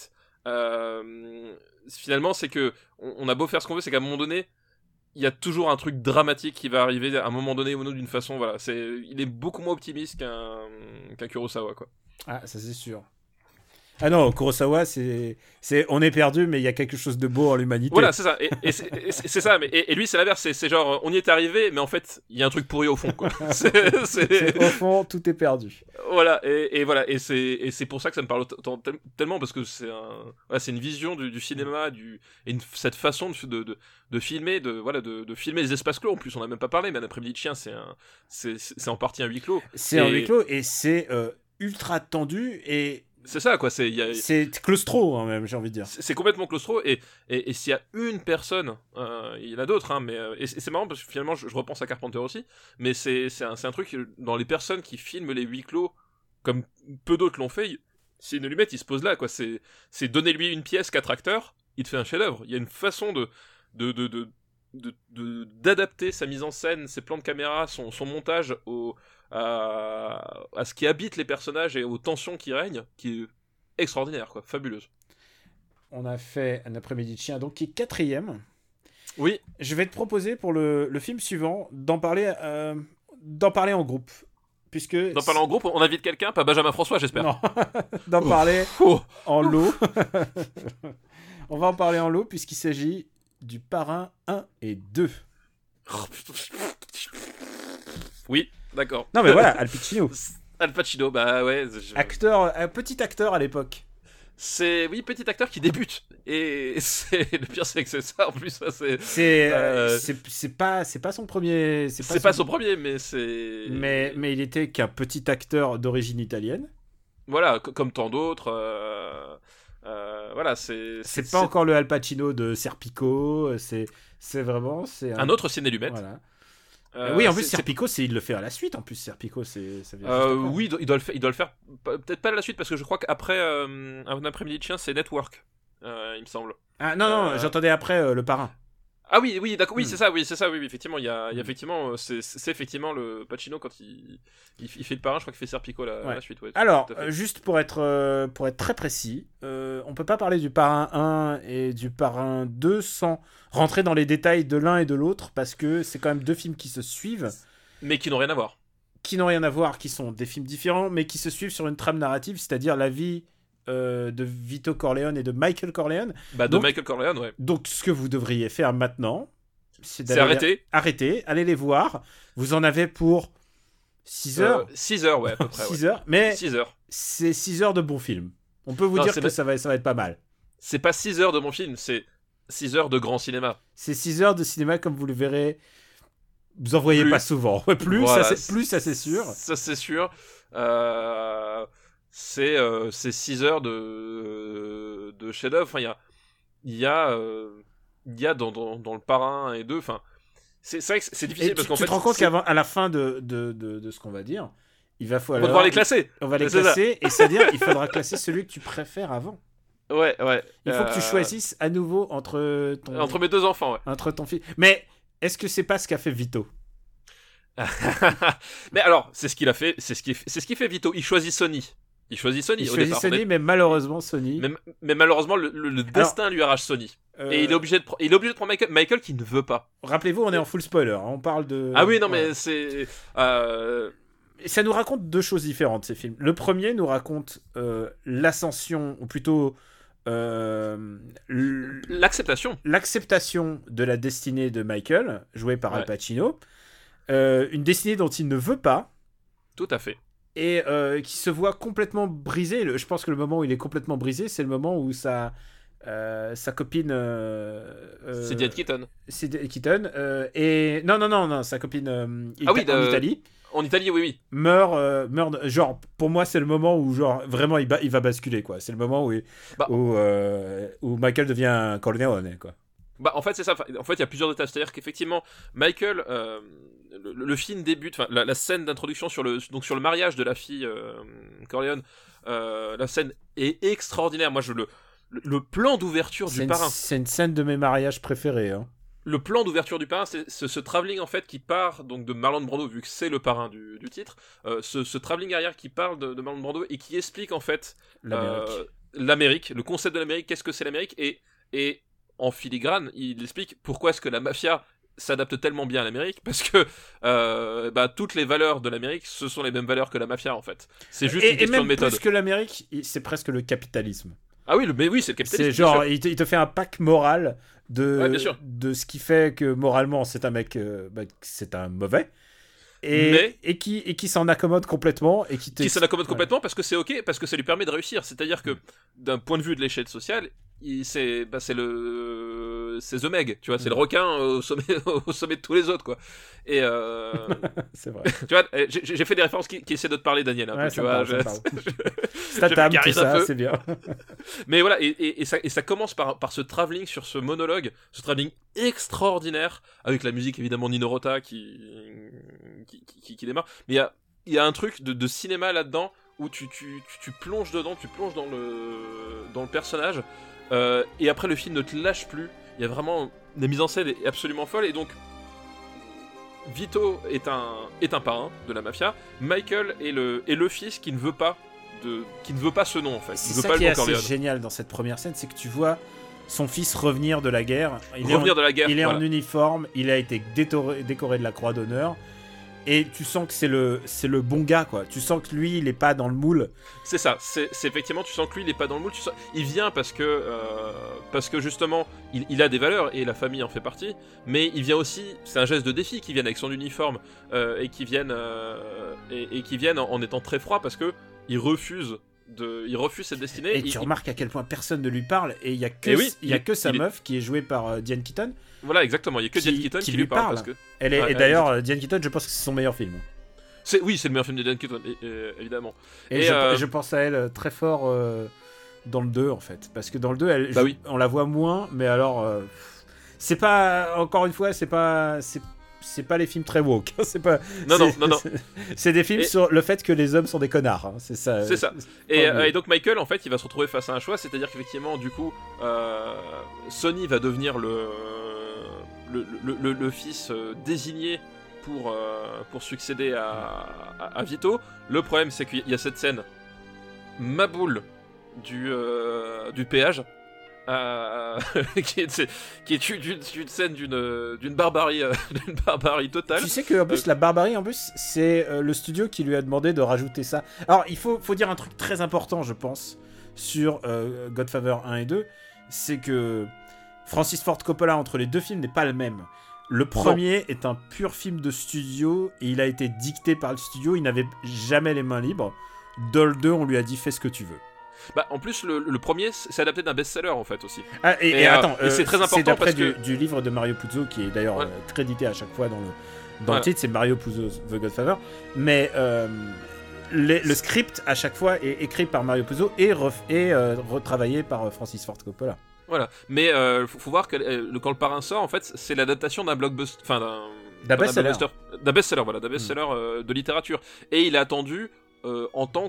finalement c'est que on a beau faire ce qu'on veut, c'est qu'à un moment donné il y a toujours un truc dramatique qui va arriver à un moment donné ou d'une façon, voilà, il est beaucoup moins optimiste qu'un Kurosawa, quoi. Ah, ça c'est sûr. Ah non, Kurosawa, on est perdu, mais il y a quelque chose de beau en l'humanité. Voilà, c'est ça. Et c'est ça. Et lui, c'est l'inverse. C'est genre, on y est arrivé, mais en fait, il y a un truc pourri au fond, quoi. C'est au fond, tout est perdu. Voilà. Et voilà. Et c'est pour ça que ça me parle tellement, parce que c'est une vision du cinéma, cette façon de filmer, de filmer les espaces clos. En plus, on n'a même pas parlé, mais Un après-midi de chien, c'est en partie un huis clos. C'est un huis clos et c'est ultra tendu et. C'est ça, quoi. C'est claustro, hein, même, j'ai envie de dire. C'est complètement claustro. Et s'il y a une personne, il y en a d'autres, hein, mais et c'est marrant parce que finalement, je repense à Carpenter aussi. Mais c'est un truc dans les personnes qui filment les huis clos, comme peu d'autres l'ont fait. Sidney Lumet, il se pose là, quoi. C'est donner lui une pièce, 4 acteurs, il te fait un chef-d'œuvre. Il y a une façon d'adapter sa mise en scène, ses plans de caméra, son montage à ce qui habite les personnages et aux tensions qui règnent, qui est extraordinaire, quoi, fabuleuse. On a fait Un après-midi de chien, donc qui est 4e. Oui. Je vais te proposer pour le film suivant d'en parler en groupe. D'en parler en groupe, on invite quelqu'un, pas Benjamin François, j'espère. Non, d'en parler en lot. On va en parler en lot puisqu'il s'agit du Parrain 1 et 2. Oui, d'accord. Non mais voilà, Al Pacino. Al Pacino, bah ouais. Petit acteur à l'époque. c'est petit acteur qui débute et le pire c'est que c'est ça en plus. C'est pas son premier. C'est pas son premier, mais c'est. Mais il était qu'un petit acteur d'origine italienne. Voilà, comme tant d'autres. Voilà, c'est pas encore le Al Pacino de Serpico. C'est vraiment un autre ciné lumet. Voilà. Oui, en plus Serpico, il le fait à la suite. En plus Serpico, ça vient oui, il doit le faire. Peut-être pas à la suite parce que je crois qu'après Un après-midi de chien, c'est Network, il me semble. Ah non, j'entendais après Le Parrain. Ah oui, d'accord, oui, c'est ça, oui, effectivement, il y a effectivement, c'est effectivement le Pacino quand il fait Le Parrain, je crois qu'il fait Serpico la suite. Ouais, alors, juste pour être très précis, on peut pas parler du Parrain 1 et du Parrain 2 sans rentrer dans les détails de l'un et de l'autre, parce que c'est quand même deux films qui se suivent. Mais qui n'ont rien à voir. Qui sont des films différents, mais qui se suivent sur une trame narrative, c'est-à-dire la vie de Vito Corleone et de Michael Corleone. Michael Corleone, ouais. Donc, ce que vous devriez faire maintenant, c'est arrêter, allez les voir. Vous en avez pour 6 heures. 6 heures, ouais, à peu près. 6 heures, mais 6 heures. C'est 6 heures de bon film. On peut vous dire que ça va être pas mal. C'est pas 6 heures de bon film, c'est 6 heures de grand cinéma. C'est 6 heures de cinéma, comme vous le verrez. Vous en voyez pas souvent. Voilà, ça c'est sûr. Ça c'est sûr. C'est 6 heures de chef-d'œuvre. Enfin, il y a dans Le Parrain 1 et 2. Enfin, c'est vrai que c'est difficile parce qu'en fait. Tu te rends compte qu'à la fin de ce qu'on va dire, il va falloir. On va devoir les classer. On va les classer, et c'est-à-dire il faudra classer celui que tu préfères avant. Ouais. Il faut que tu choisisses à nouveau entre mes deux enfants, ouais. Entre ton fils. Mais est-ce que c'est pas ce qu'a fait Vito? Mais alors, c'est ce qu'il a fait. C'est ce qui fait Vito. Il choisit Sony. Il choisit Sony, mais malheureusement Sony. Mais malheureusement, le destin lui arrache Sony. Et il est obligé de prendre Michael qui ne veut pas. Rappelez-vous, on est en full spoiler. On parle de. Ah oui, non, mais c'est. Ça nous raconte deux choses différentes, ces films. Le premier nous raconte l'ascension, ou plutôt l'acceptation de la destinée de Michael, joué par Al Pacino. Une destinée dont il ne veut pas. Tout à fait. Et qui se voit complètement brisé. Je pense que le moment où il est complètement brisé, c'est le moment où sa copine... c'est Diane Keaton. C'est Keaton. Et non, sa copine en Italie. En Italie, oui. Meurt, genre, pour moi, c'est le moment où, genre, vraiment, il va basculer, quoi. C'est le moment où Michael devient un Corleone, quoi. En fait, c'est ça. En fait, il y a plusieurs détails. C'est-à-dire qu'effectivement, Michael, le film débute, enfin, la scène d'introduction sur le mariage de la fille Corleone, la scène est extraordinaire. Moi, le plan d'ouverture du Parrain. C'est une scène de mes mariages préférés, hein. Le plan d'ouverture du Parrain, c'est ce travelling en fait qui part donc de Marlon Brando, vu que c'est le parrain du titre, ce travelling arrière qui parle de Marlon Brando et qui explique en fait l'Amérique, le concept de l'Amérique, qu'est-ce que c'est l'Amérique, et en filigrane, il explique pourquoi est-ce que la mafia s'adapte tellement bien à l'Amérique, parce que toutes les valeurs de l'Amérique, ce sont les mêmes valeurs que la mafia en fait. C'est juste une question de méthode. Plus que l'Amérique, c'est presque le capitalisme. Ah oui, mais oui, c'est le capitalisme. C'est genre, il te fait un pack moral de ce qui fait que moralement c'est un mec, c'est un mauvais, et qui s'en accommode complètement, et qui s'en accommode complètement parce que c'est ok, parce que ça lui permet de réussir. C'est-à-dire que d'un point de vue de l'échelle sociale, c'est The Meg, tu vois, c'est le requin au sommet de tous les autres, quoi. Et c'est vrai. Tu vois, j'ai fait des références qui essaient de te parler, Daniel, un peu, tu vois. Statham, tout ça, c'est bien. Mais voilà, et ça commence par ce travelling sur ce monologue, ce travelling extraordinaire, avec la musique évidemment Nino Rota qui démarre. Mais il y a un truc de cinéma là-dedans où tu plonges dedans, tu plonges dans le personnage. Et après le film ne te lâche plus. Il y a vraiment, la mise en scène est absolument folle. Et donc Vito est un parrain de la mafia. Michael est le fils qui ne veut pas ce nom en fait. C'est ça qui est assez génial dans cette première scène, c'est que tu vois son fils revenir de la guerre. Il est en uniforme, il a été décoré de la Croix d'honneur. Et tu sens que c'est le bon gars, quoi. Tu sens que lui, il est pas dans le moule. C'est ça. C'est effectivement, tu sens que lui, il est pas dans le moule. Il vient parce que justement, il a des valeurs et la famille en fait partie. Mais il vient aussi, c'est un geste de défi, qu'il vienne avec son uniforme et qu'il vienne en étant très froid parce que il refuse il refuse cette destinée. Et tu remarques à quel point personne ne lui parle, et il y a que sa meuf qui est jouée par Diane Keaton. Voilà, exactement, il y a que Diane Keaton qui lui parle. Parce que... et d'ailleurs, Diane Keaton, je pense que c'est son meilleur film. C'est le meilleur film de Diane Keaton, évidemment. Et je pense à elle très fort dans le 2, en fait. Parce que dans le 2, on la voit moins, mais alors... c'est pas... Encore une fois, c'est pas les films très woke. Non. C'est des films sur le fait que les hommes sont des connards. Hein. C'est ça. C'est ça. Et donc Michael, en fait, il va se retrouver face à un choix, c'est-à-dire qu'effectivement, du coup, Sonny va devenir le fils désigné pour succéder à Vito. Le problème, c'est qu'il y a cette scène maboule du péage. Qui est une scène d'une barbarie totale. Tu sais que en plus la barbarie c'est le studio qui lui a demandé de rajouter ça. Alors il faut dire un truc très important, je pense, sur Godfather 1 et 2, c'est que Francis Ford Coppola entre les deux films n'est pas le même. Le premier est un pur film de studio et il a été dicté par le studio, il n'avait jamais les mains libres. Dans le 2, on lui a dit fais ce que tu veux. Bah, en plus, le premier, c'est adapté d'un best-seller, en fait, aussi. Ah, et attends, c'est très important c'est d'après parce que... du livre de Mario Puzo, qui est d'ailleurs crédité à chaque fois dans le titre, c'est Mario Puzo's The Godfather. Mais le script, à chaque fois, est écrit par Mario Puzo et retravaillé par Francis Ford Coppola. Voilà, mais faut voir que quand le parrain sort, en fait, c'est l'adaptation d'un blockbuster... Enfin, d'un best-seller. D'un best-seller, voilà, d'un best-seller de littérature. Et il a attendu... en tant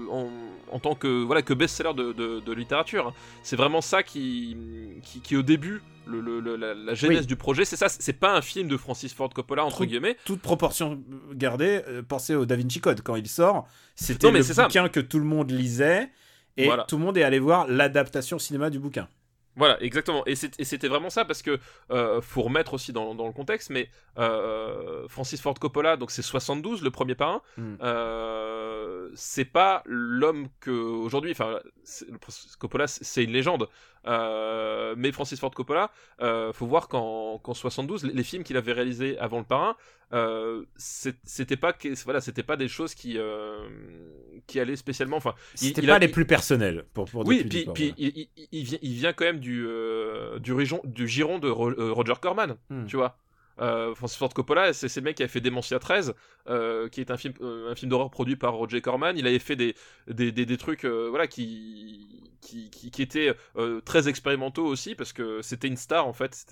que voilà, que best-seller de littérature. C'est vraiment ça qui au début la genèse du projet, c'est ça, c'est pas un film de Francis Ford Coppola entre guillemets. Toute proportion gardée, pensez au Da Vinci Code quand il sort, c'était le bouquin que tout le monde lisait et tout le monde est allé voir l'adaptation cinéma du bouquin. Voilà, exactement. Et c'était vraiment ça, parce que faut remettre aussi dans le contexte, mais Francis Ford Coppola, donc c'est 72, le premier parrain, c'est pas l'homme que aujourd'hui, enfin, Coppola, c'est une légende. Mais Francis Ford Coppola, faut voir qu'en 72, les films qu'il avait réalisés avant le parrain, c'était pas des choses qui allaient spécialement, enfin, c'était pas les plus personnels pour oui, puis il vient quand même du giron de Roger Corman, tu vois. Francis Ford Coppola, c'est le mec qui avait fait Dementia 13, qui est un film d'horreur produit par Roger Corman. Il avait fait des trucs voilà, qui étaient très expérimentaux aussi, parce que c'était une star en fait.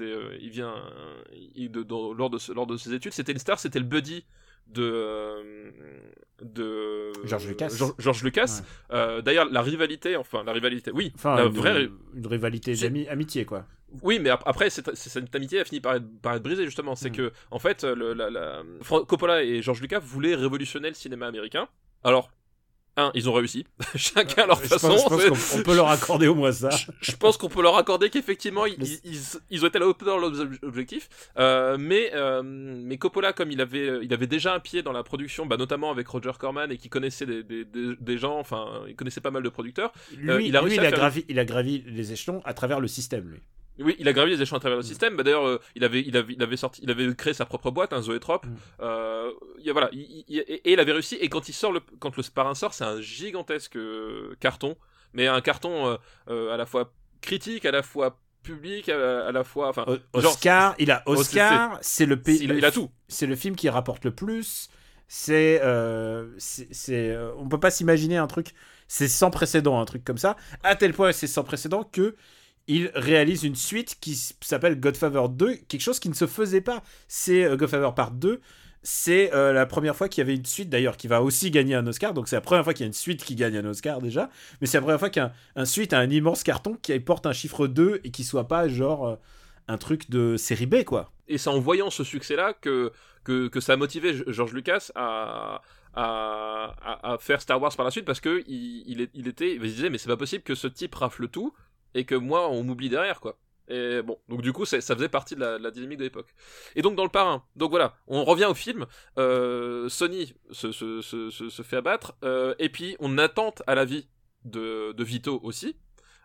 Lors de ses études, c'était une star, c'était le buddy de George Lucas. Ouais. D'ailleurs, la rivalité, oui, une rivalité amitié, quoi. Oui, mais après, cette amitié a fini par être brisée, justement. C'est que, en fait, Coppola et George Lucas voulaient révolutionner le cinéma américain. Alors, ils ont réussi, chacun à leur façon. Je pense qu'on peut leur accorder au moins ça. Je pense qu'on peut leur accorder qu'effectivement, ils ont été à la hauteur de leurs objectifs. Mais Coppola, comme il avait déjà un pied dans la production, notamment avec Roger Corman, et qui connaissait des gens, enfin, il connaissait pas mal de producteurs. Il a gravi les échelons à travers le système, lui. Oui, il a gravi les échelons à travers le système. D'ailleurs, il avait créé sa propre boîte, Zoetrope. Voilà, et il avait réussi. Et quand le parrain sort, c'est un gigantesque carton, mais un carton à la fois critique, à la fois public, à la fois, enfin, Oscar. Il a Oscar. C'est le pays. Il a tout. C'est le film qui rapporte le plus. On peut pas s'imaginer un truc. C'est sans précédent, un truc comme ça. À tel point, c'est sans précédent que il réalise une suite qui s'appelle Godfather 2, quelque chose qui ne se faisait pas. C'est Godfather Part 2, c'est la première fois qu'il y avait une suite, d'ailleurs, qui va aussi gagner un Oscar, donc c'est la première fois qu'il y a une suite qui gagne un Oscar, déjà, mais c'est la première fois qu'il y a un suite à un immense carton qui porte un chiffre 2 et qui soit pas, genre, un truc de série B, quoi. Et c'est en voyant ce succès-là que ça a motivé George Lucas à faire Star Wars par la suite, parce que il disait, mais c'est pas possible que ce type rafle tout, et que moi on m'oublie derrière, quoi. Et bon, donc du coup ça faisait partie de la dynamique de l'époque. Et donc dans le parrain, donc voilà, on revient au film. Sonny se fait abattre, et puis on attente à la vie de Vito aussi.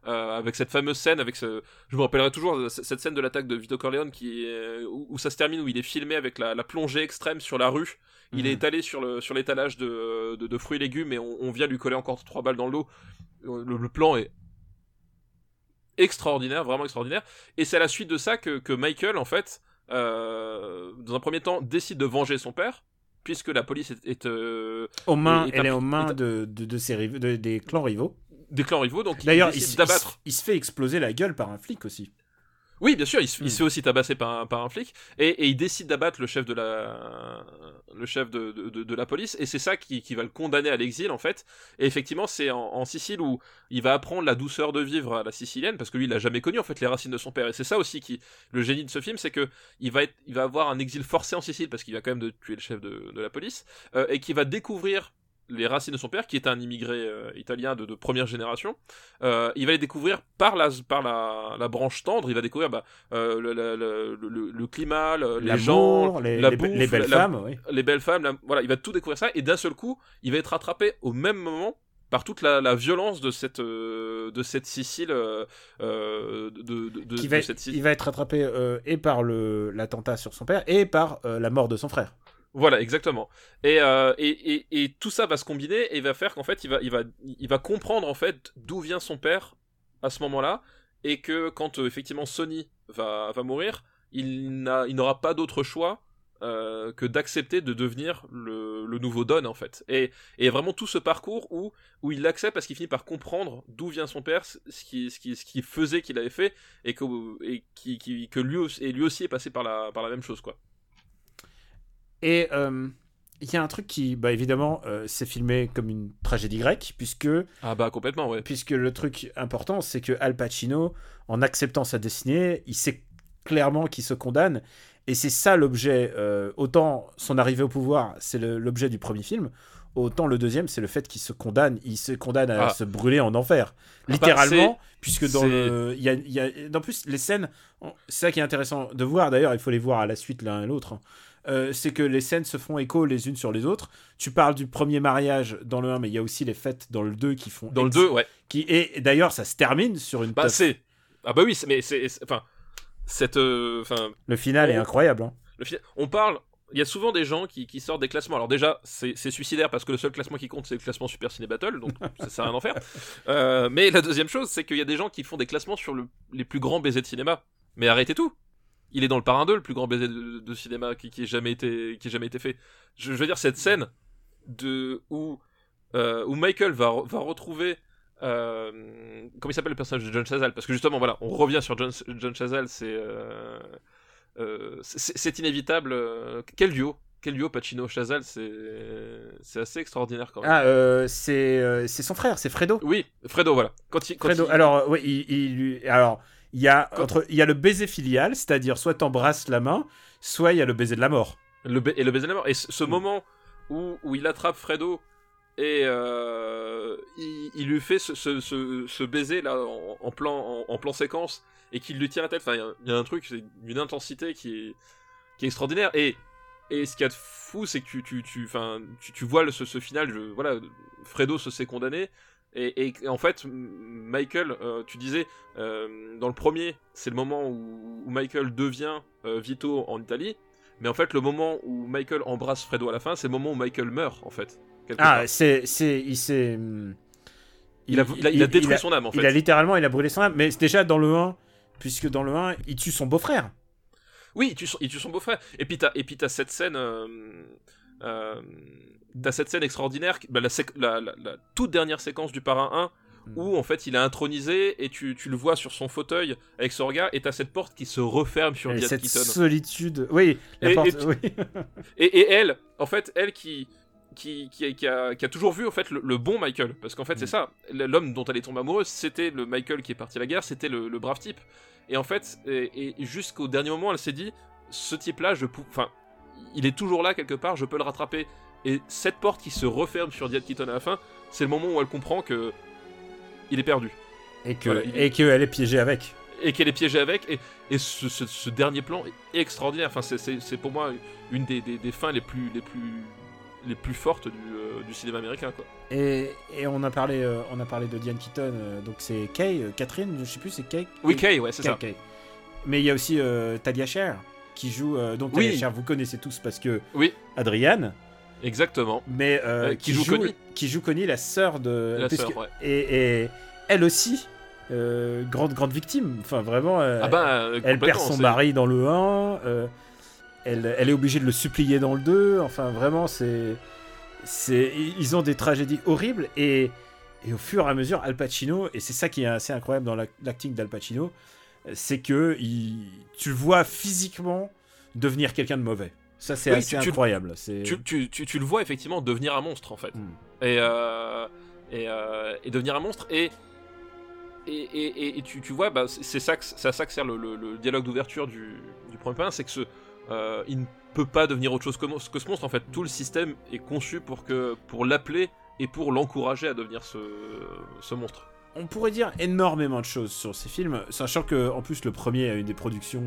avec cette fameuse scène, je me rappellerai toujours cette scène de l'attaque de Vito Corleone où ça se termine, où il est filmé avec la plongée extrême sur la rue. Il est étalé sur l'étalage de fruits et légumes, et on vient lui coller encore 3 balles dans le dos. Le plan est extraordinaire, vraiment extraordinaire. Et c'est à la suite de ça que Michael, en fait, dans un premier temps, décide de venger son père, puisque la police est aux mains des clans rivaux. Des clans rivaux, donc d'ailleurs, il décide d'abattre. Il se fait exploser la gueule par un flic aussi. Oui, bien sûr, il se fait aussi tabasser par un flic, et il décide d'abattre le chef de la police, et c'est ça qui va le condamner à l'exil, en fait. Et effectivement, c'est en Sicile où il va apprendre la douceur de vivre à la sicilienne, parce que lui, il a jamais connu, en fait, les racines de son père. Et c'est ça aussi le génie de ce film, c'est que il va avoir un exil forcé en Sicile, parce qu'il va quand même tuer le chef de la police, et qui va découvrir les racines de son père, qui est un immigré italien de première génération. Il va les découvrir par la branche tendre. Il va découvrir le climat, les gens, la bouffe, les belles femmes. Oui. Les belles femmes, voilà, il va tout découvrir ça, et d'un seul coup, il va être rattrapé au même moment par toute la violence de cette Sicile, Il va être rattrapé et par l'attentat sur son père et par la mort de son frère. Voilà, exactement. Et tout ça va se combiner et va faire qu'en fait, il va comprendre en fait d'où vient son père à ce moment-là, et que quand effectivement Sonny va mourir, il n'aura pas d'autre choix que d'accepter de devenir le nouveau Don, en fait. Et vraiment tout ce parcours où il accepte, parce qu'il finit par comprendre d'où vient son père, ce qui faisait qu'il avait fait, et que lui aussi est passé par la même chose, quoi. Et il y a un truc qui, évidemment, c'est filmé comme une tragédie grecque, puisque... Ah bah complètement, ouais. Puisque le truc important, c'est que Al Pacino, en acceptant sa destinée, il sait clairement qu'il se condamne, et c'est ça l'objet. Autant son arrivée au pouvoir, c'est l'objet du premier film, autant le deuxième, c'est le fait qu'il se condamne. Il se condamne à se brûler en enfer, littéralement, puisque dans il y a en plus les scènes, c'est ça qui est intéressant de voir. D'ailleurs, il faut les voir à la suite l'un et l'autre. C'est que les scènes se font écho les unes sur les autres. Tu parles du premier mariage dans le 1, mais il y a aussi les fêtes dans le 2 qui font... Dans le 2, ouais. Et d'ailleurs, ça se termine sur une... Ah bah oui, mais c'est... Enfin... Le final est incroyable. Hein. On parle... Il y a souvent des gens qui sortent des classements. Alors déjà, c'est suicidaire, parce que le seul classement qui compte, c'est le classement Super Ciné Battle, donc ça sert à rien d'en faire. Mais la deuxième chose, c'est qu'il y a des gens qui font des classements sur les plus grands baisers de cinéma. Mais arrêtez tout. Il est dans le Parrain 2, le plus grand baiser de cinéma qui ait jamais été fait. Je veux dire, cette scène où Michael va retrouver comment il s'appelle le personnage de John Chazal, parce que justement, voilà, on revient sur John Chazal, c'est inévitable. Quel duo Pacino Chazal, c'est assez extraordinaire quand même. C'est son frère, c'est Fredo. Oui, Fredo, voilà. Alors oui, il y a le baiser filial, c'est-à-dire soit t'embrasses la main, soit il y a le baiser de la mort. Le baiser de la mort. Et ce moment où il attrape Fredo et il lui fait ce baiser là en plan séquence, et qu'il lui tient la tête. Enfin, il y a un truc, c'est une intensité qui est extraordinaire. Et ce qu'il y a de fou, c'est que tu vois ce final. Voilà, Fredo se sait condamné. Et en fait, Michael, tu disais, dans le premier, c'est le moment où Michael devient Vito en Italie, mais en fait, le moment où Michael embrasse Fredo à la fin, c'est le moment où Michael meurt, en fait. Il a détruit son âme, en fait. Il a brûlé son âme, mais c'est déjà dans le 1, puisque dans le 1, il tue son beau-frère. Oui, il tue son beau-frère. Et puis t'as cette scène... T'as cette scène extraordinaire, la toute dernière séquence du Parrain 1, où en fait il est intronisé, et tu le vois sur son fauteuil avec son regard, et t'as cette porte qui se referme sur Diane Keaton. Cette solitude, oui. Et elle, en fait, elle qui a toujours vu en fait le bon Michael, parce qu'en fait c'est ça, l'homme dont elle est tombée amoureuse, c'était le Michael qui est parti à la guerre, c'était le brave type. Et en fait, et jusqu'au dernier moment, elle s'est dit, ce type-là, il est toujours là quelque part, je peux le rattraper. Et cette porte qui se referme sur Diane Keaton à la fin, c'est le moment où elle comprend que il est perdu. Et qu'elle est piégée avec. Et qu'elle est piégée avec. Et ce dernier plan est extraordinaire. Enfin, c'est pour moi une des fins les plus fortes du cinéma américain, quoi. Et on a parlé de Diane Keaton, donc c'est Kay, Catherine, je sais plus, c'est Kay. Oui, Kay, ouais, c'est ça. Kay. Mais il y a aussi Talia Shire qui joue. Donc Talia Shire, vous connaissez tous parce que Adrienne. Exactement. Mais qui joue Connie, la sœur de. La sœur, ouais. Et elle aussi. Grande victime, enfin vraiment elle perd son mari dans le 1, elle est obligée de le supplier dans le 2, enfin vraiment ils ont des tragédies horribles et au fur et à mesure Al Pacino, et c'est ça qui est assez incroyable dans l'acting d'Al Pacino, c'est que tu le vois physiquement devenir quelqu'un de mauvais. Ça c'est assez incroyable. Tu le vois effectivement devenir un monstre en fait. Et devenir un monstre et tu vois, c'est à ça que sert le dialogue d'ouverture du premier plan, c'est que il ne peut pas devenir autre chose que ce monstre. En fait, tout le système est conçu pour l'appeler et pour l'encourager à devenir ce monstre. On pourrait dire énormément de choses sur ces films, sachant que en plus le premier a eu des productions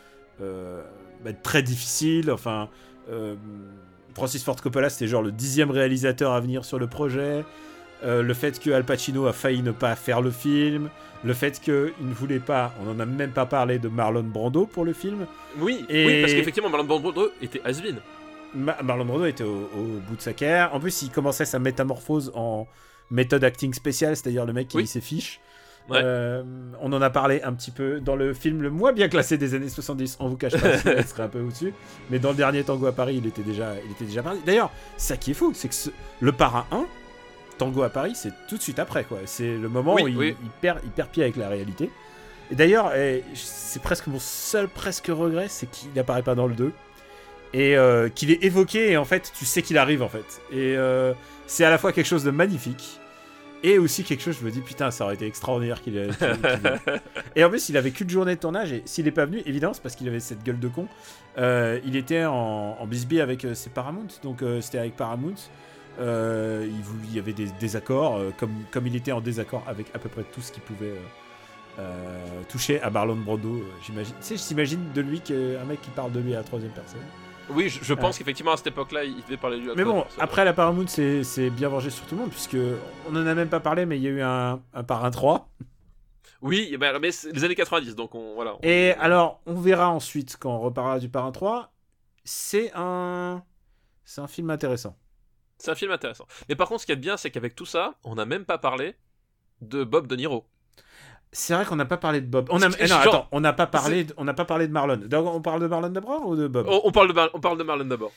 très difficiles. Enfin, Francis Ford Coppola, c'était genre le 10e réalisateur à venir sur le projet. Le fait que Al Pacino a failli ne pas faire le film, le fait qu'il ne voulait pas, on n'en a même pas parlé de Marlon Brando pour le film. Oui, parce qu'effectivement Marlon Brando était has-been. Marlon Brando était au bout de sa carrière. En plus, il commençait sa métamorphose en méthode acting spéciale, c'est-à-dire le mec qui lit ses fiches. Ouais. On en a parlé un petit peu dans le film le moins bien classé des années 70, on vous cache pas, il serait un peu au-dessus. Mais dans le dernier Tango à Paris, il était déjà parti. D'ailleurs, ça qui est fou, c'est que le Parrain 1, Tango à Paris, c'est tout de suite après, quoi. C'est le moment où il perd pied avec la réalité. Et d'ailleurs, c'est presque mon seul regret, c'est qu'il n'apparaît pas dans le 2. Et qu'il est évoqué, et en fait, tu sais qu'il arrive, en fait. Et c'est à la fois quelque chose de magnifique, et aussi quelque chose, je me dis, putain, ça aurait été extraordinaire qu'il Et en plus, il avait qu'une journée de tournage, et s'il n'est pas venu, évidemment, c'est parce qu'il avait cette gueule de con. Il était en bisbille avec ses Paramount, donc c'était avec Paramount. Il y avait des désaccords, comme il était en désaccord avec à peu près tout ce qui pouvait toucher à Marlon Brando, j'imagine. Tu sais, j'imagine de lui qu'un mec qui parle de lui à la troisième personne. Oui, je pense qu'effectivement à cette époque-là, il devait parler de lui à la troisième personne. Mais bon, après la Paramount, c'est bien vengé sur tout le monde, puisque on en a même pas parlé, mais il y a eu un Parrain 3. Oui, mais c'est les années 90, donc voilà. Et alors, on verra ensuite quand on reparlera du Parrain 3. C'est un film intéressant. C'est un film intéressant. Mais par contre, ce qu'il y a de bien, c'est qu'avec tout ça, on n'a même pas parlé de Bob De Niro. C'est vrai qu'on n'a pas parlé de Bob. On n'a pas parlé de Marlon. Donc, on parle de Marlon d'abord ou de Bob ? On parle de Marlon d'abord.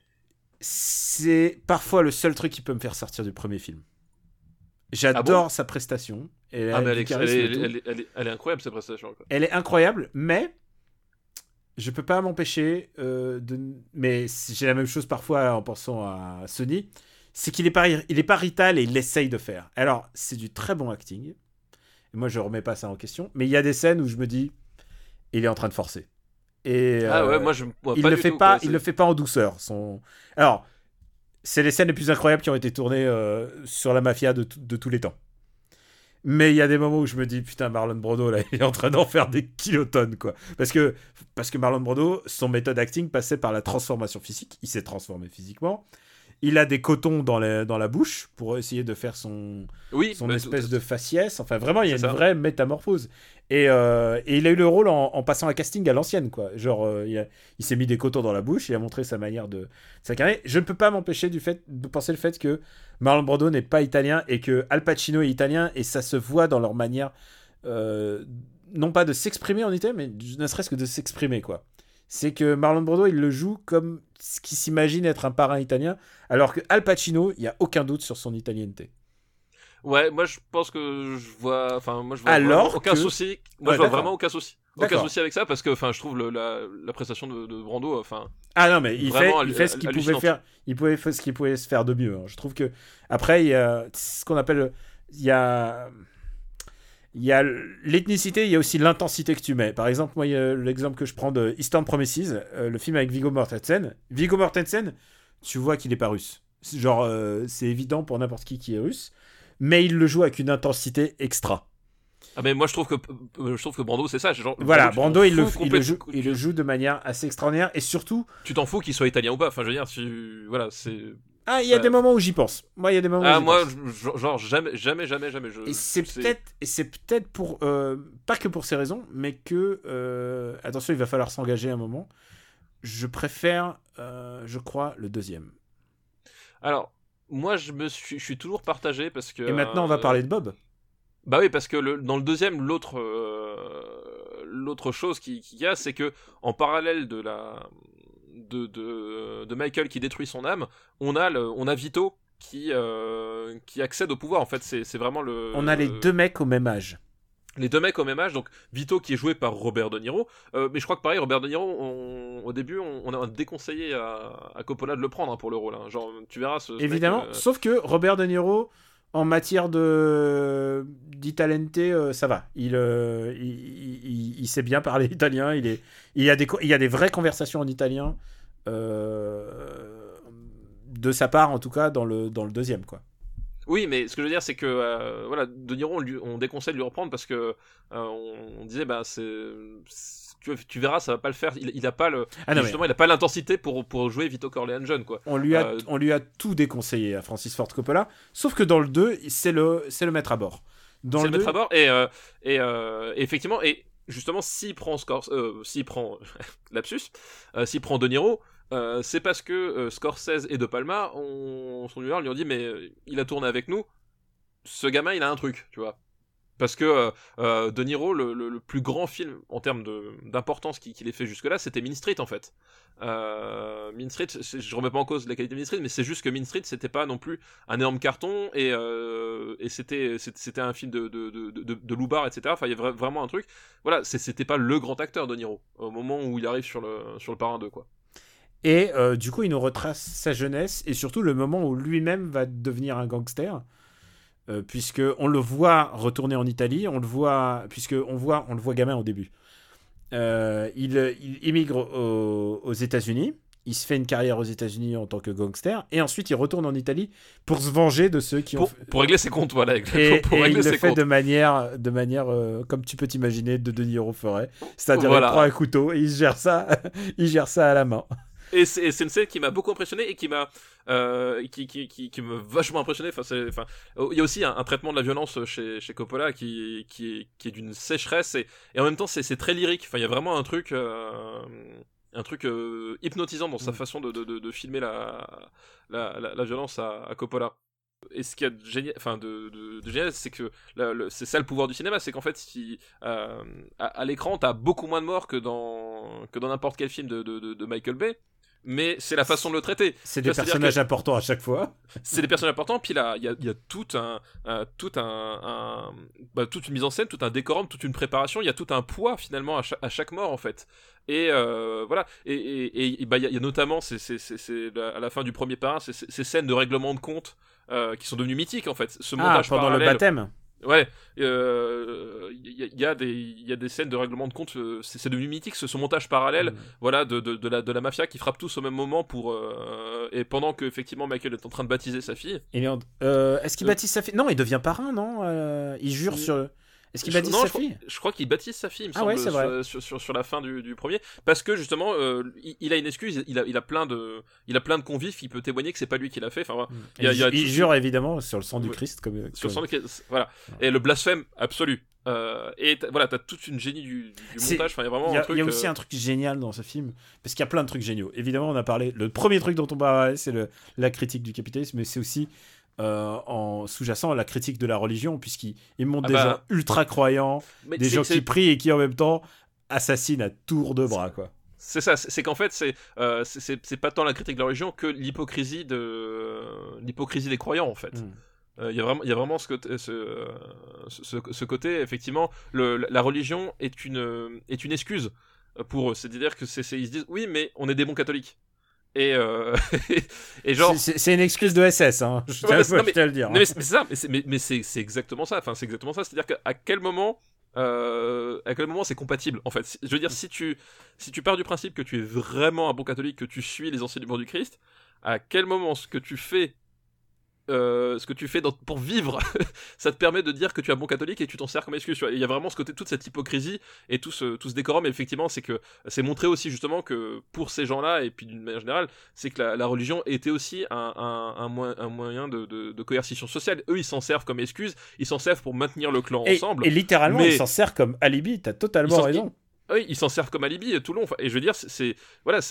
C'est parfois le seul truc qui peut me faire sortir du premier film. J'adore sa prestation. Elle est incroyable, sa prestation. Quoi. Elle est incroyable, mais je peux pas m'empêcher mais j'ai la même chose parfois en pensant à Sony, c'est qu'il est pas Rital et il essaye de faire. Alors, c'est du très bon acting. Et moi, je remets pas ça en question. Mais il y a des scènes où je me dis, il est en train de forcer. Et moi je vois il pas le du fait tout, pas, quoi, il le fait pas en douceur. Alors, c'est les scènes les plus incroyables qui ont été tournées sur la mafia de tous les temps. Mais il y a des moments où je me dis, putain, Marlon Brando, là, il est en train d'en faire des kilotonnes, quoi. Parce que Marlon Brando, son méthode acting passait par la transformation physique. Il s'est transformé physiquement. Il a des cotons dans la bouche pour essayer de faire son espèce de faciès. Enfin, vraiment, il y a une vraie métamorphose. Et il a eu le rôle en passant un casting à l'ancienne, quoi. Genre, il s'est mis des cotons dans la bouche, il a montré sa manière de s'incarner. Je ne peux pas m'empêcher de penser le fait que Marlon Brando n'est pas italien et que Al Pacino est italien, et ça se voit dans leur manière, non pas de s'exprimer en italien, mais ne serait-ce que de s'exprimer, quoi. C'est que Marlon Brando, il le joue comme ce qu'il s'imagine être un parrain italien, alors que Al Pacino, il n'y a aucun doute sur son italienneté. Ouais, moi je pense que je vois vraiment aucun souci. Moi je vois vraiment aucun souci. Aucun souci avec ça, parce que je trouve la prestation de Brando, Ah non, mais il fait ce qu'il pouvait faire. Il pouvait faire ce qu'il pouvait se faire de mieux. Hein. Je trouve que après il y a ce qu'on appelle il y a l'ethnicité, il y a aussi l'intensité que tu mets. Par exemple, moi, il y a l'exemple que je prends de Eastern Promises, le film avec Viggo Mortensen. Viggo Mortensen, tu vois qu'il est pas russe. Genre, c'est évident pour n'importe qui est russe, mais il le joue avec une intensité extra. Ah mais moi je trouve que Brando c'est ça. Genre, voilà, Brando il le joue de manière assez extraordinaire, et surtout tu t'en fous qu'il soit italien ou pas. Enfin, je veux dire, c'est Ah, il y a des moments où j'y pense. Moi, il y a des moments où moi, pense. genre, jamais. Et c'est peut-être pour... pas que pour ces raisons, mais que... attention, il va falloir s'engager un moment. Je préfère, je crois, le deuxième. Alors, moi, je suis toujours partagé parce que... Et maintenant, on va parler de Bob. Bah oui, parce que dans le deuxième, l'autre chose qu'il y a, c'est que en parallèle de Michael qui détruit son âme, on a Vito qui accède au pouvoir. En fait, c'est vraiment le... On a les deux mecs au même âge. Les deux mecs au même âge, donc Vito qui est joué par Robert De Niro, mais je crois que pareil, Robert De Niro, au début, on a déconseillé à Coppola de le prendre pour le rôle. Hein. Genre, tu verras ce évidemment, mec, sauf que Robert De Niro, en matière d'Italente, ça va. Il sait bien parler italien. Il y a des vraies conversations en italien de sa part, en tout cas, dans le deuxième, quoi. Oui, mais ce que je veux dire, c'est que voilà, De Niro, on déconseille de lui reprendre parce que on disait, bah, tu verras, ça va pas le faire. Il a pas justement, il a pas l'intensité pour jouer Vito Corleone jeune, quoi. On lui a tout déconseillé à Francis Ford Coppola, sauf que dans le 2, c'est le maître à bord. C'est le maître à bord, et effectivement, et justement, s'il prend lapsus, s'il prend De Niro. C'est parce que Scorsese et De Palma sont venus lui ont dit mais il a tourné avec nous, ce gamin il a un truc, tu vois, parce que De Niro, le plus grand film en termes d'importance qu'il ait fait jusque là, c'était Mean Street en fait. Mean Street, je remets pas en cause la qualité de Mean Street, mais c'est juste que Mean Street c'était pas non plus un énorme carton, et c'était un film de loupard, etc. Enfin il y avait vraiment un truc, voilà, c'était pas le grand acteur De Niro au moment où il arrive sur le Parrain 2, quoi. Et du coup, il nous retrace sa jeunesse et surtout le moment où lui-même va devenir un gangster, puisque on le voit retourner en Italie, on le voit gamin au début. Il immigre aux États-Unis, il se fait une carrière aux États-Unis en tant que gangster, et ensuite il retourne en Italie pour se venger de ceux qui ont pour régler ses comptes, voilà. Et il le fait de manière comme tu peux t'imaginer De Niro ferait, c'est-à-dire voilà. Il prend un couteau et il gère ça à la main. Et c'est une scène qui m'a beaucoup impressionné et qui m'a vachement impressionné. Enfin, il y a aussi un traitement de la violence chez Coppola qui est d'une sécheresse, et en même temps c'est très lyrique. Enfin, il y a vraiment un truc hypnotisant dans sa façon de filmer la violence à Coppola. Et ce qu'il y a de génial, de génial, c'est que c'est ça le pouvoir du cinéma, c'est qu'en fait, à l'écran, t'as beaucoup moins de morts que dans n'importe quel film de Michael Bay. Mais c'est la façon de le traiter. C'est des personnages importants à chaque fois. C'est des personnages importants, puis là, il y a toute une mise en scène, tout un décorum, toute une préparation. Il y a tout un poids finalement à chaque mort en fait. Et voilà. Et il y a notamment à la fin du premier Parrain, ces scènes de règlement de compte qui sont devenues mythiques en fait. Ce montage pendant parallèle, le baptême. Ouais, il y a des scènes de règlement de compte, c'est devenu mythique ce montage parallèle, voilà, de la mafia qui frappe tous au même moment et pendant que effectivement Michael est en train de baptiser sa fille. Est-ce qu'il baptise sa fille ? Non, il devient parrain, non ? Il jure sur. Est-ce qu'il baptise sa fille ? Je crois qu'il baptise sa fille, il me semble, ouais, c'est vrai. sur la fin du premier, parce que justement, il a une excuse, il a plein de convives, il peut témoigner que c'est pas lui qui l'a fait. Enfin, il jure évidemment sur le sang du Christ, sur le sang du Christ, voilà. Et le blasphème absolu. Et voilà, t'as toute une génie du montage. Enfin, il y a vraiment un truc. Il y a aussi un truc génial dans ce film, parce qu'il y a plein de trucs géniaux. Évidemment, on a parlé. Le premier truc dont on va parler, c'est la critique du capitalisme, mais c'est aussi en sous-jacent la critique de la religion, puisqu'il montre des gens ultra croyants, des gens qui prient et qui en même temps assassinent à tour de bras, quoi. C'est ça, c'est qu'en fait c'est pas tant la critique de la religion que l'hypocrisie des croyants en fait. Il y a vraiment ce côté, effectivement, la religion est une excuse pour eux, c'est-à-dire que ils se disent oui mais on est des bons catholiques. Et genre c'est une excuse de SS, hein. Je tiens à le dire. Mais c'est ça, mais c'est exactement ça. Enfin, c'est exactement ça. C'est-à-dire qu'à quel moment c'est compatible en fait. Je veux dire, si tu pars du principe que tu es vraiment un bon catholique, que tu suis les enseignements du Christ, à quel moment ce que tu fais ce que tu fais pour vivre, ça te permet de dire que tu es un bon catholique et tu t'en sers comme excuse. Il y a vraiment ce côté, toute cette hypocrisie et tout ce décorum. Et effectivement, c'est que c'est montré aussi justement que pour ces gens-là et puis d'une manière générale, c'est que la religion était aussi un moyen de coercition sociale. Eux, ils s'en servent comme excuse, ils s'en servent pour maintenir le clan ensemble. Et littéralement, ils s'en servent comme alibi. T'as totalement raison. Oui, ils s'en servent comme alibi tout le long. Et je veux dire, c'est là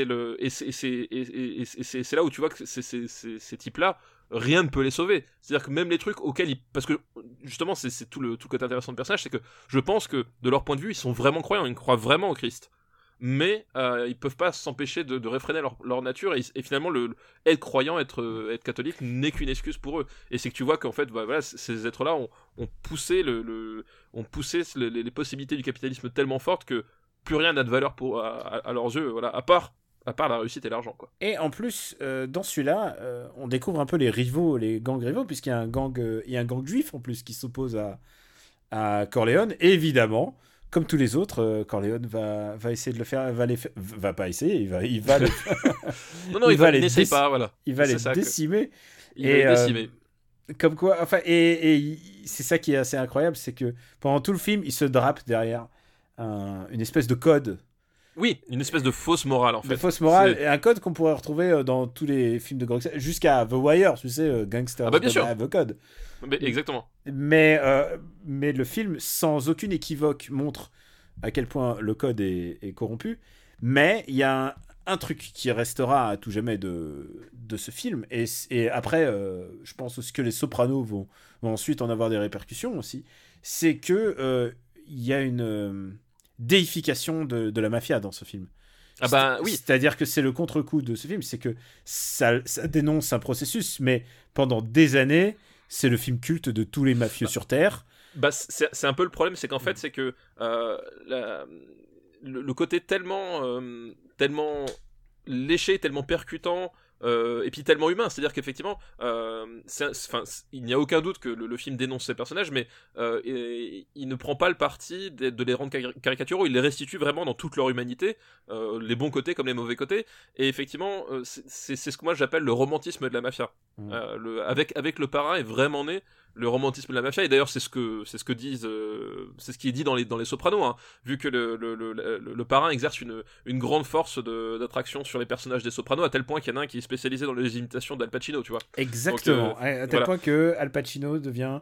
où tu vois que ces types-là, rien ne peut les sauver. C'est-à-dire que même les trucs auxquels parce que justement, c'est tout le côté intéressant de personnage, c'est que je pense que de leur point de vue, ils sont vraiment croyants, ils croient vraiment au Christ. Mais ils peuvent pas s'empêcher de réfréner leur nature, et finalement être croyant, être catholique n'est qu'une excuse pour eux. Et c'est que tu vois qu'en fait ces êtres-là ont poussé les possibilités du capitalisme tellement fortes que plus rien n'a de valeur à leurs yeux, voilà, à part la réussite et l'argent, quoi. Et en plus, dans celui-là, on découvre un peu les gangs rivaux, puisqu'il y a un gang juif en plus qui s'oppose à Corleone. Et évidemment, comme tous les autres, Corleone va essayer de le faire, va pas essayer, il va le non, il n'essaye pas, voilà. Il va les décimer. Il va les décimer. Comme quoi, enfin, et c'est ça qui est assez incroyable, c'est que pendant tout le film, il se drape derrière une espèce de code. Oui, une espèce de fausse morale, en fait. De fausse morale, et un code qu'on pourrait retrouver dans tous les films de gangsters, jusqu'à The Wire, tu sais, Gangsters, bien sûr. The Code. Exactement. Mais le film, sans aucune équivoque, montre à quel point le code est corrompu. Mais il y a un truc qui restera à tout jamais de ce film. Et après, je pense aussi que les Sopranos vont ensuite en avoir des répercussions aussi. C'est que il y a une déification de la mafia dans ce film. Ah ben oui. C'est-à-dire que c'est le contre-coup de ce film, c'est que ça dénonce un processus, mais pendant des années, c'est le film culte de tous les mafieux sur Terre. Bah c'est un peu le problème, c'est qu'en fait c'est que le côté tellement léché, tellement percutant, et puis tellement humain, c'est-à-dire qu'effectivement il n'y a aucun doute que le film dénonce ces personnages, mais il ne prend pas le parti de les rendre caricaturaux, il les restitue vraiment dans toute leur humanité, les bons côtés comme les mauvais côtés, et effectivement c'est ce que moi j'appelle le romantisme de la mafia. Avec le Parrain est vraiment né le romantisme de la mafia, et d'ailleurs c'est ce que disent, c'est ce qui est dit dans les Sopranos, hein, vu que le Parrain exerce une grande force d'attraction sur les personnages des Sopranos, à tel point qu'il y en a un qui est spécialisé dans les imitations d'Al Pacino, tu vois. Exactement. Donc, à tel point que Al Pacino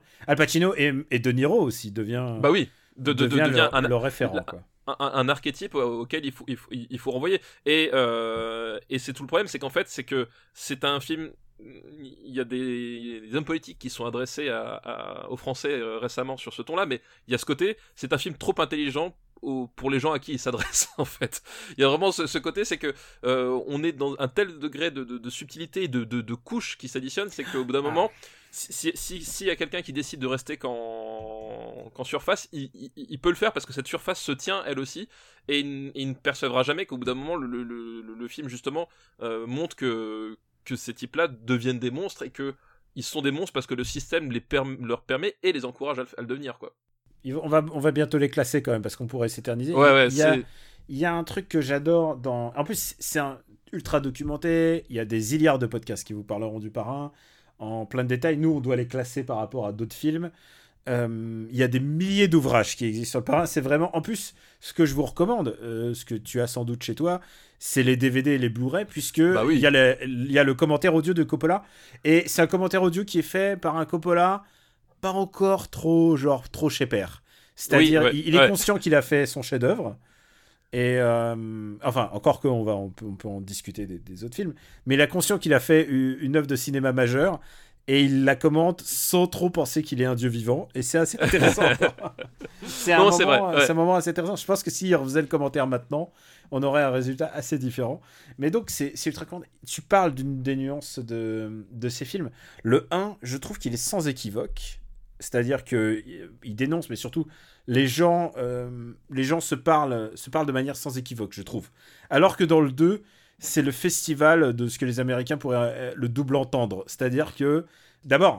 et De Niro aussi devient. Bah oui. devient leur référent, quoi. Un archétype auquel il faut renvoyer. Et c'est tout le problème, c'est qu'en fait, c'est un film. Il y a des hommes politiques qui sont adressés aux Français récemment sur ce ton-là, mais il y a ce côté, c'est un film trop intelligent pour les gens à qui il s'adresse, en fait. Il y a vraiment ce côté, c'est que on est dans un tel degré de subtilité, de couches qui s'additionnent, c'est qu'au bout d'un moment, s'il y a quelqu'un qui décide de rester qu'en surface, il peut le faire parce que cette surface se tient elle aussi, et il ne percevra jamais qu'au bout d'un moment le film justement montre que ces types-là deviennent des monstres, et que ils sont des monstres parce que le système leur permet et les encourage à le devenir, quoi. On va bientôt les classer quand même parce qu'on pourrait s'éterniser. Il y a un truc que j'adore dans. En plus, c'est ultra documenté. Il y a des milliards de podcasts qui vous parleront du Parrain en plein de détails. Nous, on doit les classer par rapport à d'autres films. Il y a des milliers d'ouvrages qui existent sur le Parrain. C'est vraiment. En plus, ce que je vous recommande, ce que tu as sans doute chez toi, c'est les DVD et les Blu-ray, puisque il y a le commentaire audio de Coppola. Et c'est un commentaire audio qui est fait par un Coppola pas encore trop chez père. C'est-à-dire, il est conscient qu'il a fait son chef-d'œuvre. Et enfin, encore qu'on peut en discuter des autres films, mais il a conscient qu'il a fait une œuvre de cinéma majeure, et il la commente sans trop penser qu'il est un dieu vivant, et c'est assez intéressant. C'est un moment assez intéressant. Je pense que s'il refaisait le commentaire maintenant, on aurait un résultat assez différent. Mais donc, c'est ultra cool. Tu parles des nuances de ces films. Le 1, je trouve qu'il est sans équivoque. C'est-à-dire qu'il dénonce, mais surtout, les gens se parlent de manière sans équivoque, je trouve. Alors que dans le 2, c'est le festival de ce que les Américains pourraient le double entendre. C'est-à-dire que, d'abord,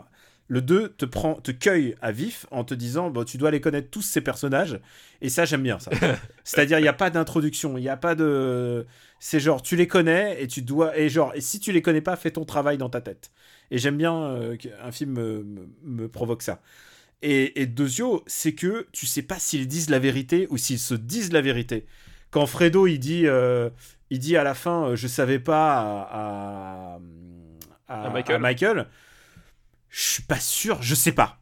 Le 2 te cueille à vif en te disant bon, tu dois les connaître tous ces personnages. Et ça, j'aime bien ça. C'est-à-dire, il n'y a pas d'introduction, il n'y a pas de... C'est genre, tu les connais et tu dois... Et si tu les connais pas, fais ton travail dans ta tête. Et j'aime bien qu'un film me provoque ça. Et Dosio, c'est que tu sais pas s'ils disent la vérité ou s'ils se disent la vérité. Quand Fredo, il dit à la fin, je savais pas à Michael, je suis pas sûr, je sais pas.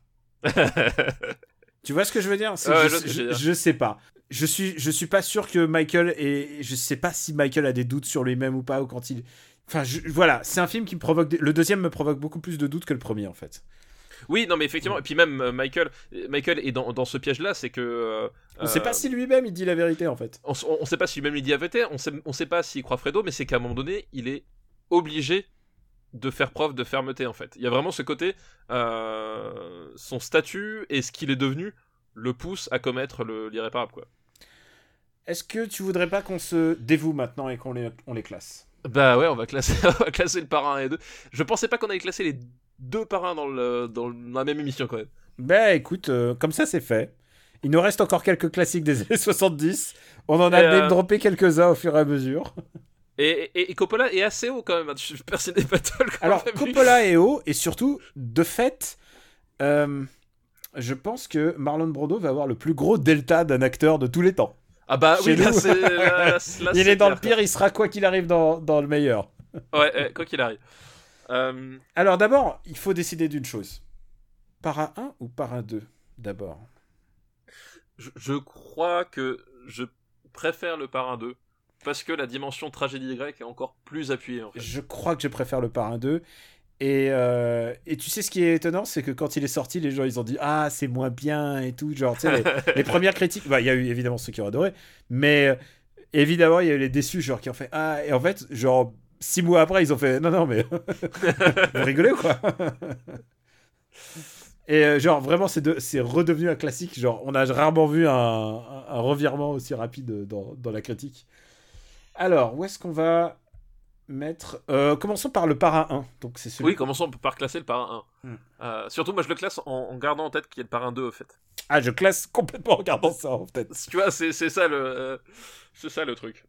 Tu vois ce que je veux dire? Je sais pas. Je suis pas sûr que Michael je sais pas si Michael a des doutes sur lui-même ou pas, ou quand il... Enfin, voilà, c'est un film qui me provoque... Le deuxième me provoque beaucoup plus de doutes que le premier, en fait. Oui, non, mais effectivement, et puis même Michael est dans ce piège-là, c'est que... on sait pas si lui-même il dit la vérité, en fait. On sait pas si lui-même il dit la vérité, on sait pas s'il croit Fredo, mais c'est qu'à un moment donné, il est obligé de faire preuve de fermeté, en fait. Il y a vraiment ce côté, son statut et ce qu'il est devenu le pousse à commettre l'irréparable, quoi. Est-ce que tu voudrais pas qu'on se dévoue maintenant et qu'on les classe? Bah ouais, on va classer le parrain 1 et 2. Je pensais pas qu'on allait classer les deux parrains dans la même émission, quand même. Bah écoute, comme ça c'est fait. Il nous reste encore quelques classiques des années 70. On en a même droppé quelques-uns au fur et à mesure. Et Coppola est assez haut quand même. Personne n'est pas tol. Alors Coppola est haut, et surtout, de fait, je pense que Marlon Brando va avoir le plus gros delta d'un acteur de tous les temps. Ah bah oui, là, il est dans le pire, il sera quoi qu'il arrive dans le meilleur. Ouais, quoi qu'il arrive. Alors d'abord, il faut décider d'une chose. Parrain 1 ou Parrain 2 d'abord? Je crois que je préfère le Parrain 2 parce que la dimension tragédie grecque est encore plus appuyée, en fait. Je crois que je préfère le Parrain 2. Et tu sais ce qui est étonnant, c'est que quand il est sorti, les gens ils ont dit ah c'est moins bien et tout, genre tu sais les premières critiques, bah il y a eu évidemment ceux qui ont adoré, mais évidemment il y a eu les déçus genre qui ont fait ah, et en fait genre 6 mois après ils ont fait non mais vous rigolez ou quoi? Et genre vraiment c'est redevenu un classique, genre on a rarement vu un revirement aussi rapide dans la critique. Alors où est-ce qu'on va mettre... commençons par le Parrain 1. Donc c'est celui... Oui, commençons par classer le Parrain 1. Surtout, moi, je le classe en gardant en tête qu'il y a le Parrain 2, au fait. Ah, je classe complètement en regardant ça, en tête. Tu vois, c'est ça le truc.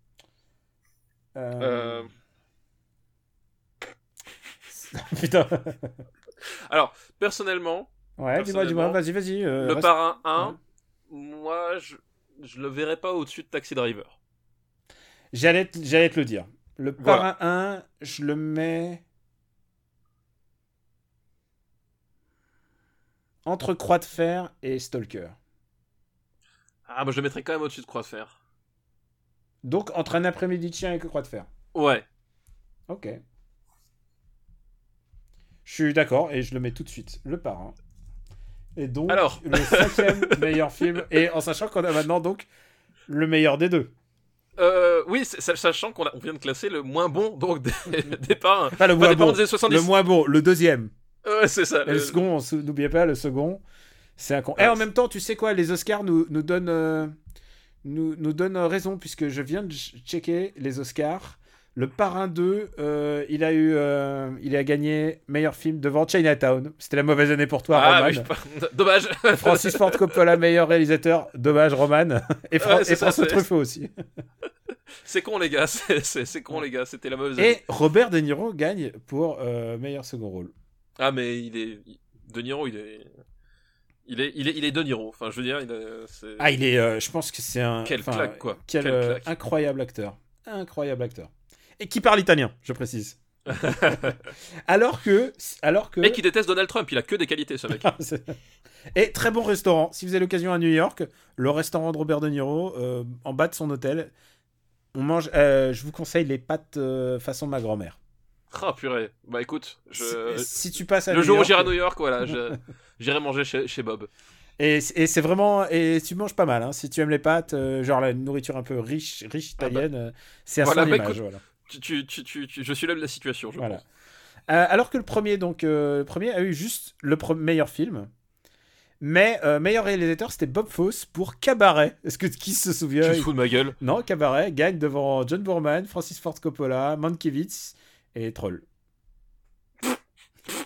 Putain. Alors, personnellement... Ouais, dis-moi, vas-y. Le Parrain 1, moi, je le verrais pas au-dessus de Taxi Driver. J'allais te le dire. Le Parrain 1, je le mets entre Croix de Fer et Stalker. Ah, bah je le mettrais quand même au-dessus de Croix de Fer. Donc entre Un après-midi de chien et Croix de Fer. Ouais. Ok. Je suis d'accord et je le mets tout de suite. Le Parrain. Et donc alors le 5e meilleur film. Et en sachant qu'on a maintenant donc le meilleur des deux. Oui, sachant qu'on vient de classer le moins bon donc des parrains. Pas le moins bon, des 70. Le moins bon, le deuxième. Ouais, c'est ça. Et le second, n'oubliez pas, le second, c'est un con. Et en même temps, tu sais quoi, les Oscars nous donnent raison, puisque je viens de checker les Oscars. Le Parrain 2, il a gagné meilleur film devant Chinatown. C'était la mauvaise année pour toi, Roman. Dommage. Francis Ford Coppola, meilleur réalisateur. Dommage, Roman. Et François Truffaut aussi. C'est con, les gars. C'est con, les gars. C'était la mauvaise année. Et Robert De Niro gagne pour meilleur second rôle. Ah, mais De Niro, il est De Niro. Enfin, je veux dire, je pense que c'est un... Quelle claque, quoi. Quel claque. Incroyable acteur. Incroyable acteur. Et qui parle italien, je précise. alors que... Mec, qui déteste Donald Trump, il a que des qualités, ce mec. Et très bon restaurant. Si vous avez l'occasion à New York, le restaurant de Robert De Niro, en bas de son hôtel, on mange... je vous conseille les pâtes façon ma grand-mère. Ah, purée. Bah écoute, si tu passes à le jour où j'irai à New York, voilà, j'irai manger chez Bob. Et c'est vraiment... Et tu manges pas mal, hein. Si tu aimes les pâtes, genre la nourriture un peu riche italienne, c'est à son image, écoute, voilà. Je suis l'homme de la situation, je pense. Alors que le premier a eu juste le meilleur film, mais meilleur réalisateur, c'était Bob Fosse pour Cabaret. Est-ce que qui se souvient? Tu te fous de ma gueule? Non, Cabaret gagne devant John Boorman, Francis Ford Coppola, Mankiewicz et Troll.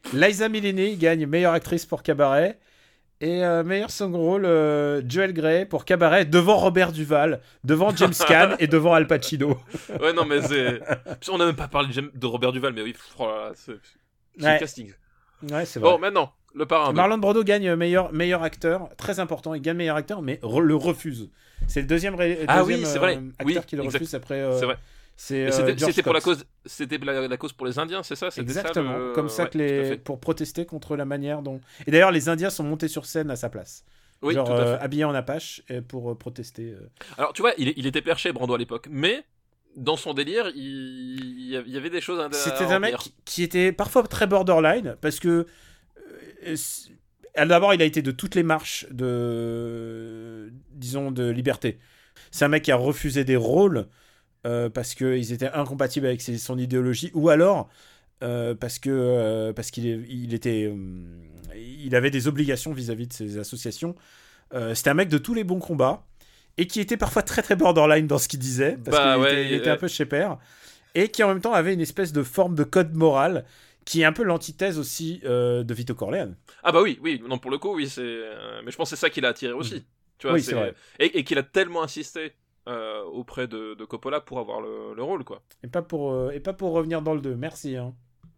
Liza Minnelli gagne meilleure actrice pour Cabaret. Et meilleur second rôle, Joel Grey pour Cabaret, devant Robert Duvall, devant James Caan et devant Al Pacino. Ouais, non, mais c'est... On n'a même pas parlé de Robert Duvall, mais oui, oh là là, c'est le casting. Ouais, c'est vrai. Bon, maintenant, le parrain. Marlon Brando gagne meilleur acteur, très important, il gagne meilleur acteur, mais le refuse. C'est le deuxième, oui, c'est vrai. acteur qui le refuse après... c'est vrai. C'était pour la cause pour les Indiens, c'est ça? Exactement, ça, comme ça pour protester contre la manière dont... Et d'ailleurs, les Indiens sont montés sur scène à sa place. Oui, genre habillés en apache pour protester. Alors, tu vois, il était perché, Brando, à l'époque, mais dans son délire, il y avait des choses... C'était un mec qui était parfois très borderline, parce que... D'abord, il a été de toutes les marches de liberté. C'est un mec qui a refusé des rôles parce qu'ils étaient incompatibles avec son idéologie, ou alors parce qu'il avait des obligations vis-à-vis de ses associations. C'était un mec de tous les bons combats, et qui était parfois très très borderline dans ce qu'il disait, parce qu'il était un peu chez père, et qui en même temps avait une espèce de forme de code moral, qui est un peu l'antithèse aussi de Vito Corleone. Ah bah oui, non, pour le coup, oui, mais je pense que c'est ça qui l'a attiré aussi. Tu vois, oui, c'est vrai. Et qu'il a tellement insisté auprès de Coppola pour avoir le rôle, quoi. Et pas pour revenir dans le 2, merci. Hein.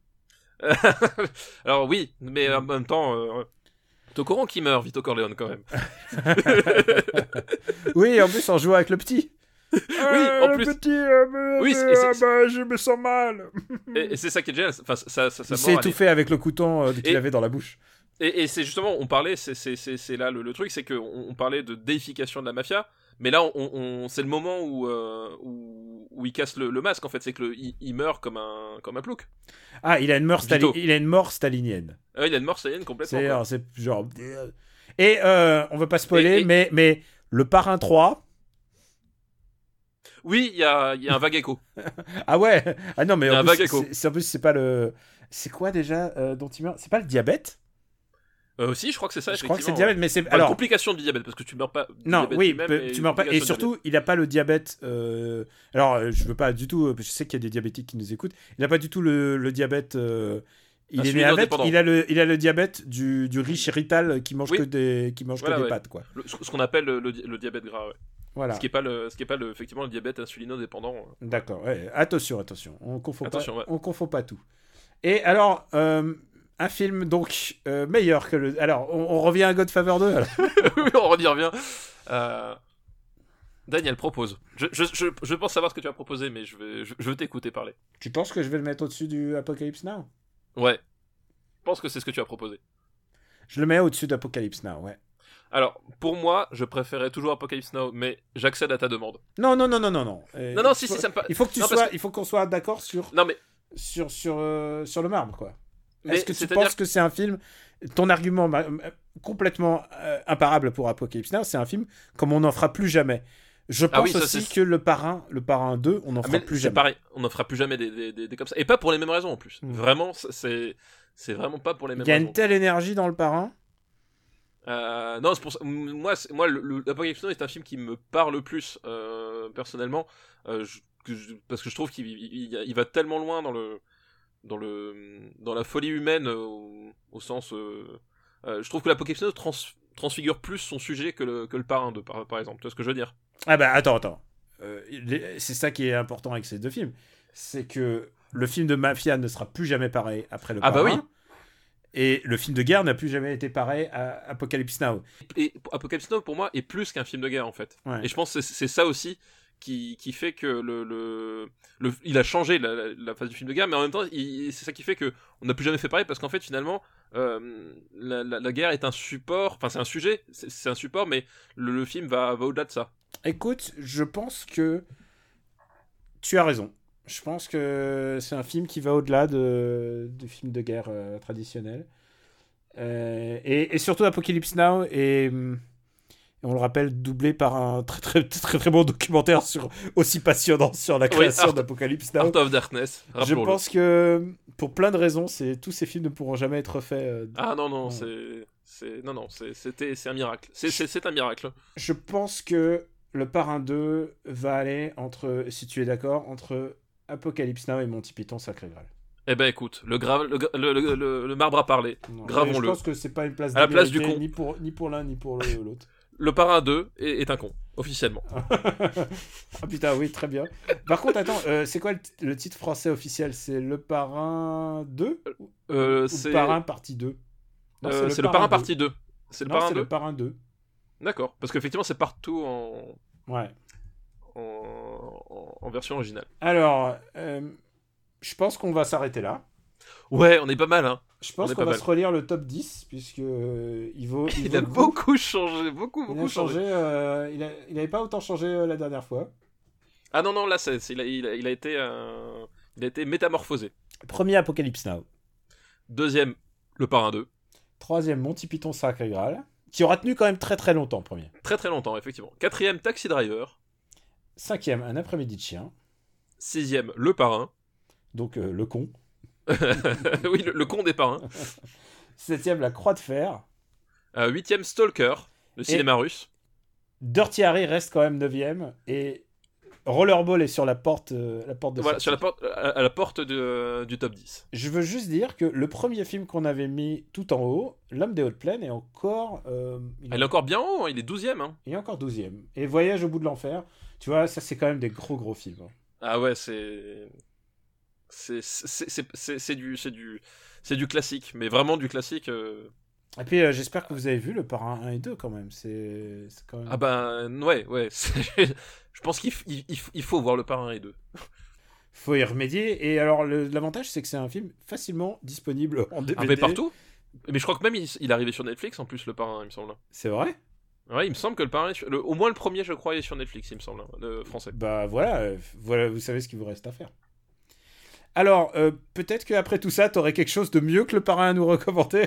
Alors oui, mais en même temps, t'es au courant qu'il meurt, Vito Corleone, quand même. Oui, en plus, on joue avec le petit. Oui, en plus. Le petit, je me sens mal. Et c'est ça qui est génial. Enfin, ça il s'est étouffé avec le couteau qu'il avait dans la bouche. Et c'est justement, on parlait, c'est là le truc, c'est qu'on parlait de déification de la mafia, mais là, c'est le moment où il casse le masque, en fait, c'est qu'il meurt comme un plouc. Ah, il a une mort stalinienne. Ah, il a une mort stalinienne complètement. C'est genre... Et on va pas spoiler, mais le Parrain 3... Oui, il y a un vague écho. Ah ouais. Ah non, mais en plus, en plus, c'est pas le... C'est quoi déjà dont il meurt? C'est pas le diabète? Si, je crois que c'est ça. Je crois que c'est le diabète, mais c'est... Alors, complication du diabète, parce que tu meurs pas... Non, oui, tu meurs pas. Et surtout, il a pas le diabète... Alors, je veux pas du tout... Je sais qu'il y a des diabétiques qui nous écoutent. Il a pas du tout le diabète... Il est né avec... Il a le diabète du riche Rital qui mange que des pâtes, quoi. Ce qu'on appelle le diabète gras, ouais. Voilà. Ce qui est pas effectivement le diabète insulino-dépendant. D'accord, ouais. Attention. On confond pas tout. Et alors... un film donc meilleur que le... Alors, on revient à Godfather 2 alors. Oui, on y revient. Daniel propose. Je pense savoir ce que tu as proposé, mais je veux t'écouter parler. Tu penses que je vais le mettre au-dessus du Apocalypse Now? Ouais. Je pense que c'est ce que tu as proposé. Je le mets au-dessus d'Apocalypse Now, ouais. Alors, pour moi, je préférais toujours Apocalypse Now, mais j'accède à ta demande. Non. Non, si, ça me... Il faut qu'on soit d'accord sur... Non, mais... Sur le marbre, quoi. Mais est-ce que tu penses que c'est un film... Ton argument complètement imparable pour Apocalypse Now, c'est un film comme on n'en fera plus jamais. Je pense aussi que le parrain 2, on n'en fera plus jamais. C'est pareil, on n'en fera plus jamais des comme ça. Et pas pour les mêmes raisons en plus. Vraiment, c'est vraiment pas pour les mêmes raisons. Il y a une telle énergie dans le parrain. Non, c'est pour ça. Moi, Apocalypse Now est un film qui me parle plus personnellement, parce que je trouve qu'il va tellement loin dans la folie humaine au sens je trouve que l'Apocalypse Now transfigure plus son sujet que le Parrain 2 par exemple. Tu vois ce que je veux dire? Ah bah attends. C'est ça qui est important avec ces deux films, c'est que le film de mafia ne sera plus jamais pareil après le Parrain. Bah oui. Et le film de guerre n'a plus jamais été pareil à Apocalypse Now. Et Apocalypse Now pour moi est plus qu'un film de guerre en fait. Ouais. Et je pense que c'est ça aussi qui fait que il a changé la phase du film de guerre, mais en même temps c'est ça qui fait que on n'a plus jamais fait pareil, parce qu'en fait finalement la guerre est un support, enfin c'est un sujet, c'est un support, mais le film va au-delà de ça. Écoute, je pense que tu as raison. Je pense que c'est un film qui va au-delà du film de guerre traditionnel. Et surtout Apocalypse Now est... on le rappelle, doublé par un très très très très bon documentaire aussi passionnant sur la création d'Apocalypse Now. Art of Darkness. Je pense que pour plein de raisons, tous ces films ne pourront jamais être faits. Ah non, c'est un miracle. C'est un miracle. Je pense que le Parrain 2 va aller si tu es d'accord, entre Apocalypse Now et Monty Python Sacré Graal. Eh ben écoute, le marbre a parlé. Gravons-le. Je pense que c'est pas une place à la place du con. Ni pour l'un ni pour l'autre. Le Parrain 2 est un con, officiellement. Ah putain, oui, très bien. Par contre, attends, c'est quoi le titre français officiel? C'est Le Parrain 2 c'est Le Parrain partie 2? Non, c'est le Parrain partie 2. C'est le Parrain 2. D'accord, parce qu'effectivement, c'est partout Ouais. en version originale. Alors, je pense qu'on va s'arrêter là. Ouais, on est pas mal, hein. Je pense qu'on va se relire le top 10, puisque il a beaucoup changé, beaucoup changé. Il n'avait pas autant changé la dernière fois. Ah non, là, il a été métamorphosé. Premier, Apocalypse Now. Deuxième, Le Parrain 2. Troisième, Monty Python Sacré Graal, qui aura tenu quand même très très longtemps, premier. Très très longtemps, effectivement. Quatrième, Taxi Driver. Cinquième, Un après-midi de chien. Sixième, Le Parrain. Donc le con. Oui, le con des parrains. Septième, La Croix de Fer. Huitième, Stalker, le cinéma russe. Dirty Harry reste quand même 9ème. Et Rollerball est sur la porte de voilà, sur à la porte du top 10. Je veux juste dire que le premier film qu'on avait mis tout en haut, L'Homme des Hautes Plaines, est encore... il est encore bien haut, hein, il est 12ème. Hein. Il est encore 12ème. Et Voyage au bout de l'enfer, tu vois, ça c'est quand même des gros films. Hein. Ah ouais, c'est du classique, mais vraiment du classique. Et puis j'espère que vous avez vu Le Parrain 1 et 2 quand même. C'est quand même... Ah ben ouais. Je pense qu'il faut voir Le Parrain 1 et 2. Faut y remédier. Et alors l'avantage c'est que c'est un film facilement disponible en DVD. Ah mais partout. Mais je crois que même il est arrivé sur Netflix en plus, Le Parrain, il me semble. C'est vrai? Ouais, il me semble que Le Parrain au moins le premier, je crois, est sur Netflix, il me semble, le français. Bah voilà, vous savez ce qu'il vous reste à faire. Alors, peut-être qu'après tout ça, t'aurais quelque chose de mieux que Le Parrain à nous recommander.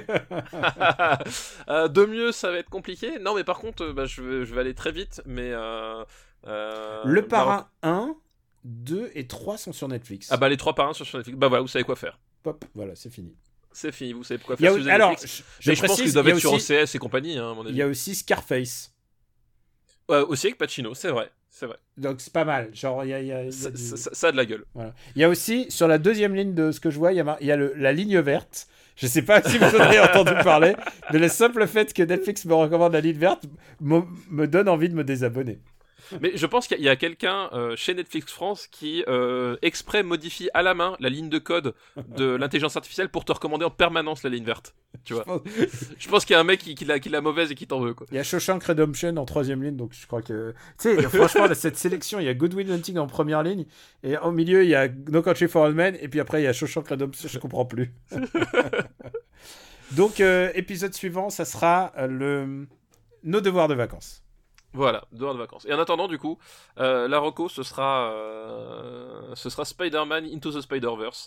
De mieux, ça va être compliqué. Non, mais par contre, je vais aller très vite. Mais Le Parrain 1, 2 et 3 sont sur Netflix. Ah bah les 3 parrains sont sur Netflix. Bah voilà, vous savez quoi faire. Hop, voilà, c'est fini. C'est fini, vous savez quoi faire. Si vous avez alors, Netflix. Je pense qu'ils doivent être sur OCS et compagnie, hein, à mon avis. Il y a aussi Scarface. Aussi avec Pacino, c'est vrai. Donc c'est pas mal. Genre, ça a de la gueule. Voilà. Il y a aussi, sur la deuxième ligne de ce que je vois, il y a la ligne verte. Je sais pas si vous en avez entendu parler, mais le simple fait que Netflix me recommande la ligne verte me donne envie de me désabonner. Mais je pense qu'il y a quelqu'un chez Netflix France qui exprès modifie à la main la ligne de code de l'intelligence artificielle pour te recommander en permanence la ligne verte. Tu vois. Je pense qu'il y a un mec qui l'a mauvaise et qui t'en veut, quoi. Il y a Shawshank Redemption en troisième ligne, donc je crois que... Tu sais, franchement, cette sélection, il y a Good Will Hunting en première ligne, et au milieu, il y a No Country for Old Men, et puis après, il y a Shawshank Redemption, je comprends plus. Donc, épisode suivant, ça sera nos devoirs de vacances. Voilà, devoirs de vacances. Et en attendant, du coup, la reco, ce sera Spider-Man Into the Spider-Verse,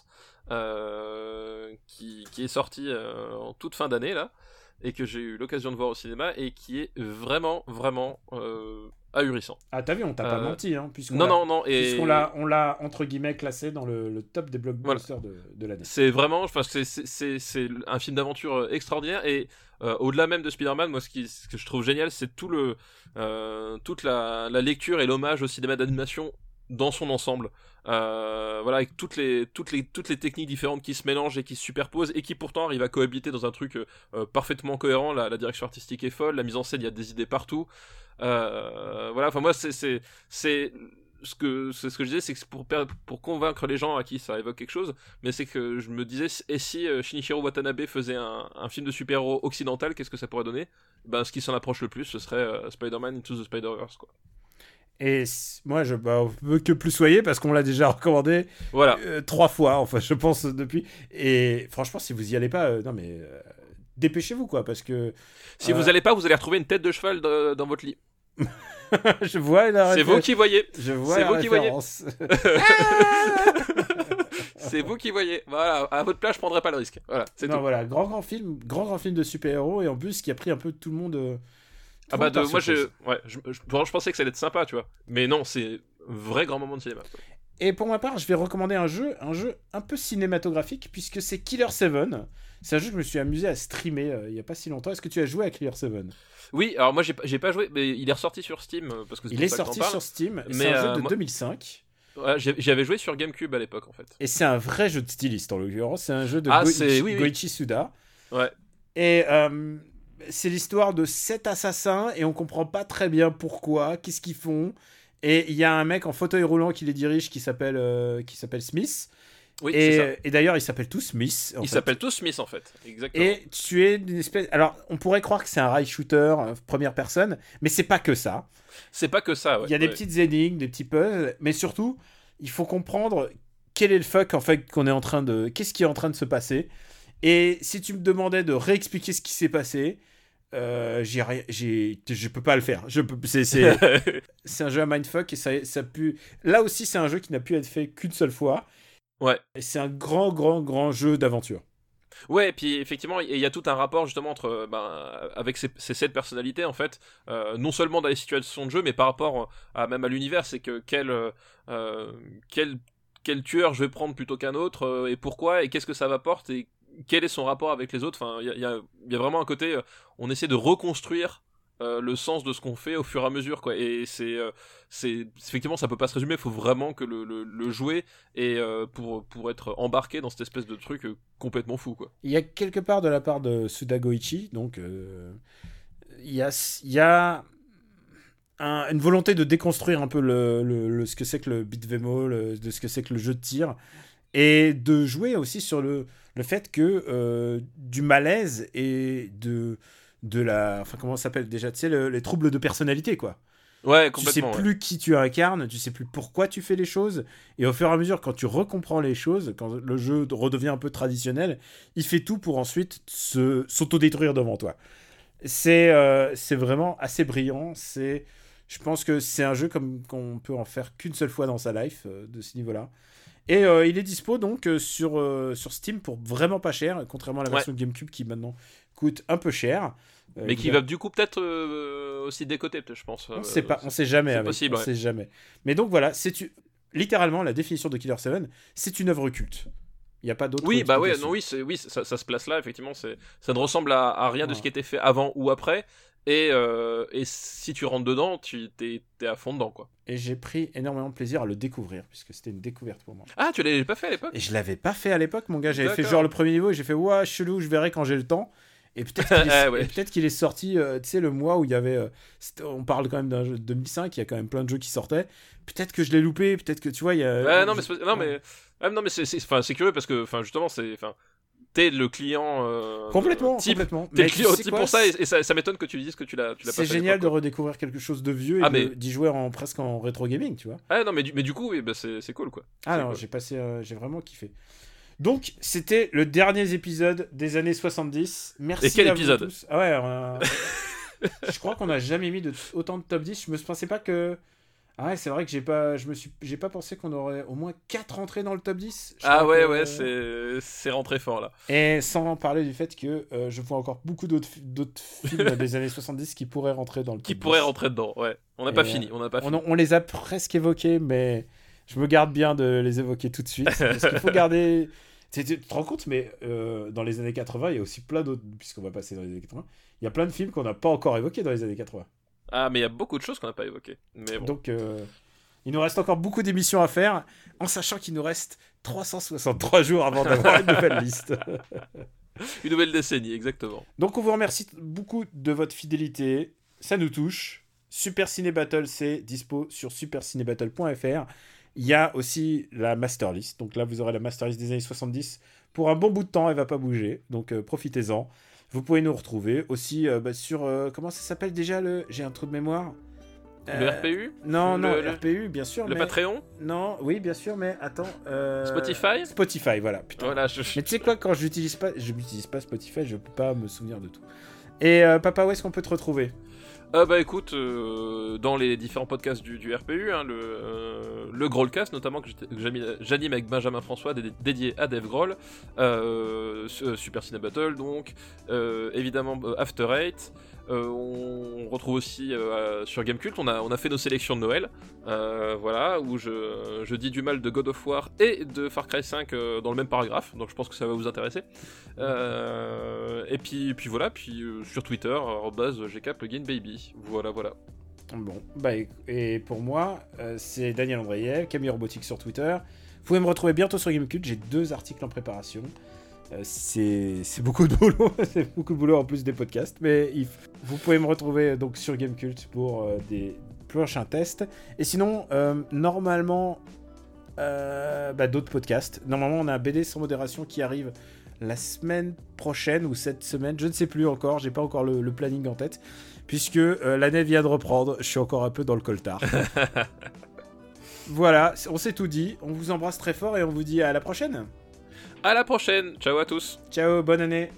qui est sorti en toute fin d'année, là, et que j'ai eu l'occasion de voir au cinéma, et qui est vraiment, vraiment ahurissant. Ah, t'as vu, on t'a pas menti, hein, puisqu'on l'a, entre guillemets, classé dans le top des blockbusters de l'année. C'est vraiment, enfin, c'est un film d'aventure extraordinaire, et au-delà même de Spider-Man, moi, ce que je trouve génial, c'est toute la lecture et l'hommage au cinéma d'animation dans son ensemble. Voilà, avec toutes les techniques différentes qui se mélangent et qui se superposent et qui pourtant arrivent à cohabiter dans un truc parfaitement cohérent. La direction artistique est folle, la mise en scène, il y a des idées partout. Voilà, enfin moi c'est ce que je disais, c'est que pour convaincre les gens à qui ça évoque quelque chose, mais c'est que je me disais, et si Shinichiro Watanabe faisait un film de super-héros occidental, qu'est-ce que ça pourrait donner? Ben, ce qui s'en approche le plus, ce serait Spider-Man Into the Spider-Verse, quoi. Et moi, on peut que plus soyez, parce qu'on l'a déjà recommandé 3 fois, enfin, je pense, depuis. Et franchement, si vous y allez pas, dépêchez-vous, quoi, parce que... Si vous allez pas, vous allez retrouver une tête de cheval dans votre lit. Je vois la C'est vous qui voyez. Je vois la référence. C'est vous qui voyez. Voilà, à votre place, je prendrai pas le risque. Voilà, c'est tout. Voilà, grand film de super-héros, et en plus, qui a pris un peu tout le monde... moi je pensais que ça allait être sympa, tu vois. Mais non, c'est un vrai grand moment de cinéma, quoi. Et pour ma part, je vais recommander un jeu un peu cinématographique, puisque c'est Killer 7. C'est un jeu que je me suis amusé à streamer il y a pas si longtemps. Est-ce que tu as joué à Killer 7? Oui, alors moi j'ai pas joué, mais il est ressorti sur Steam parce que il est sorti sur Steam. C'est un jeu de 2005. Ouais, j'y avais joué sur GameCube à l'époque en fait. Et c'est un vrai jeu de styliste en l'occurrence, c'est un jeu de Goichi Suda. Ouais. Et c'est l'histoire de 7 assassins et on comprend pas très bien pourquoi, qu'est-ce qu'ils font. Et il y a un mec en fauteuil roulant qui les dirige qui s'appelle Smith. Oui, c'est ça. Et d'ailleurs, ils s'appellent tous Smith. Ils s'appellent tous Smith en fait, exactement. Et tu es une espèce. Alors, on pourrait croire que c'est un rail shooter, première personne, mais c'est pas que ça. C'est pas que ça, ouais. Il y a des petites énigmes, des petits puzzles, mais surtout, il faut comprendre quel est le fuck en fait qu'on est en train de. Qu'est-ce qui est en train de se passer. Et si tu me demandais de réexpliquer ce qui s'est passé, je peux pas le faire. C'est un jeu à mindfuck et ça pue. Là aussi, c'est un jeu qui n'a pu être fait qu'une seule fois. Ouais. Et c'est un grand jeu d'aventure. Ouais, et puis effectivement, il y a tout un rapport justement entre, avec ces 7 personnalités en fait, non seulement dans les situations de jeu, mais par rapport même à l'univers, c'est que quel tueur je vais prendre plutôt qu'un autre, et pourquoi, et qu'est-ce que ça m'apporte, et quel est son rapport avec les autres. Enfin, il y a vraiment un côté, on essaie de reconstruire le sens de ce qu'on fait au fur et à mesure, quoi. Et c'est effectivement, ça peut pas se résumer. Il faut vraiment que le jouer et pour être embarqué dans cette espèce de truc complètement fou, quoi. Il y a quelque part de la part de Suda Goichi, donc il y a une volonté de déconstruire un peu ce que c'est que le beat'em all, de ce que c'est que le jeu de tir, et de jouer aussi sur le fait que du malaise et de la... Enfin, comment ça s'appelle déjà, tu sais, les troubles de personnalité, quoi. Ouais, complètement. Tu sais plus qui tu incarnes, tu sais plus pourquoi tu fais les choses, et au fur et à mesure, quand tu recomprends les choses, quand le jeu redevient un peu traditionnel, il fait tout pour ensuite s'autodétruire devant toi. C'est vraiment assez brillant. Je pense que c'est un jeu qu'on peut en faire qu'une seule fois dans sa life, de ce niveau-là. Et il est dispo donc sur Steam pour vraiment pas cher, contrairement à la version GameCube qui maintenant coûte un peu cher. Mais qui va du coup peut-être aussi décoter, je pense. On sait pas, on sait jamais. C'est possible, on sait jamais. Mais donc voilà, littéralement la définition de Killer 7, c'est une œuvre culte. Il n'y a pas d'autre. Oui, bah ouais, non, oui, ça se place là, effectivement. Ça ne ressemble à rien de ce qui était fait avant ou après. Et si tu rentres dedans, t'es à fond dedans, quoi. Et j'ai pris énormément de plaisir à le découvrir, puisque c'était une découverte pour moi. Ah, tu l'avais pas fait à l'époque? Et je l'avais pas fait à l'époque, mon gars. J'avais fait genre le premier niveau et j'ai fait ouah, chelou, je verrai quand j'ai le temps. Et peut-être qu'il est sorti, tu sais, le mois où il y avait. On parle quand même d'un jeu de 2005, il y a quand même plein de jeux qui sortaient. Peut-être que je l'ai loupé, peut-être que tu vois, il y a. Non, mais c'est curieux parce que, justement, t'es le client complètement. T'es le client type pour ça, et ça m'étonne que tu dises que tu l'as pas fait. C'est génial de redécouvrir quelque chose de vieux et d'y jouer presque en rétro gaming, tu vois. Ah non, mais du coup, oui, bah, c'est cool, quoi. Ah non, cool. J'ai vraiment kiffé. Donc, c'était le dernier épisode des années 70. Merci. Et quel à épisode? vous tous. Ah ouais, je crois qu'on n'a jamais mis autant de top 10. Je me pensais pas que. Ah ouais, c'est vrai que j'ai pas pensé qu'on aurait au moins 4 entrées dans le top 10. C'est rentré fort là. Et sans parler du fait que je vois encore beaucoup d'autres films des années 70 qui pourraient rentrer dans le top 10. Qui pourraient rentrer dedans, ouais. On n'a pas fini. On les a presque évoqués, mais je me garde bien de les évoquer tout de suite. Parce qu'il faut garder... Tu te rends compte, mais dans les années 80, il y a aussi plein d'autres... Puisqu'on va passer dans les années 80, il y a plein de films qu'on n'a pas encore évoqués dans les années 80. Ah, mais il y a beaucoup de choses qu'on n'a pas évoquées. Mais bon. Donc, il nous reste encore beaucoup d'émissions à faire, en sachant qu'il nous reste 363 jours avant d'avoir une nouvelle liste. Une nouvelle décennie, exactement. Donc, on vous remercie beaucoup de votre fidélité. Ça nous touche. Super Ciné Battle, c'est dispo sur supercinébattle.fr. Il y a aussi la Master List. Donc là, vous aurez la Master List des années 70 pour un bon bout de temps. Elle ne va pas bouger. Donc, profitez-en. Vous pouvez nous retrouver aussi sur... comment ça s'appelle déjà J'ai un trou de mémoire. Le RPU? Non, le RPU, bien sûr. Le Patreon? Non, oui, bien sûr, mais attends... Spotify, voilà. Putain. Voilà, Mais tu sais quoi, quand je n'utilise pas Spotify, je peux pas me souvenir de tout. Et papa, où est-ce qu'on peut te retrouver? Bah écoute, dans les différents podcasts du RPU, hein, le Grollcast notamment que j'anime avec Benjamin François, dédié à Dave Grohl, Super Ciné Battle donc, évidemment After Eight. On retrouve aussi sur Gamecult, on a fait nos sélections de Noël, voilà, où je dis du mal de God of War et de Far Cry 5 dans le même paragraphe, donc je pense que ça va vous intéresser. Et puis voilà, sur Twitter, @gkplugin baby, voilà. Bon, bah, et pour moi, c'est Daniel Andreyev, Camille Robotique sur Twitter. Vous pouvez me retrouver bientôt sur Gamecult, j'ai 2 articles en préparation. C'est beaucoup de boulot, c'est beaucoup de boulot en plus des podcasts, mais vous pouvez me retrouver donc sur Gamecult pour des prochains tests. Et sinon, normalement, d'autres podcasts. Normalement, on a un BD sans modération qui arrive la semaine prochaine ou cette semaine, je ne sais plus encore, j'ai pas encore le planning en tête, puisque l'année vient de reprendre, je suis encore un peu dans le coltard. Voilà, on s'est tout dit, on vous embrasse très fort et on vous dit à la prochaine. À la prochaine, ciao à tous. Ciao, bonne année.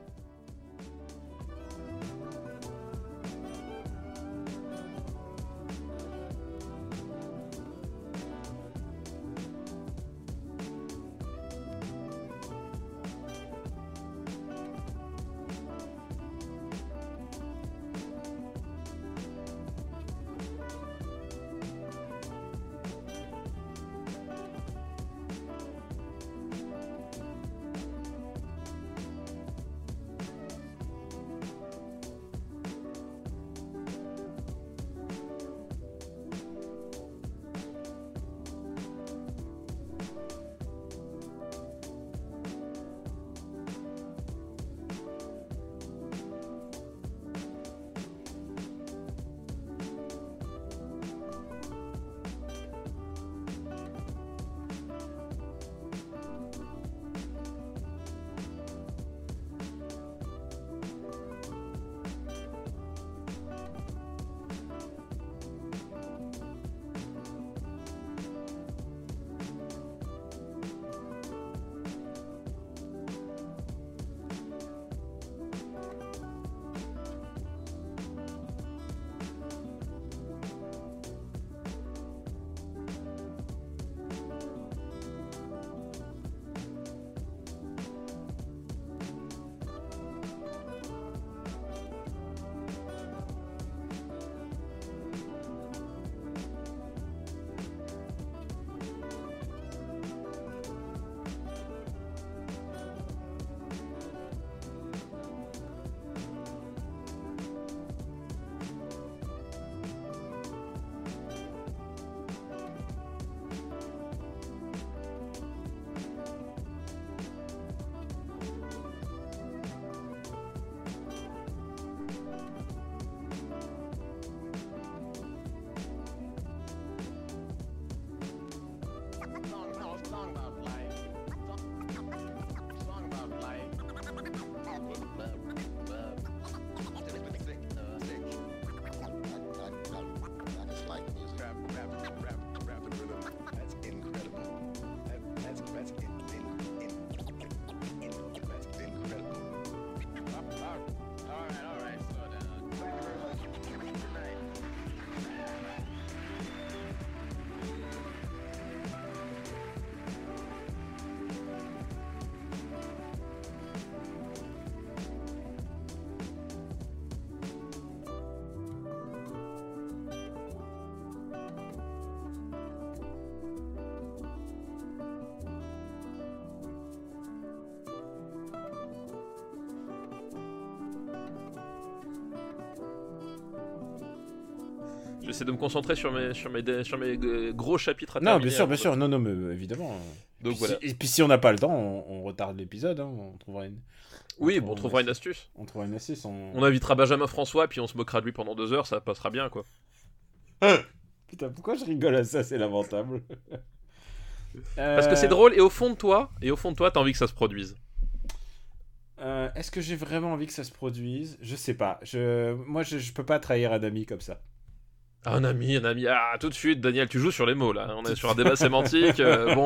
J'essaie de me concentrer sur mes gros chapitres à Non, terminer. bien sûr, non, mais évidemment. Donc voilà. Et puis si on n'a pas le temps, on retarde l'épisode, hein, on trouvera une... On trouvera une astuce. On trouvera une astuce. On invitera Benjamin François, puis on se moquera de lui pendant 2 heures, ça passera bien, quoi. Putain, pourquoi je rigole à ça, c'est lamentable. Parce que c'est drôle, et au fond de toi, t'as envie que ça se produise. Est-ce que j'ai vraiment envie que ça se produise ? Je sais pas. Moi, je peux pas trahir un ami comme ça. Un ami, tout de suite, Daniel, tu joues sur les mots, là. On est sur un débat sémantique.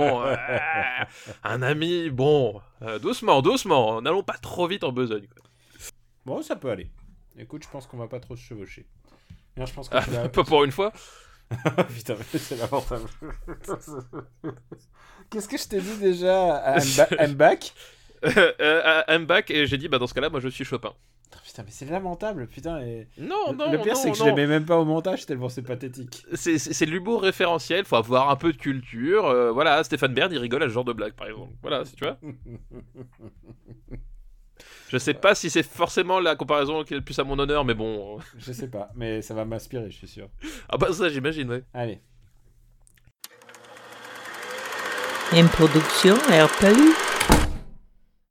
Un ami, bon. Doucement. N'allons pas trop vite en besogne, quoi. Bon, ça peut aller. Écoute, je pense qu'on va pas trop se chevaucher. Non, je pense que pas pour une fois. Putain, c'est lamentable. Qu'est-ce que je t'ai dit déjà I'm back I'm back, et j'ai dit, dans ce cas-là, moi je suis Chopin. Putain, mais c'est lamentable, putain. Non. Le pire, c'est que je les mets même pas au montage, tellement c'est pathétique. C'est de l'humour référentiel, faut avoir un peu de culture. Voilà, Stéphane Bern, il rigole à ce genre de blague, par exemple. Voilà, tu vois. Je sais pas si c'est forcément la comparaison qui est le plus à mon honneur, mais bon. Je sais pas, mais ça va m'inspirer, je suis sûr. Ah bah ça, j'imagine, ouais. Allez. Une production Airpalu.